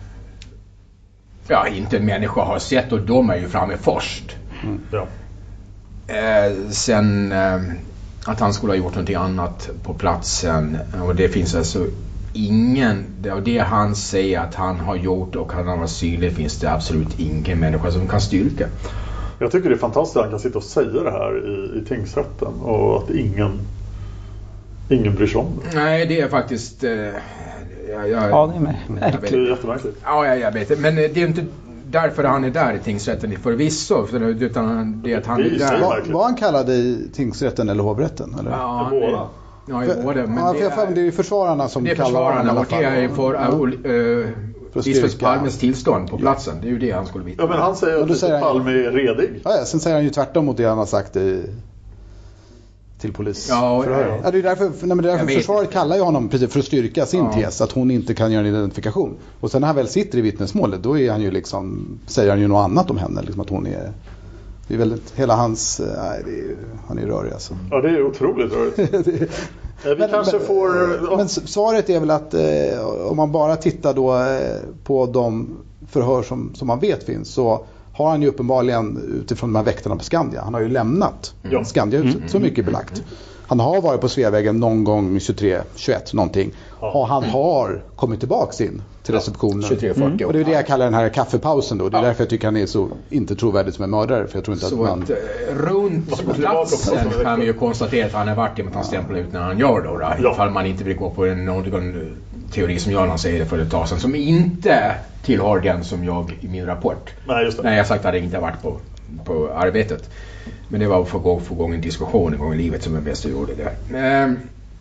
ja, inte en människa har sett och de är ju framme först. Mm. Ja. Uh, sen uh, att han skulle ha gjort någonting annat på platsen och det finns alltså ingen, och det han säger att han har gjort och han har varit synlig finns det absolut ingen människa som kan styrka. Jag tycker det är fantastiskt att han kan sitta och säga det här i, i tingsrätten och att ingen ingen bryr sig om det. Nej, det är faktiskt... Eh, jag, jag, ja, det är med. Det är jättemärkligt. Ja, jag, jag vet. Men det är inte därför han är där i tingsrätten förvisso, utan det är att han är där. Var, var han kallad i tingsrätten eller hovrätten? Eller? Ja, båda. Ja, i båda. Men ja, det, är, det är ju försvararna som det kallar honom i alla fall. Det är för äh, äh, Lisbeth Palmes tillstånd på platsen. Det är ju det han skulle veta. Ja, men han säger att Lisbeth Palme är redig. Ja, ja, sen säger han ju tvärtom mot det han har sagt i, till polis. Ja, ja, ja. Det är därför, nej, men det är därför försvaret kallar ju honom precis för att styrka sin ja. tes att hon inte kan göra en identifikation. Och sen när han väl sitter i vittnesmålet, då är han ju liksom, säger han ju något annat om henne, liksom att hon är... Det är väldigt, hela hans, nej, det är, han är rörig alltså. Ja, det är otroligt rörigt. det, Vi men, kanske men, får... Ja. Men svaret är väl att eh, om man bara tittar då eh, på de förhör som, som man vet finns, så har han ju uppenbarligen utifrån de här väktarna på Skandia, han har ju lämnat mm. Skandiahuset, mm. så mycket belagt. Han har varit på Sveavägen någon gång tjugotre tjugoett någonting. Ja. Och han har kommit tillbaka in till receptionen. tjugotre fyrtio Mm. Och det är det jag kallar den här kaffepausen då. Det är ja. därför jag tycker han är så inte trovärdig som en mördare. För jag tror inte så att man... att, runt platsen kan vi ju konstatera att han är vart i att han stämplar ut när han gör då. då ja. Ifall man inte vill gå på en någon teori som Göran säger det för ett tag sedan. Som inte tillhör den som jag i min rapport. Nej, just det. Nej, jag sagt att det inte har varit på, på arbetet. Men det var för att få igång en diskussion en gång i livet som jag bäst gjorde det. Ehm,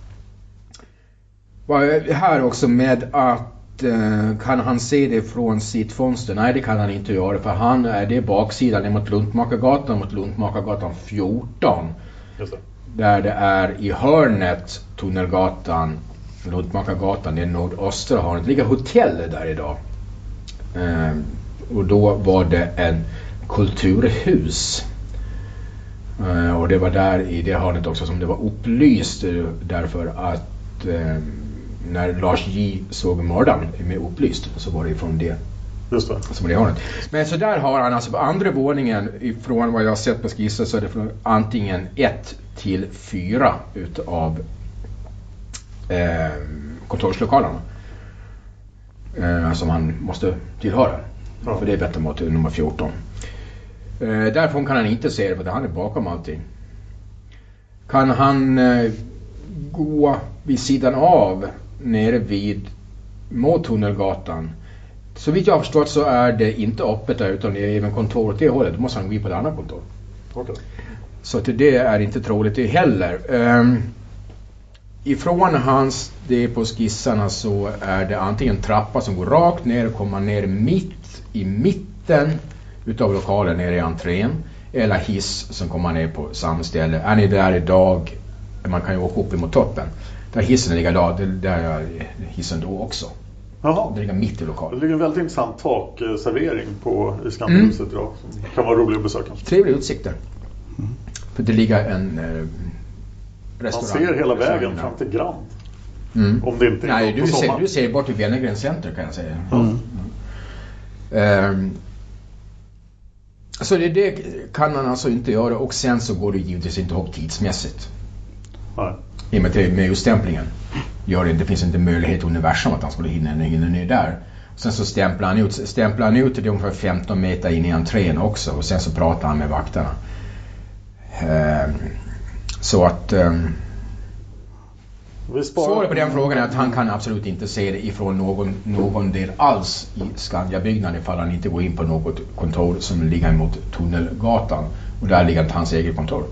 var här också med att eh, kan han se det från sitt fönster? Nej, det kan han inte göra, för han är det baksidan, det är mot Luntmakargatan, mot Luntmakargatan fjorton. Just det. Där det är i hörnet Tunnelgatan, Luntmakargatan, det är nordöstra hörnet. Det ligger hotell där idag. Ehm, och då var det en kulturhus. Uh, och det var där i det hörnet också som det var upplyst, därför att uh, när Lars J såg mördaren med upplyst, så var det ifrån det. Just det. Som det hörnet. Men så där har han alltså på andra våningen, ifrån vad jag har sett på skisser, så är det från antingen ett till fyra utav uh, kontorslokalerna uh, som han måste tillhöra. Ja. För det är bättre mot nummer fjorton. Uh, därför kan han inte se det, för han är bakom allting. Kan han uh, gå vid sidan av nere vid mot Tunnelgatan? Så vitt jag har förstått så är det inte öppet där, utan det är även kontor åt det hållet. Då måste han gå på ett annat kontor. Okay. Så att det är inte troligt det heller. Um, ifrån hans, det på skissarna, så är det antingen trappa som går rakt ner och kommer ner mitt i mitten utav lokalen nere i entrén, eller hiss som kommer ner på samma ställe. Är ni där idag, man kan ju åka upp emot toppen. Där hissen ligger idag, där är hissen då också. Jaha. Det ligger mitt i lokalen. Det ligger en väldigt intressant takservering på i Skandiahuset mm. idag, som kan vara rolig att besöka. Trevliga utsikter. Mm. För det ligger en eh, restaurang. Man ser hela vägen fram till Grand. Mm. Om det inte är Nej, du på ser, du ser bort till Wennergren Center, kan jag säga. Mm. Mm. Um, så det, det kan man alltså inte göra, och sen så går det givetvis inte ihop tidsmässigt. Nej. I och med, med utstämplingen gör det, det finns inte möjlighet i universum att han skulle hinna, hinna ner där. Sen så stämplar han ut, stämplar han ut det ungefär femton meter in i entrén också, och sen så pratar han med vakterna. Um, så att um, svaret på den frågan är att han kan absolut inte se det ifrån någon, någon del alls i Skandiabyggnaden, ifall han inte går in på något kontor som ligger mot Tunnelgatan, och där ligger inte hans eget kontor.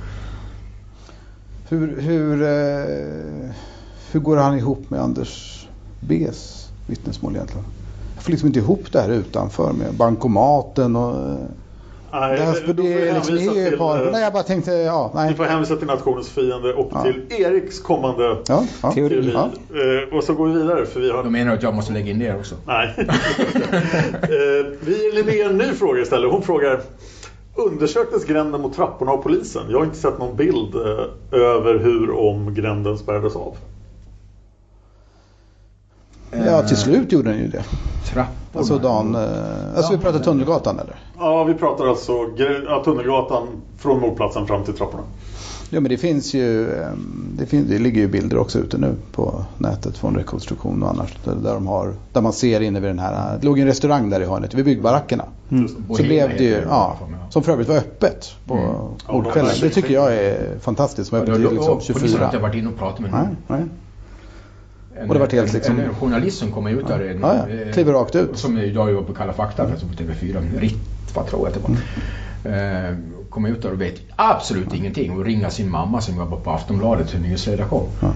Hur, hur, eh, hur går han ihop med Anders B's vittnesmål egentligen? Jag får liksom inte ihop det här utanför med bankomaten och... Nej, det, här, det är liksom till, par, nej, jag bara tänkte, ja, nej. Vi får hänvisa till nationens fiende och ja. till Eriks kommande ja, ja. teori. Ja. Eh, och så går vi vidare, för vi har... De menar att jag måste lägga in det också. Nej. eh, vi lägger en ny fråga istället. Hon frågar: undersöktes gränden mot trapporna av polisen? Jag har inte sett någon bild eh, över hur om gränden spärrades av. Ja, till slut gjorde den ju det. Trapporna. Alltså, Dan, eh, alltså ja, vi pratar Tunnelgatan eller? Ja, vi pratar alltså ja, Tunnelgatan från mordplatsen fram till trapporna. Ja, men det finns ju det, finns, det ligger ju bilder också ute nu på nätet från rekonstruktion och annars där, där de har där man ser inne vid den här, det låg en restaurang där i hörnet vid byggbarackerna. Mm. Så blev det ju ja, som för övrigt var öppet på mm. ordkvällen. Det tycker jag är fantastiskt som öppet till liksom tjugofyra. Polisen har inte varit inne och pratat med någon. Nej, nej. En, och det var helt liksom en, en journalist som kommer ut där en, ja, ja. kliver rakt ut som idag jobbar på Kalla fakta mm. på T V fyra Ritt, vad tror jag att det var. Mm. Eh, kommer ut där och vet absolut mm. ingenting och ringa sin mamma som jobbar på Aftonbladet till nyhetsredaktion. Mm.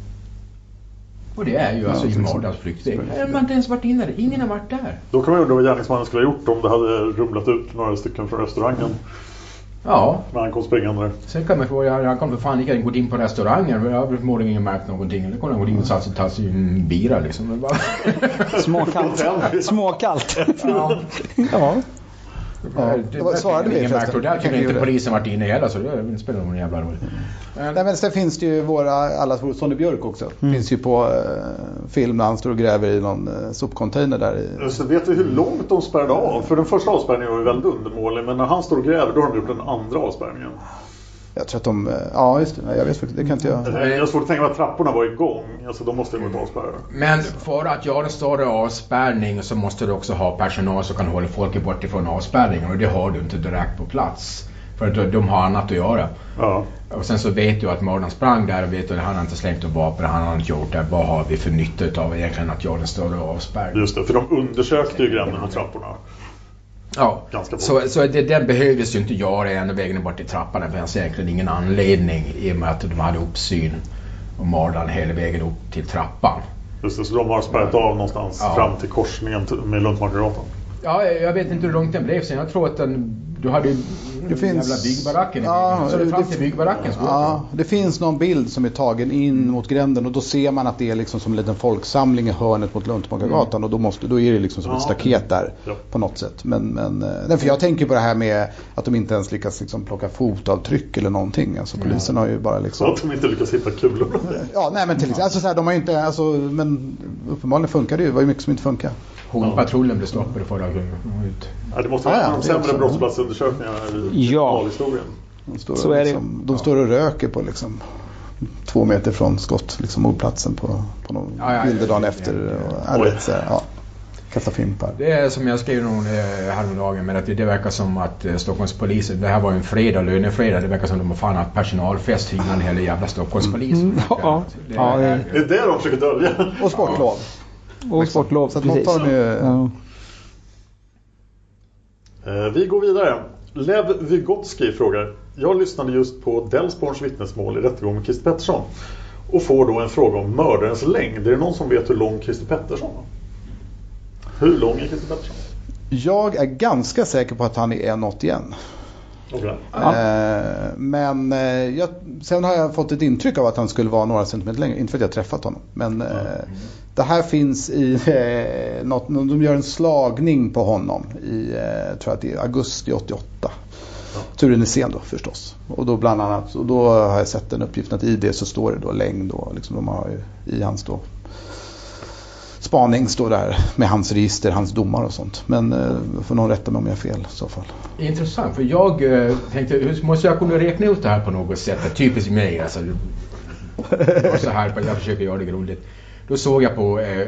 Och det är ju ja, alltså i vardagsflyktväg. Man har inte ens varit inne där. Ingen har varit där. Då kan man undra vad gärningsmannen skulle ha gjort om det hade rumlat ut några stycken från restaurangen. Ja. När han kom springande där. Sen kan man få, han kan för fan lika gå in på restaurangen. Jag har förmodligen ingen märkt någonting. Det kommer han gå in och satsa och ta sig en bira liksom. Småkallt. Småkallt. Ja. Ja. Ja, det var svarade vi förresten. Där kunde inte polisen varit inne heller så det spelar någon jävla roll. Mm. Nej, men sen finns det ju våra allas vår Sonny Björk också. Mm. Finns ju på eh, film när han står och gräver i någon eh, sopcontainer där i. Just det, vet du hur långt de spärrade av? För den första avspärrningen var ju väldigt undermålig, men när han står och gräver då har de gjort den andra avspärrningen. Jag tror att de, ja just det, jag vet faktiskt, det kan inte jag. Jag har svårt att tänka mig att trapporna var igång, alltså de måste ju vara avspärrade. Men för att göra en större avspärrning så måste du också ha personal som kan hålla folk bort ifrån avspärrningen och det har du inte direkt på plats. För att de har annat att göra. Ja. Och sen så vet du att mördaren sprang där och vet du att han har inte slängt upp vapen, han har inte gjort det. Vad har vi för nytta av egentligen att göra en större avspärrning? Just det, för de undersökte ju gränden och trapporna. Ja, så, så det, den behövdes ju inte göra ända vägen bort i trappan. Det fanns egentligen ingen anledning i och med att de hade uppsyn och mördaren hela vägen upp till trappan. Just det, så de har spärrat av någonstans ja. fram till korsningen med Luntmakargatan. Ja, jag vet inte hur långt den blev sen. Jag tror att den, du hade ju det finns, jävla byggbaracken i ja, så det, det fram till byggbaracken. Ja, det finns någon bild som är tagen in mm. mot gränden och då ser man att det är liksom som en liten folksamling i hörnet mot Luntmakargatan mm. och då, måste, då är det liksom som ja. ett staket där ja. på något sätt. Men, men nej, för jag tänker på det här med att de inte ens lyckas liksom plocka fotavtryck eller någonting. Alltså polisen mm. har ju bara liksom... Så att de inte lyckas hitta kulor. Ja, nej men till exempel, alltså så här, de har ju inte, alltså, men uppenbarligen funkar det ju, det var ju mycket som inte funkar. Hundpatrullen blev stoppade förra gången ut. Ja, det måste vara ah, ja, de sämre brottsplatsundersökningarna i ja. historien. De står, så är liksom, de står och röker på liksom två meter från skott liksom mordplatsen på, på någon ja, ja, bilder dagen efter. Och, och, vet, så här, ja, kasta fimpar. Det är som jag skrev någon häromdagen men att det, det verkar som att eh, Stockholmspolisen, det här var ju en fredag, lönefredag, det verkar som att de har fan haft personalfest hyrande hela jävla Stockholmspolisen. Mm. Ja, det, ja, det, är, det är det de försöker dölja. Och sportlov. Och sportlov, så att precis. Något tar ju, ja. Vi går vidare. Lev Vygotsky frågar: jag lyssnade just på Delsborns vittnesmål i rättegång med Christer Pettersson och får då en fråga om mördarens längd. Är det någon som vet hur lång Christer Pettersson är? Hur lång är Christer Pettersson? Jag är ganska säker på att han är en åttioett. Okay. Eh, men eh, jag, sen har jag fått ett intryck av att han skulle vara några centimeter längre. Inte för att jag träffat honom. Men eh, mm. det här finns i eh, något, de gör en slagning på honom i eh, tror jag det är augusti åttioåtta. Ja. Turen är sen då förstås. Och då bland annat, och då har jag sett den uppgiften att i det så står det då längd då, liksom de har ju i hans då spaning står där med hans register, hans domar och sånt. Men eh, får någon rätta mig om jag har fel i så fall. Intressant, för jag eh, tänkte, hur måste jag kunna räkna ut det här på något sätt? Typiskt mig, alltså. Och så här, jag försöker göra det grundligt. Då såg jag på eh,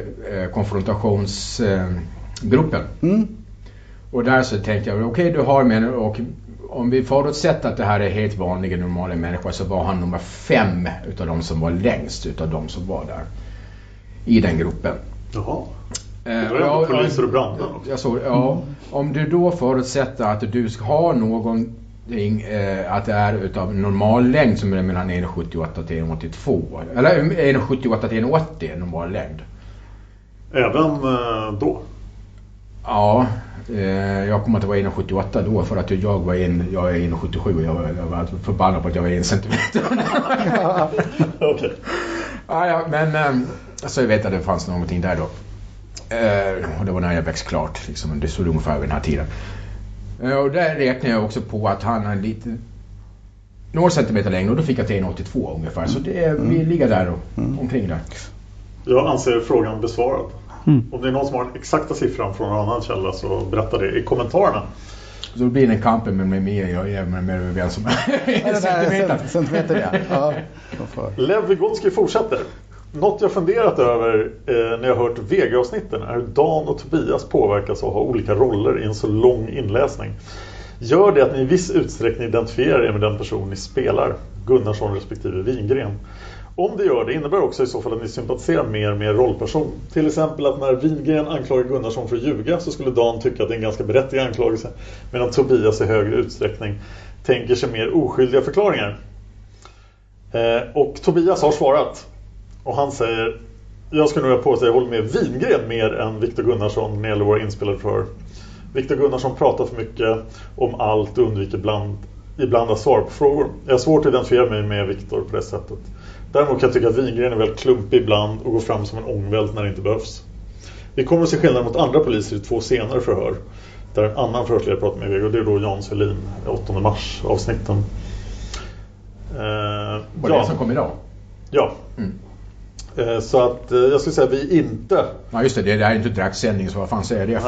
konfrontationsgruppen. Eh, mm. Och där så tänkte jag, okej okay, du har med, och om vi förutsätter att det här är helt vanliga normala människor så var han nummer fem utav de som var längst utav de som var där i den gruppen. Jaha. Det var ja, poliser och brandmän också. Jag såg, ja, mm. Om du då förutsätter att du ska ha någonting eh, att det är utav normal längd som är mellan en komma sjuttioåtta till en komma åttiotvå eller en komma sjuttioåtta till en komma åttio normal längd. Även eh, då? Ja, eh, jag kommer att vara en komma sjuttioåtta då för att jag var en, jag är en komma sjuttiosju och jag, jag var förbannad på att jag var en centimeter. Okej. Okay. Ja, ja, men eh, alltså jag vet att det fanns någonting där då. Uh, och det var när jag växt klart liksom, det såg ungefär vid den här tiden uh, och där räknade jag också på att han är lite några centimeter längre och då fick jag till en komma åttiotvå ungefär så det, mm. vi ligger där och, mm. omkring där. Jag anser frågan besvarad. Mm. Om det är någon som har den exakta siffran från en annan källa så berätta det i kommentarerna. Så blir det en kamp med mig med jag är med mer vem som är centimeter. centimeter ja. Ja. Lev Vygotsky fortsätter. Något jag funderat över eh, när jag hört V G-avsnitten är hur Dan och Tobias påverkas av att ha olika roller i en så lång inläsning. Gör det att ni i viss utsträckning identifierar er med den person ni spelar, Gunnarsson respektive Wingren? Om det gör det innebär också i så fall att ni sympatiserar mer med er rollperson. Till exempel att när Wingren anklagar Gunnarsson för att ljuga så skulle Dan tycka att det är en ganska berättigad anklagelse, medan Tobias i högre utsträckning tänker sig mer oskyldiga förklaringar. Eh, och Tobias har svarat. Och han säger, jag skulle nog på att jag håller med Wingren mer än Viktor Gunnarsson när det gäller våra inspelade för. Viktor Gunnarsson pratar för mycket om allt och undviker bland, ibland att svara på frågor. Jag har svårt att identifiera mig med Viktor på det sättet. Däremot kan jag tycka att Wingren är väldigt klumpig ibland och går fram som en ångvält när det inte behövs. Vi kommer att se skillnad mot andra poliser i två senare förhör. Där en annan förhörsledare pratar med Viggo och det är då Jan Svelin, åttonde mars avsnitten. Eh, Var det ja. som kom idag? Ja. Mm. Eh, så att eh, jag skulle säga att vi inte... Ja just det, det är inte draxsändning så vad fan säger det?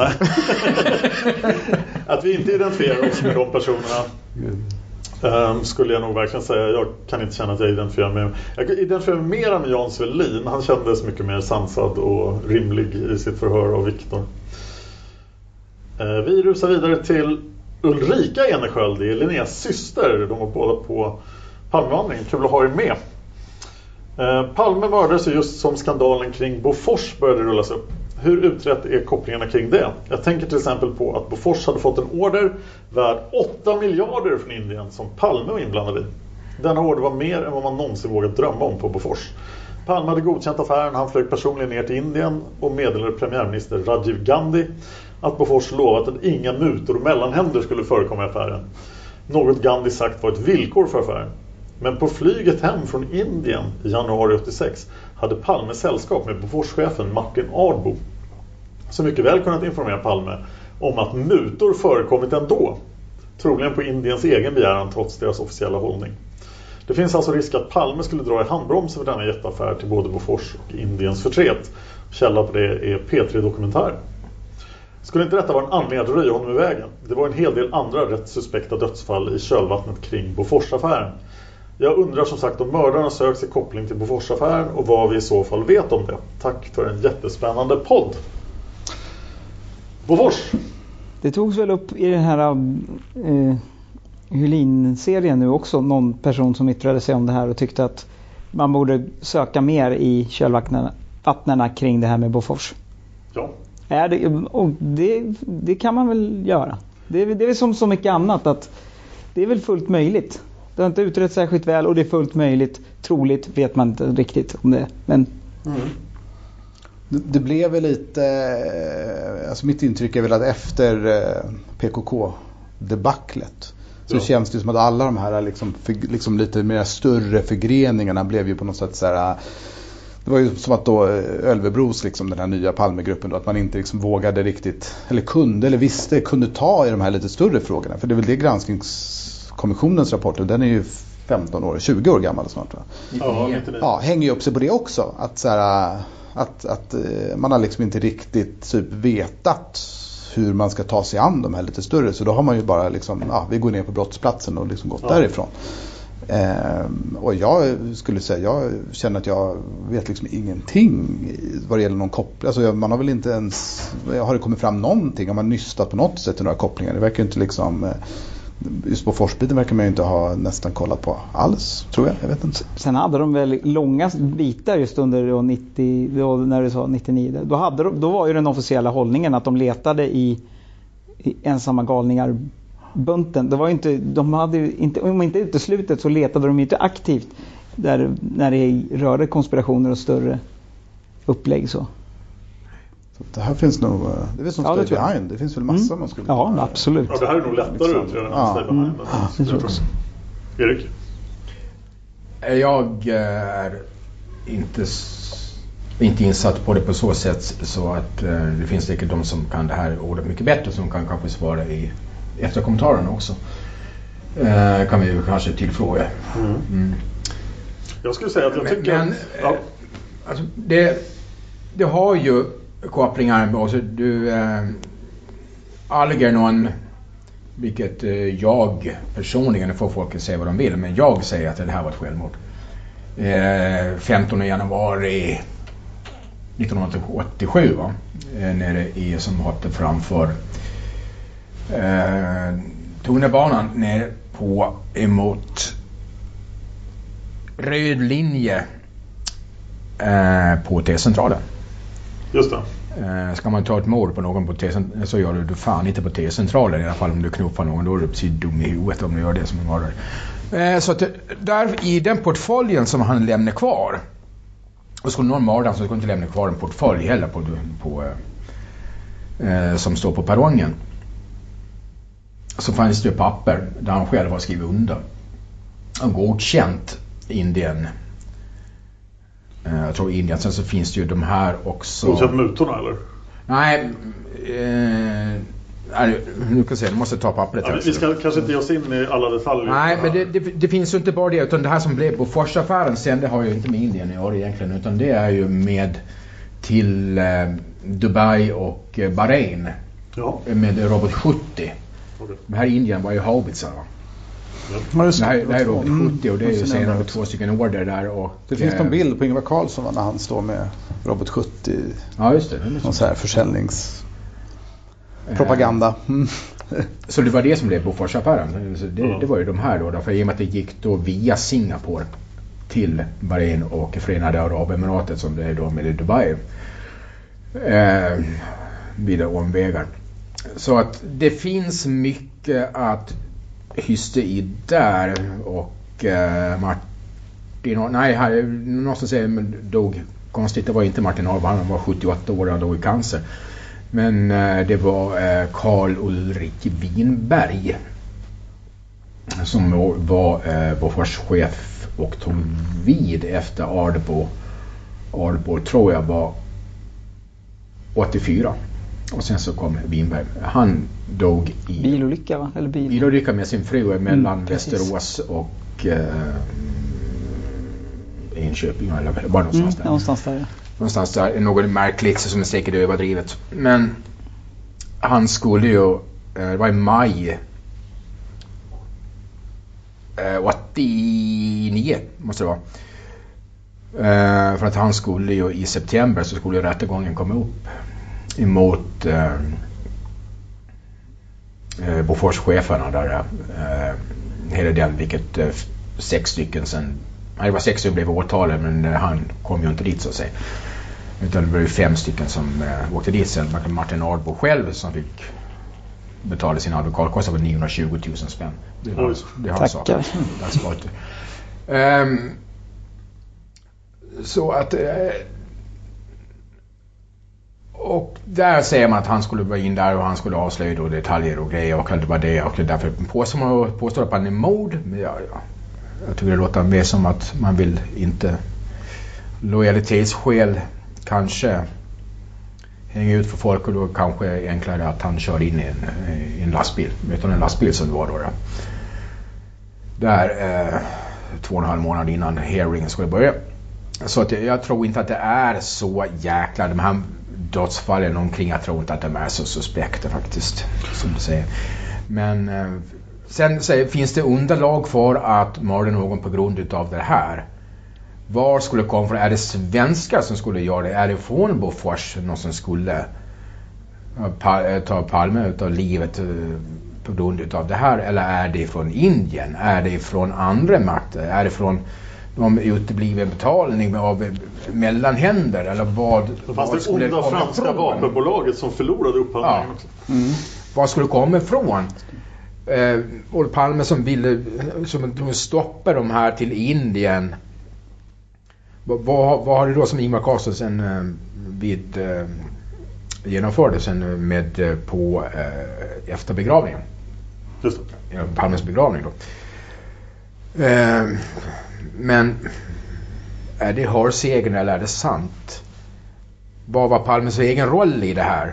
Att vi inte identifierar oss med de personerna. Mm. Um, skulle jag nog verkligen säga. Jag kan inte känna att jag identifierar mig. Jag identifierar mig mer med Jan Svelin. Han kändes mycket mer sansad och rimlig i sitt förhör av Viktor. Uh, vi rusar vidare till Ulrika Enersköld. Det är Linneas syster. De var båda på Palmevandring. Kul att ha er med. Uh, Palme mördades just som skandalen kring Bofors började rullas upp. Hur utrett är kopplingarna kring det? Jag tänker till exempel på att Bofors hade fått en order värd åtta miljarder från Indien som Palme var inblandad i. Denna order var mer än vad man någonsin vågat drömma om på Bofors. Palme hade godkänt affären, han flög personligen ner till Indien och meddelade premiärminister Rajiv Gandhi att Bofors lovat att inga mutor och mellanhänder skulle förekomma i affären. Något Gandhi sagt var ett villkor för affären. Men på flyget hem från Indien i januari åttiosex hade Palme sällskap med Boforschefen Martin Ardbo, som mycket väl kunnat informera Palme om att mutor förekommit ändå, troligen på Indiens egen begäran trots deras officiella hållning. Det finns alltså risk att Palme skulle dra i handbromsen för denna jätteaffär till både Bofors och Indiens förtret. Källa på det är P tre Dokumentär. Skulle inte detta vara en anledning att röja honom i vägen? Det var en hel del andra rätt suspekta dödsfall i kölvattnet kring Boforsaffären. Jag undrar som sagt om mördarna söks i koppling till Boforsaffären och vad vi i så fall vet om det. Tack för en jättespännande podd. Bofors. Det togs väl upp i den här eh, Hylin-serien nu också någon person som yttrade sig om det här och tyckte att man borde söka mer i kölvattnarna kring det här med Bofors. Ja. Är det, och det, det kan man väl göra. Det, det är väl som så mycket annat att det är väl fullt möjligt. Det har inte utrett särskilt väl och det är fullt möjligt. Troligt vet man inte riktigt om det. Men... Mm. Det, det blev väl lite... Alltså mitt intryck är väl att efter P K K-debaclet så ja. känns det som att alla de här liksom, för, liksom lite mer större förgreningarna blev ju på något sätt så här... Det var ju som att då Ölvebros, liksom den här nya Palmegruppen då, att man inte liksom vågade riktigt, eller kunde eller visste, kunde ta i de här lite större frågorna. För det är väl det granskningskommissionens rapport, den är ju femton år, tjugo år gammal snart va? Ja, ja, hänger ju upp sig på det också. Att, så här, att, att man har liksom inte riktigt typ vetat hur man ska ta sig an de här lite större. Så då har man ju bara liksom, ja, vi går ner på brottsplatsen och liksom gått ja. därifrån. Um, och jag skulle säga, jag känner att jag vet liksom ingenting vad det gäller någon koppling. Alltså man har väl inte ens, har det kommit fram någonting, har man nystat på något sätt i några kopplingar? Det verkar inte liksom, just på Forsbiten verkar man ju inte ha nästan kollat på alls, tror jag, jag vet inte. Sen hade de väl långa bitar just under nittio, då, när du sa nittionio, då, hade de, då var ju den officiella hållningen att de letade i, i ensamma galningar bunten. Det var inte, de hade ju inte, om inte uteslutet så letade de inte aktivt där, när det rörde konspirationer och större upplägg så. Så det här finns nog, det finns nog ja, det, behind. Det finns väl massa mm. man skulle ja, kunna, absolut. Ja, det här är nog lättare liksom. Ut redan ja. Än mm. ja, det tror jag. Erik? Jag är inte inte insatt på det på så sätt så att uh, det finns säkert de som kan det här ordet mycket bättre som kan kanske svara i efter kommentarerna också. Uh, kan vi ju kanske tillfråga. Mm. Mm. Jag skulle säga att jag tycker men, att, ja. alltså, det, det har ju kopplingar med oss. Du uh, Algernon vilket eh, jag personligen, får folk att säga vad de vill, men jag säger att det här var ett självmord. Eh, femtonde januari nittonhundraåttiosju, va? Eh, nere i som hade framför eh, tunnelbanan ner på emot röd linje eh, på T-centralen. Just det. Eh, ska man ta ett mord på någon på T-centralen så gör du det fan inte på T-centralen, i alla fall om du knuffar någon, då är du precis dum i huvudet om du gör det som en mördare. Eh, så att där i den portföljen som han lämnar kvar, och skulle någon mörda så skulle inte lämna kvar en portfölj heller på, på, eh, som står på perrongen, så fanns det papper där han själv har skrivit under och godkänt Indien. Eh, jag tror Indien. Sen så finns det ju de här också. Godkänt mutorna eller? Nej, eh, nej, nu kan jag säga, du måste ta pappret. Ja, vi ska kanske inte ge oss in i alla detaljer. Nej, men det, det, det finns ju inte bara det, utan det här som blev Bofors-affären sen, det har ju inte med Indien att göra egentligen, utan det är ju med till eh, Dubai och eh, Bahrain, ja. Med Robot sjuttio. Okay. Det här i Indien var ju haubitsar, va? Ja. Det, här, det här är Robot sjuttio och det är ju senare två stycken order där. Och, det finns en bild på Ingvar Carlsson när han står med Robot sjuttio. Ja, just det. Någon så här försäljnings... propaganda. Mm. Så det var det som blev Bofors-affären. Det, mm. det var ju de här då, för i och med att det gick då via Singapore till Bahrain och Förenade Arabemiratet, som det är då med Dubai, eh, vidare omvägar. Så att det finns mycket att hysta i där, och eh, Martin, nej, här, någonstans säger men dog konstigt, det var inte Martin Arv, han var sjuttioåtta år och dog i cancer. Men eh, det var eh, Carl Ulrik Winberg som var eh, Bofors chef och tog vid efter Ardbo. Ardbo tror jag var åttiofyra. Och sen så kom Winberg. Han dog i bilolycka, va? Eller bil. bilolycka med sin fru mellan mm, Västerås och eh, Enköping eller bara någonstans mm, där. Någonstans där, ja. Någonstans där, något märkligt som är säkert överdrivet. Men han skulle ju, det var i maj åttionio måste det vara. För att han skulle ju i september så skulle ju rättegången komma upp emot eh, Bofors-cheferna där. Eh, hela den, vilket eh, sex stycken sen, nej, det var sex som blev åtalade, men eh, han kom ju inte dit så att säga. Utan det var ju fem stycken som eh, åkte dit sen. Martin Ardbo själv som fick betala sin advokatkostnad på niohundratjugo tusen spänn. Det har, det har Tackar. um, så att eh, och där säger man att han skulle vara in där och han skulle avslöja då detaljer och grejer och det var det, och därför påstår man påstår att han är mord. Men ja, ja, jag tycker det låter mer som att man vill inte lojalitetsskäl kanske hänga ut för folk, och då kanske är enklare att han kör in i en, i en lastbil, utan en lastbil som det var då. Där eh, två och en halv månad innan hearingen skulle börja. Så att jag, jag tror inte att det är så jäkla, de här dödsfallen omkring, jag tror inte att de är så suspekta faktiskt, som du säger. Men eh, sen så finns det underlag för att mörda någon på grund av det här. Var skulle det komma från? Är det svenskar som skulle göra det? Är det från Bofors någon som skulle ta Palme utav livet på grund av det här? Eller är det från Indien? Är det från andra makter? Är det från de utebliven betalning av mellanhänder? Eller vad, det fanns det skulle onda franska från? Vapenbolaget som förlorade upphandlingen också. Ja. Mm. Vad skulle det komma ifrån? Eh, och Palme som ville som stoppa de här till Indien. Vad, vad har det då som Ingvar Carlsson sen eh, vid eh, genomförde sen med eh, på eh, efter begravningen? Just det. Ja, Palmes begravning då. Eh, men är det hörsägen eller är det sant? Vad var Palmes egen roll i det här?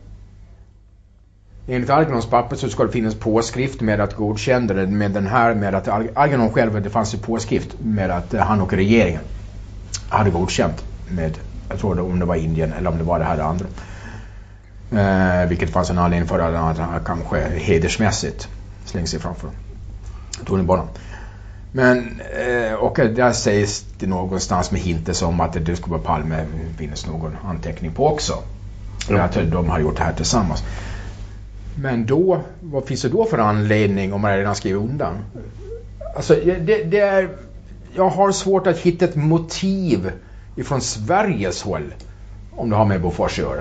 Enligt Algernons papper så ska det finnas påskrift med att godkänna det, med den här med att Algernon själv, det fanns ju påskrift med att han och regeringen hade godkänt med, jag tror det om det var Indien eller om det var det här det andra. Eh, vilket fanns en anledning för att han kanske hedersmässigt slänger sig framför tunnelbanan. Men, eh, och där sägs det någonstans med hintes om att det skulle vara Palme, finns någon anteckning på också. Mm. Att de har gjort det här tillsammans. Men då, vad finns det då för anledning om man redan skriver undan? Alltså, det, det är, jag har svårt att hitta ett motiv ifrån Sveriges håll om det har med Bofors att göra.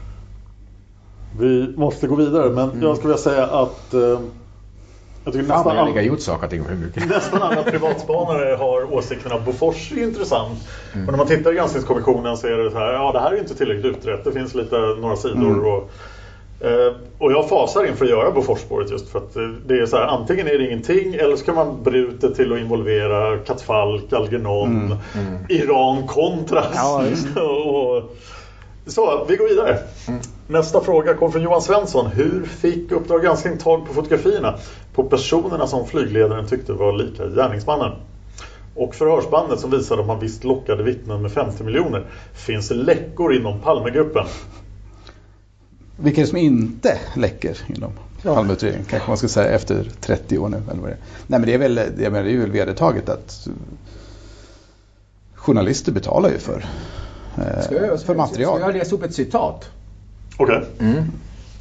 Vi måste gå vidare, men mm. jag skulle vilja säga att eh, jag tycker Fan, nästan, jag ut saker, hur mycket. nästan alla privatspanare har åsikten att Bofors är intressant. Mm. Men när man tittar i granskningskommissionen så är det så här, ja det här är inte tillräckligt utrett. Det finns lite några sidor mm. och eh, och jag fasar inför att göra Boforsspåret just för att det är så här, antingen är det ingenting eller så kan man bruta till att involvera Katfalk, Algernon, mm. Mm. Iran, Contras ja, och så, vi går vidare. Mm. Nästa fråga kom från Johan Svensson. Hur fick Uppdrag granskning tag på fotografierna på personerna som flygledaren tyckte var lika gärningsmannen? Och förhörsbandet som visade att man visst lockade vittnen med femtio miljoner. Finns det läckor inom Palmegruppen? Vilka som inte läcker inom ja. Palmeutredningen, kanske man ska säga efter trettio år nu. Eller vad det är. Nej, men det är väl, jag menar, det är väl vedertaget att journalister betalar ju för Ska jag, för material. Ska jag läsa upp ett citat? Okej. Okay. Mm.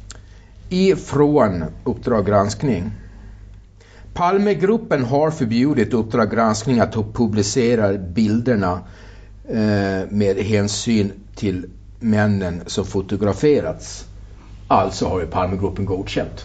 Ifrån Uppdrag granskning. Palmegruppen har förbjudit Uppdrag granskning att publicera bilderna eh, med hänsyn till männen som fotograferats. Alltså har ju Palmegruppen godkänt.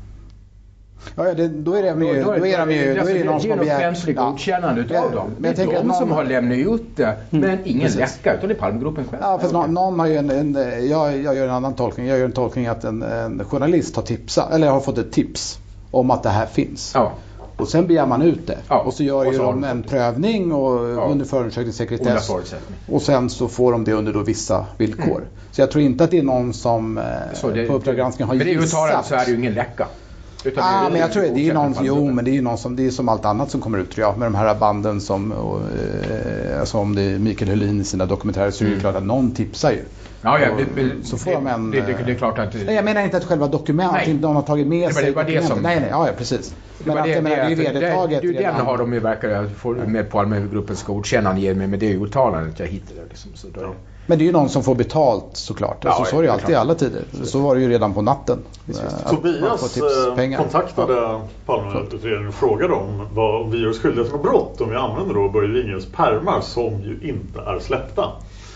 Ja, det, då är det ju då, då, då är de ju då är det någon som har begärt godkännande utav dem. Men det är de någon som har lämnat ut det, men mm, ingen precis. läcka utan det är Palmegruppen själv. Ja, för någon, någon har ju en, en jag, jag gör en annan tolkning. Jag gör en tolkning att en, en journalist har tipsat eller har fått ett tips om att det här finns. Ja. Och sen begär man ut det. Ja. Och så gör och så ju de en prövning och ja. under förundersökningssekretess. Och sen så får de det under då vissa villkor. Mm. Så jag tror inte att det är någon som så det, på Uppdrag granskning har gissat. Men det uttalat så är det ju ingen läcka. Ja, ah, men jag tror det är någon jo, men det är ju någon som det är som allt annat som kommer ut tror jag med de här banden som och, eh, alltså om det är Mikael Helin i sina dokumentärer så är det mm. klart att någon tipsar ju. Ja, ja, det, det, så får de en det, det, det är klart att nej, jag menar inte att själva dokumentet de har tagit med det sig. Det var det som nej nej, ja, ja precis. Men att det, det, det är ju vedertaget. Det, det, det, den har de ju verkar få med på Palmegruppens godkännande ger mig med det uttalandet jag hittade liksom så då. Ja. Men det är ju någon som får betalt såklart. Alltså, ja, så är det ju alltid i alla tider. Så var det ju redan på natten. Att Tobias kontaktade Palmeutredningen och frågade om vad vi gör oss skyldiga för brott om vi använder då Börje Wingels pärmar som ju inte är släppta.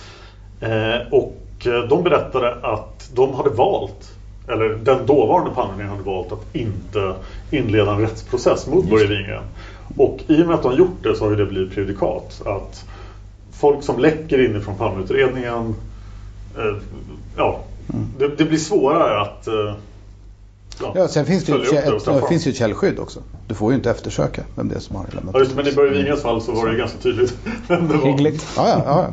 Eh, och de berättade att de hade valt, eller den dåvarande Palmeutredningen hade valt att inte inleda en rättsprocess mot Börje Wingel. Och i och med att de gjort det så har det blivit prejudikat att folk som läcker inifrån Palmeutredningen eh, ja, mm. det, det blir svårare att eh, ja, ja, sen finns det ju ett, det finns ju ett källskydd också. Du får ju inte eftersöka vem det är som har lämnat. Ja, just, men i Börje Wingels fall så var det ganska tydligt vem det var. Hyggligt. Ja, ja, ja.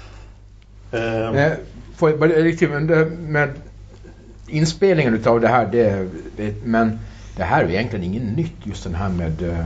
Eh. Eh, får jag bara riktigt med inspelningen utav det här det, det, men det här är egentligen ingen nytt just den här med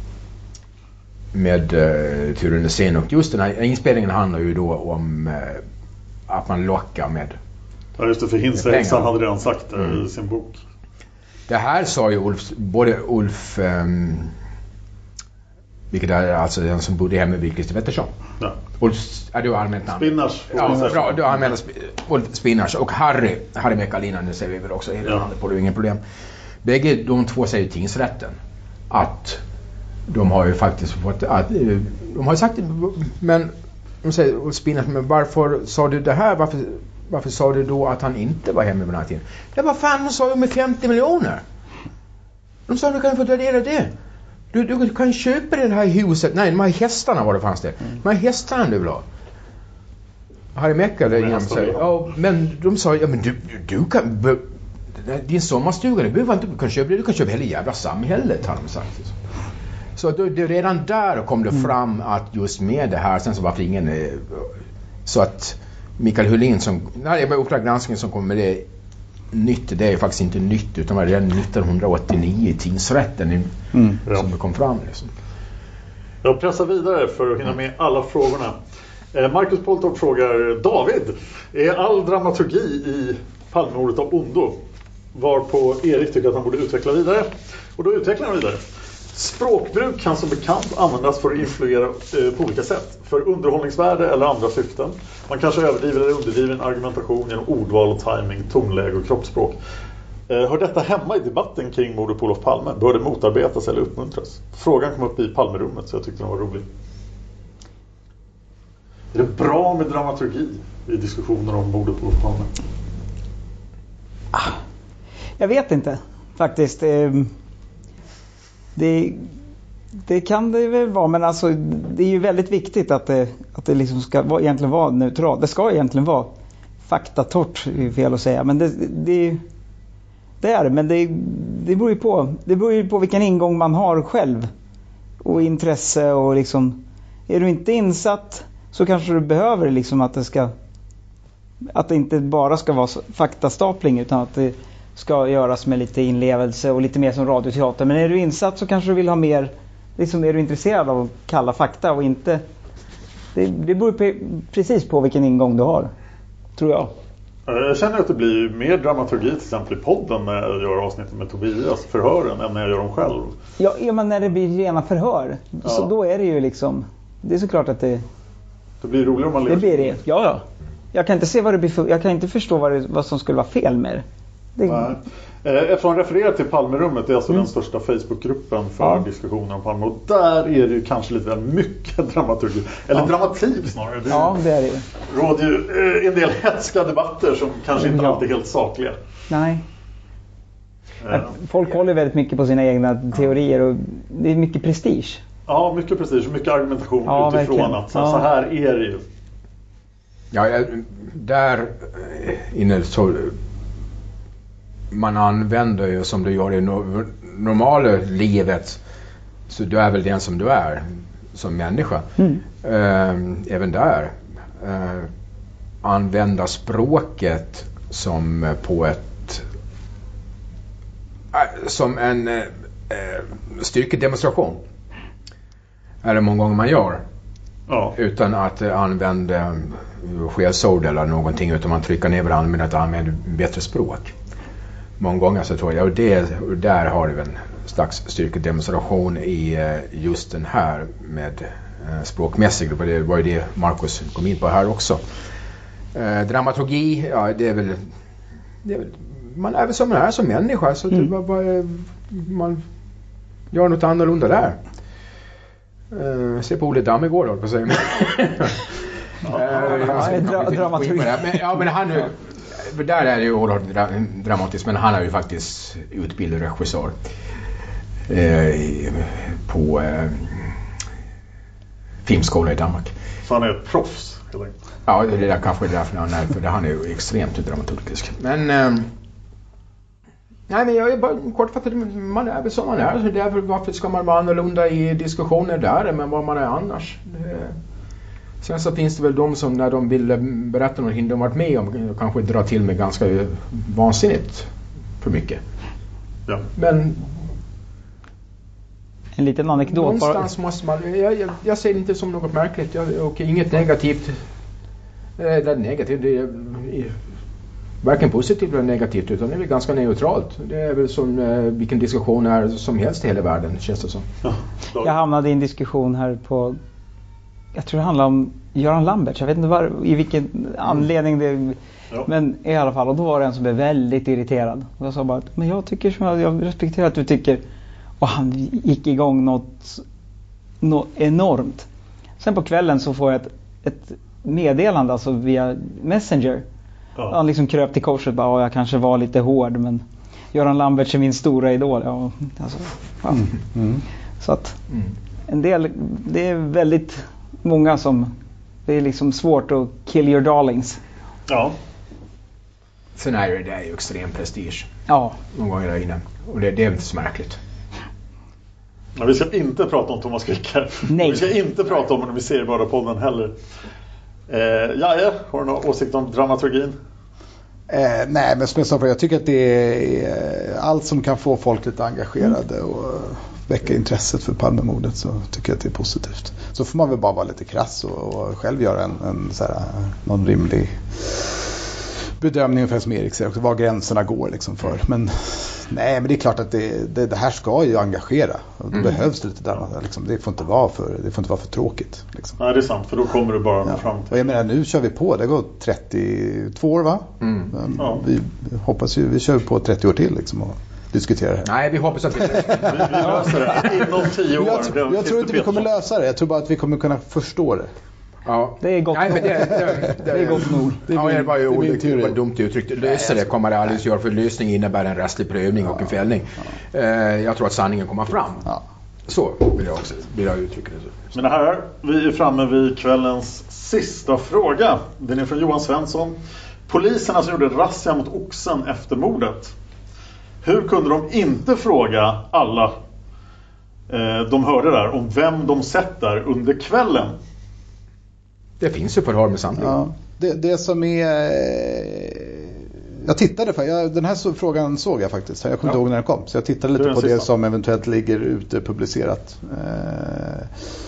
med uh, Turen Sen och just den här inspelningen handlar ju då om uh, att man lockar med ja just det, för Hinsexan hade redan sagt det mm. i sin bok. Det här sa ju Ulf, både Ulf um, vilket är alltså den som bodde hemma vid Christer Wettersson. Ja. Ulf, är du använt namn? Spinnars. Ja, bra, du använder Ulf Spinnars och Harry, Harry Mekalina, det säger vi väl också hela ja. landet på, det är ingen problem. Bägge de två säger tingsrätten att de har ju faktiskt fått att de har sagt men de säger Spinnars, men varför sa du det här? Varför varför sa du då att han inte var hemma med den här tiden? Det var fan de sa ju med femtio miljoner. De sa du kan få ta del av det. Du, du kan köpa det här huset. Nej, de här hästarna var det fanns det. Mm. De här hästarna du vill ha. Harry Meckale igen säger. Ja, men de sa ja men du du kan be, din sommarstuga du behöver inte du kan köpa det. Du kan köpa hela jävla samhället har de sagt. Så då, det, redan där kom det fram att just med det här sen så var det ingen så att Mikael Hulin som nej det var Uppdrag granskning som kom med det nytt, det är faktiskt inte nytt utan det var redan nittonhundraåttionio i tingsrätten mm. som det kom fram liksom. Jag pressar vidare för att hinna med alla frågorna. Marcus Poltorp frågar David, är all dramaturgi i Palmemordet av ondo. Varpå Erik tycker att han borde utveckla vidare. Och då utvecklar han vidare. Språkbruk kan som bekant användas för att influera eh, på olika sätt. För underhållningsvärde eller andra syften. Man kanske överdriver eller underdriver en argumentation genom ordval och timing, tonläge och kroppsspråk. Eh, hör detta hemma i debatten kring mordet på Olof Palme? Bör det motarbetas eller uppmuntras? Frågan kom upp i Palmerummet så jag tyckte den var rolig. Är det bra med dramaturgi i diskussioner om mordet på Olof Palme? Ah, jag vet inte faktiskt. Det, det kan det väl vara, men alltså, det är ju väldigt viktigt att det, att det liksom ska vara, egentligen vara neutralt. Det ska egentligen vara faktatort, är fel att säga. Men det, det, det är det, men det, det beror ju på. Det beror ju på vilken ingång man har själv. Och intresse och liksom. Är du inte insatt så kanske du behöver liksom att det ska. Att det inte bara ska vara faktastapling utan att det ska göras med lite inlevelse och lite mer som radioteater. Men är du insatt så kanske du vill ha mer, liksom är du intresserad av kalla fakta och inte. Det, det beror på, precis på vilken ingång du har, tror jag. Jag känner att det blir mer dramaturgi till exempel i podden när jag gör avsnittet med Tobias, förhören, än när jag gör dem själv. Ja, ja men när det blir rena förhör, ja. Så då är det ju liksom, det är såklart att det... Det blir roligare om man det blir det, ja ja. Jag kan inte se vad det blir för, jag kan inte förstå vad, det, vad som skulle vara fel med det. det... Eftersom han refererar till Palmerummet, det är alltså mm. den största Facebookgruppen för ja. diskussioner om Palme. Och där är det ju kanske lite väl mycket dramaturgi. Eller ja. dramatik snarare. Det ja, det är det. råder ju en del hetska debatter som kanske inte ja. alltid är helt sakliga. Nej. Ja. Folk håller väldigt mycket på sina egna teorier och det är mycket prestige. Ja, mycket prestige och mycket argumentation ja, utifrån verkligen. att så, ja. så här är det ju. Ja, där inne så man använder ju som du gör i no- normala livet, så du är väl den som du är som människa. Mm. Äh, även där äh, använda språket som på ett äh, som en äh, styrkedemonstration är det många gånger man gör. Ja. Utan att äh, använda skällsord eller någonting, utan man trycker ner varandra med att använda bättre språk. Många gånger så tror jag, och det, och där har du en slags styrkedemonstration i just den här med eh, språkmässigt. Det var ju det Marcus kom in på här också. Eh, dramaturgi, ja det är väl, det är väl man är väl som man är som människa, så mm. det bara, man gör något annorlunda där. Eh, se på Olle Damm igår då, på sig. Ja, ja, dra- dramaturgi. Men, ja, men han nu, där är det ju oerhört dra- dramatiskt, men han är ju faktiskt utbildad regissör eh, på eh, filmskola i Danmark. Så han är ett proffs? Eller? Ja, det är där kanske är därför han är, för han är ju extremt dramaturgisk. Men eh, nej, men jag är bara kortfattat, man är väl som man är, så det är väl, varför ska man vara annorlunda i diskussioner där men vad man är annars? Det, sen så finns det väl de som när de vill berätta något de varit med om kanske drar till med ganska vansinnigt för mycket. Ja. Men en liten anekdot. Någonstans måste man, jag, jag, jag ser det inte som något märkligt. Jag, och inget negativt. Det är negativt. Det är varken positivt eller negativt, utan det är ganska neutralt. Det är väl som eh, vilken diskussion är som helst i hela världen, känns det som. Ja. Jag hamnade i en diskussion här på, jag tror det handlar om Göran Lambert. Jag vet inte var, i vilken anledning det, ja. Men i alla fall, och då var det en som blev väldigt irriterad. Och jag sa bara, men jag tycker som jag, jag respekterar att du tycker. Och han gick igång något, något enormt. Sen på kvällen så får jag ett, ett meddelande alltså via Messenger. Ja. Han liksom kröp till korset, bara, ja, jag kanske var lite hård, men Göran Lambert är min stora idol. Ja, alltså, ja. Mm. Mm. Så att mm. en del, det är väldigt många som, det är liksom svårt att kill your darlings. Ja. Sen är det, det är ju extrem prestige. Ja. Någon gång där inne. Och det, det är inte så märkligt. Ja, vi ska inte prata om Thomas Quick. Nej. Vi ska inte prata om honom i seriebördarpodden heller. Eh, ja, ja, har du någon åsikt om dramaturgin? Eh, nej, men som jag sa, jag tycker att det är allt som kan få folk lite engagerade och väcka intresset för Palmemordet, så tycker jag att det är positivt. Så får man väl bara vara lite krass och, och själv göra en, en så här, någon rimlig bedömning ungefär som Erik säger också, var gränserna går liksom för. Men nej, men det är klart att det, det, det här ska ju engagera. Och det mm. behövs lite där. Liksom. Det får inte vara för, det får inte vara för tråkigt. Liksom. Nej, det är sant, för då kommer du bara ja. fram till. Och jag menar, nu kör vi på. Det går trettiotvå år, va? Mm. Ja. Vi hoppas ju, vi kör på trettio år till liksom och diskuterar det här. Nej, vi hoppas att vi, vi, vi löser det inom tio år. Jag, jag, jag tror inte vi kommer lösa det. Jag tror bara att vi kommer kunna förstå det. Ja. Det är gott Nej, nog. Det, det, det, det är gott nog. Det ja, det var ju olyckligt, det var dumt uttryckt. Lösa det kommer det aldrig göra, för lösning innebär en rättslig prövning ja, och en fällning. Ja. Uh, jag tror att sanningen kommer fram. Ja. Så vill jag också vill jag uttrycka det så. Men här, vi är framme vid kvällens sista fråga. Den är från Johan Svensson. Poliserna som gjorde razzia mot Oxen efter mordet. Hur kunde de inte fråga alla eh, de hörde där om vem de sett där under kvällen? Det finns ju förhör med samling. Ja, det, det som är... Jag tittade för jag, den här så, frågan såg jag faktiskt. Jag kommer inte ja. ihåg när den kom. Så jag tittade lite det på sista. Det som eventuellt ligger ute publicerat. Eh,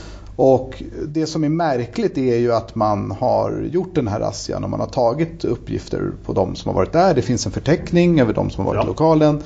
och det som är märkligt är ju att man har gjort den här razzian och man har tagit uppgifter på de som har varit där. Det finns en förteckning över de som har varit ja. i lokalen.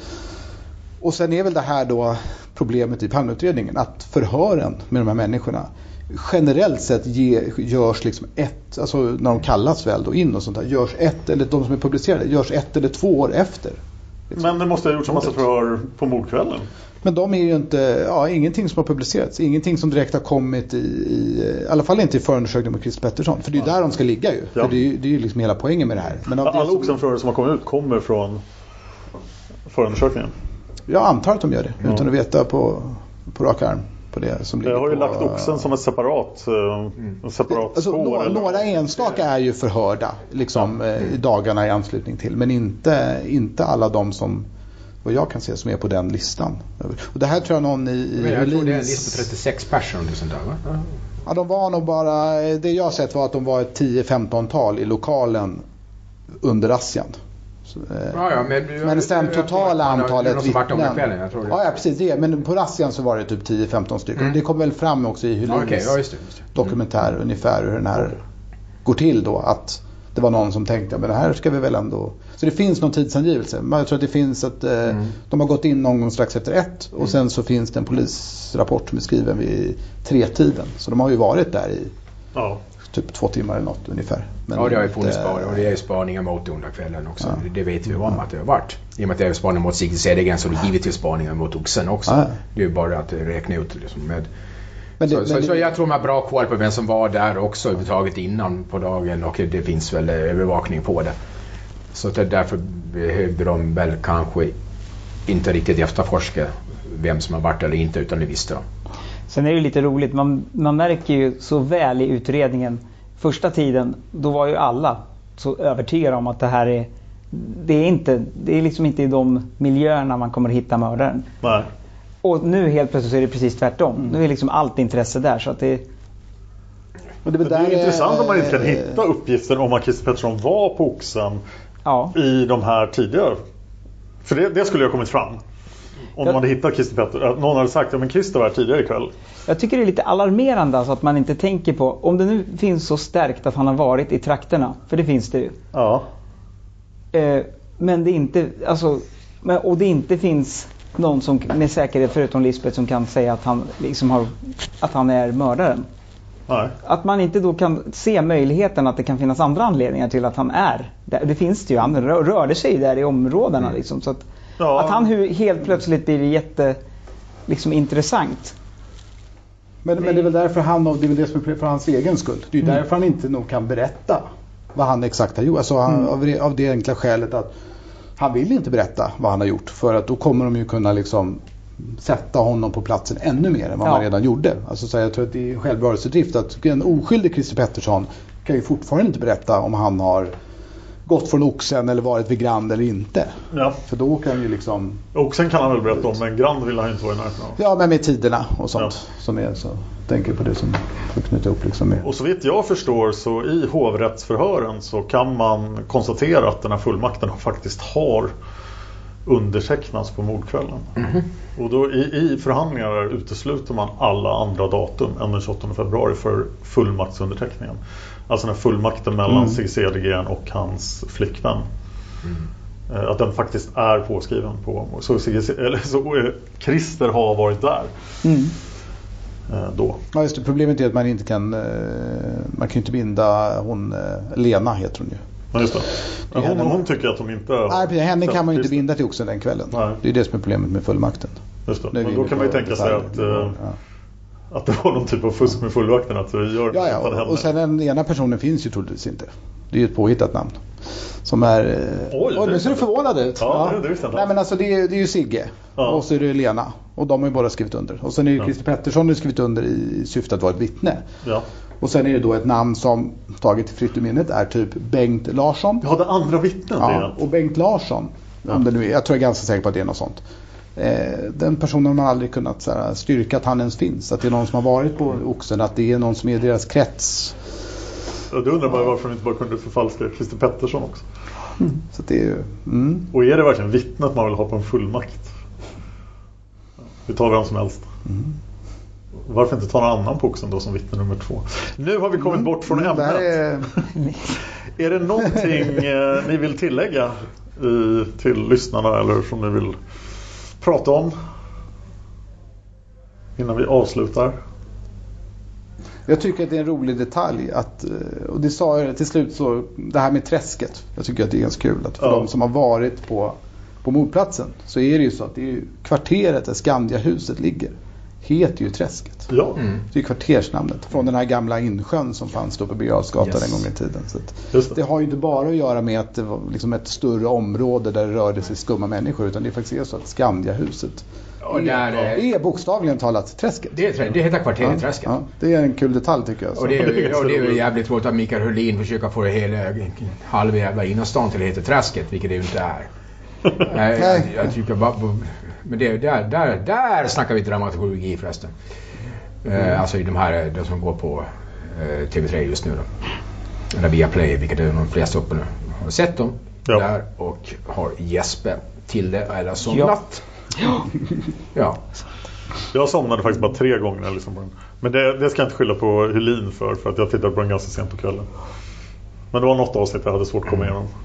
Och sen är väl det här då problemet i Palmeutredningen, att förhören med de här människorna generellt sett ge, görs liksom ett, alltså när de kallas väl då in och sånt där, görs ett, eller de som är publicerade, görs ett eller två år efter. Liksom. Men det måste ha gjorts en massa förhör på mordkvällen. Men de är ju inte, ja, ingenting som har publicerats, ingenting som direkt har kommit i, i, i alla fall inte i förundersökningen mot Christer Pettersson, för det är ju ja. där de ska ligga ju, ja. för det är ju, det är ju liksom hela poängen med det här. Men av alla som... Oxenförhör som har kommit ut kommer från förundersökningen? Jag antar att de gör det, ja. utan att veta på, på rak arm. På det som jag har ju på, lagt Oxen som ett separat, mm. en separat alltså, spår. Några, eller... några enstaka är ju förhörda liksom, ja. mm. i dagarna i anslutning till. Men inte, inte alla de som, vad jag kan se, som är på den listan. Och det här tror jag någon i, i men jag Hölins... tror det är en lista på trettiosex personer och sånt där, va? Ja. ja, de var nog bara, det jag har sett var att de var ett tio femton tal i lokalen under razzian. Så, ja, ja, men men sen totala antalet vittnen. Ja, ja, precis det. Men på razzian så var det typ tio femton stycken. Mm. Det kom väl fram också i Hölins okay, ja, just det, just det. dokumentär mm. ungefär hur den här går till då. Att det var någon som tänkte, men det här ska vi väl ändå... Så det finns någon tidsangivelse. Jag tror att det finns att eh, mm. de har gått in någon gång strax efter ett. Och mm. sen så finns det en polisrapport som är skriven vid tre-tiden. Så de har ju varit där i... Ja. Typ två timmar eller något ungefär. Men ja, det har ju funnits spaning, och det är ju spaningar mot under kvällen också. Ja. Det vet vi om att det har varit. I och med att det är spaningar mot Sigrid Cedergren, så det är givetvis spaningar mot Oxen också. Ja. Det är ju bara att räkna ut liksom med... Men det, så, men så, det... så jag tror man har bra koll på vem som var där också överhuvudtaget innan på dagen, och det finns väl övervakning på det. Så det därför behövde de väl kanske inte riktigt efterforska vem som har varit eller inte, utan det visste de. Sen är det lite roligt, man, man märker ju så väl i utredningen, första tiden, då var ju alla så övertygade om att det här är, det är inte, det är liksom inte i de miljöerna man kommer att hitta mördaren. Nej. Och nu helt plötsligt så är det precis tvärtom. Mm. Nu är liksom allt intresse där, så att det... Men det, det är ju intressant om man inte kan hitta uppgifter om att Christer Pettersson var på Oxen ja. i de här tidigare. För det, det skulle ju ha kommit fram. Om man hade hittat Christer Pettersson. Någon hade sagt, ja men Christer var här tidigare ikväll. Jag tycker det är lite alarmerande alltså, att man inte tänker på, om det nu finns så stärkt att han har varit i trakterna. För det finns det ju. Ja. Eh, men det inte, alltså, och det inte finns någon som med säkerhet förutom Lisbeth som kan säga att han, liksom har, att han är mördaren. Nej. Att man inte då kan se möjligheten att det kan finnas andra anledningar till att han är där. Det finns det ju, han rörde sig där i områdena mm. liksom, så att, ja. att han helt plötsligt blir jätte liksom intressant. Men, men det är väl därför han, det är väl det som är för hans egen skull. Det är mm. därför han inte nog kan berätta vad han exakt har gjort. Alltså han, mm. av, det, av det enkla skälet att han vill inte berätta vad han har gjort, för att då kommer de ju kunna liksom sätta honom på platsen ännu mer än vad ja. man redan gjorde. Alltså så jag tror att det är självbevarelsedrift att en oskyldig Christer Pettersson kan ju fortfarande inte berätta om han har gått från Oxen eller varit vid Grand eller inte. Ja. För då kan ju liksom... Oxen kan han väl berätta om, men Grand vill han inte vara i närheten av. Ja, men med tiderna och sånt ja. som är så. Tänker på det som får knyta upp liksom med. Och så vitt jag förstår så i hovrättsförhören så kan man konstatera att den här fullmakten faktiskt har undertecknas på mordkvällen. Mm-hmm. Och då i, i förhandlingar utesluter man alla andra datum än den tjugoåttonde februari för fullmaktsunderteckningen. Alltså när fullmakten mellan mm. Sigge Cedergren och hans flickvän. Mm. Att den faktiskt är påskriven på. Så, eller, så Christer har varit där. Mm. Då. Ja, just det. Problemet är att man inte kan man kan inte binda hon Lena heter hon ju. Ja, just det. Men hon, henne, hon tycker att hon inte... Nej, henne kan man ju inte binda till oxen den kvällen. Nej. Det är det som är problemet med fullmakten. Just det. Men då kan man ju tänka sig att, ja. att det var någon typ av fusk med fullmakten. Att vi gör ja, ja. Och, och sen den ena personen finns ju troligtvis inte. Det är ju ett påhittat namn. Som är... Oj, oh, nu ser du förvånad ut. Ja, ja. Det, det Nej, men alltså det är, det är ju Sigge. Ja. Och så är det Lena. Och de har ju båda skrivit under. Och sen är ju ja. Christer Pettersson har skrivit under i syfte att vara ett vittne. Ja. Och sen är det då ett namn som taget fritt ur minnet är typ Bengt Larsson. Ja, det andra vittnet. Ja, och Bengt Larsson, ja. om det nu är, jag tror jag är ganska säker på att det är något sånt. Eh, den personen har man aldrig kunnat så här, styrka att han ens finns. Att det är någon som har varit på oxen, att det är någon som är i deras krets. Ja, du undrar bara varför de inte bara kunde förfalska Christer Pettersson också. Mm. Så det är ju... Mm. Och är det verkligen vittnet man vill ha på en fullmakt? Vi tar vem som helst. Mm. Varför inte ta någon annan på oxen då som vittne nummer två? Nu har vi kommit mm. bort från ämnet. Är... är det någonting eh, ni vill tillägga i, till lyssnarna eller som ni vill prata om innan vi avslutar? Jag tycker att det är en rolig detalj att, och det sa jag till slut så, det här med träsket. Jag tycker att det är ganska kul att för ja. de som har varit på, på mordplatsen så är det ju så att det är ju kvarteret där Skandiahuset ligger. Heter ju Träsket. Ja. Mm. Det är kvartersnamnet från den här gamla insjön som fanns då på Birger Jarlsgatan yes. en gång i tiden. Så det. det har ju inte bara att göra med att det var liksom ett större område där det rörde sig skumma människor, utan det är faktiskt så att Skandiahuset och där är, är bokstavligen talat Träsket. Det, är, det heter kvarteret ja. Träsket. Ja, det är en kul detalj tycker jag. Och det är, och det är ju jävligt roligt att Mikael Hurlin försöker få det hela halva jävla innerstan till att heta Träsket, vilket det ju inte är. Nej. Jag, jag tycker bara... Men det, där, där, där snackar vi dramaturgi förresten. Mm. Eh, alltså i de här de som går på eh, T V tre just nu då. Eller via Play, vilket är de flesta uppe nu. Har sett dem ja. där och har Jesper till det eller somnat. Ja. ja. Jag somnade faktiskt bara tre gånger liksom. Men det, det ska jag inte skylla på Helin för för att jag tittade på den ganska sent på kvällen. Men det var något avsnitt jag hade svårt att komma igenom.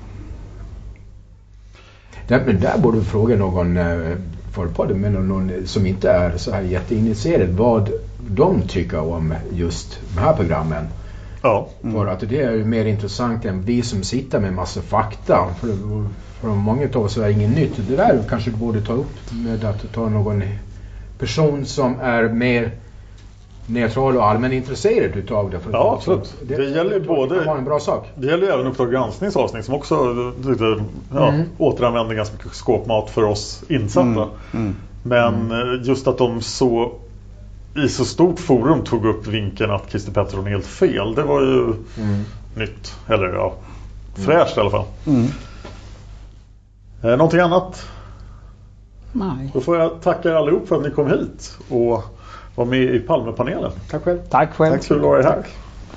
Där, men där borde du fråga någon eh, förpodden men någon som inte är så här jätteinitierad vad de tycker om just de här programmen. Ja. Mm. För att det är ju mer intressant än vi som sitter med massa fakta. För, för många av oss är det inget nytt. Det där kanske du borde ta upp med att ta någon person som är mer neutral och allmän intresserad utav det. För ja, absolut. Det, det gäller ju både... Det var en bra sak. Det gäller ju även Uppdrag granskningsavsnitt som också lite, ja, mm. återanvänder ganska mycket skåpmat för oss insatta. Mm. Mm. Men mm. just att de så i så stort forum tog upp vinkeln att Christer Pettersson är helt fel. Det var ju mm. nytt. Eller ja, fräscht i alla fall. Mm. Eh, någonting annat? Nej. Då får jag tacka er allihop för att ni kom hit och var med i Palmepanelen. Tack själv. Tack själv. Tack så mycket att vara här.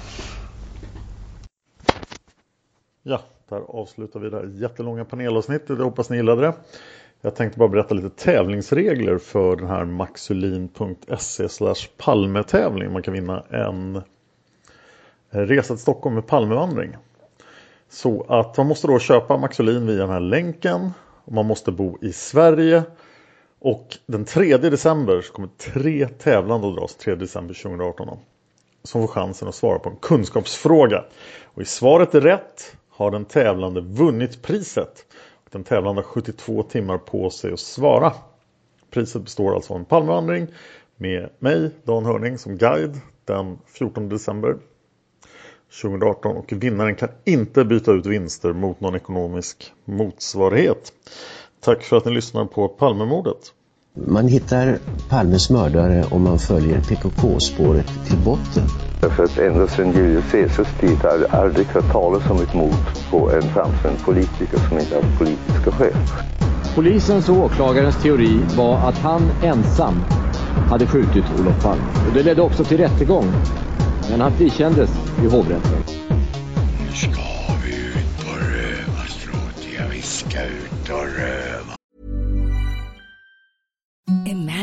Ja, där avslutar vi det här jättelånga panelavsnittet. Jag hoppas ni gillade det. Jag tänkte bara berätta lite tävlingsregler för den här maxulin punkt se slash palmetävling. Man kan vinna en resa till Stockholm med Palmevandring. Så att man måste då köpa Maxulin via den här länken. Och man måste bo i Sverige. Och den tredje december så kommer tre tävlande att dras. tredje december tjugoarton. Som får chansen att svara på en kunskapsfråga. Och i svaret är rätt har den tävlande vunnit priset. Och den tävlande har sjuttiotvå timmar på sig att svara. Priset består alltså av en Palmevandring med mig, Dan Hörning, som guide den fjortonde december tjugoarton. Och vinnaren kan inte byta ut vinster mot någon ekonomisk motsvarighet. Tack för att ni lyssnar på Palmemordet. Man hittar Palmes mördare om man följer P K K-spåret till botten. För att ända sedan Julius Caesars tid har det aldrig hört talas om ett mord på en framstående politiker som inte har politiska skäl. Polisens och åklagarens teori var att han ensam hade skjutit Olof Palme. Och det ledde också till rättegång. Men han frikändes i hovrätten. Nu ska vi ut och röva, stråt jag. Vi ska ut och röva.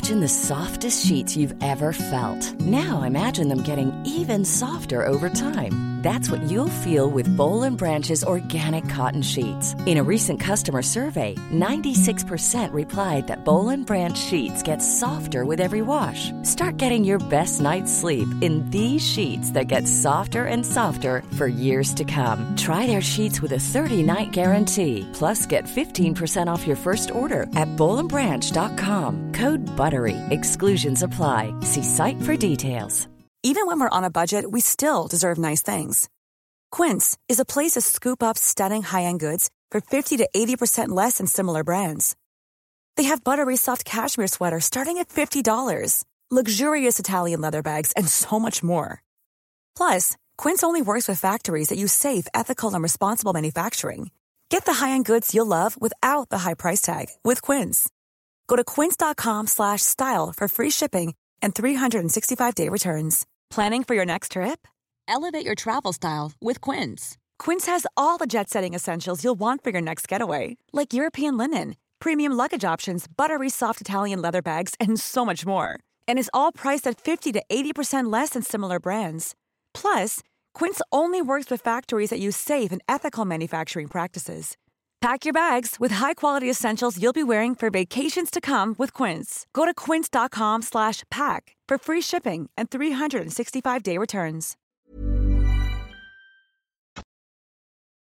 imagine the softest sheets you've ever felt. Now imagine them getting even softer over time. That's what you'll feel with Boll and Branch's organic cotton sheets. In a recent customer survey, ninety-six percent replied that Boll and Branch sheets get softer with every wash. Start getting your best night's sleep in these sheets that get softer and softer for years to come. Try their sheets with a thirty-night guarantee. Plus, get fifteen percent off your first order at boll and branch dot com. Code BUTTERY. Exclusions apply. See site for details. Even when we're on a budget, we still deserve nice things. Quince is a place to scoop up stunning high-end goods for fifty to eighty percent less than similar brands. They have buttery soft cashmere sweaters starting at fifty dollars, luxurious Italian leather bags, and so much more. Plus, Quince only works with factories that use safe, ethical, and responsible manufacturing. Get the high-end goods you'll love without the high price tag with Quince. Go to quince dot com slash style for free shipping and three sixty-five day returns. Planning for your next trip? Elevate your travel style with Quince. Quince has all the jet-setting essentials you'll want for your next getaway, like European linen, premium luggage options, buttery soft Italian leather bags, and so much more. And is all priced at fifty to eighty percent less than similar brands. Plus, Quince only works with factories that use safe and ethical manufacturing practices. Pack your bags with high-quality essentials you'll be wearing for vacations to come with Quince. Go to quince dot com slash pack for free shipping and three sixty-five day returns.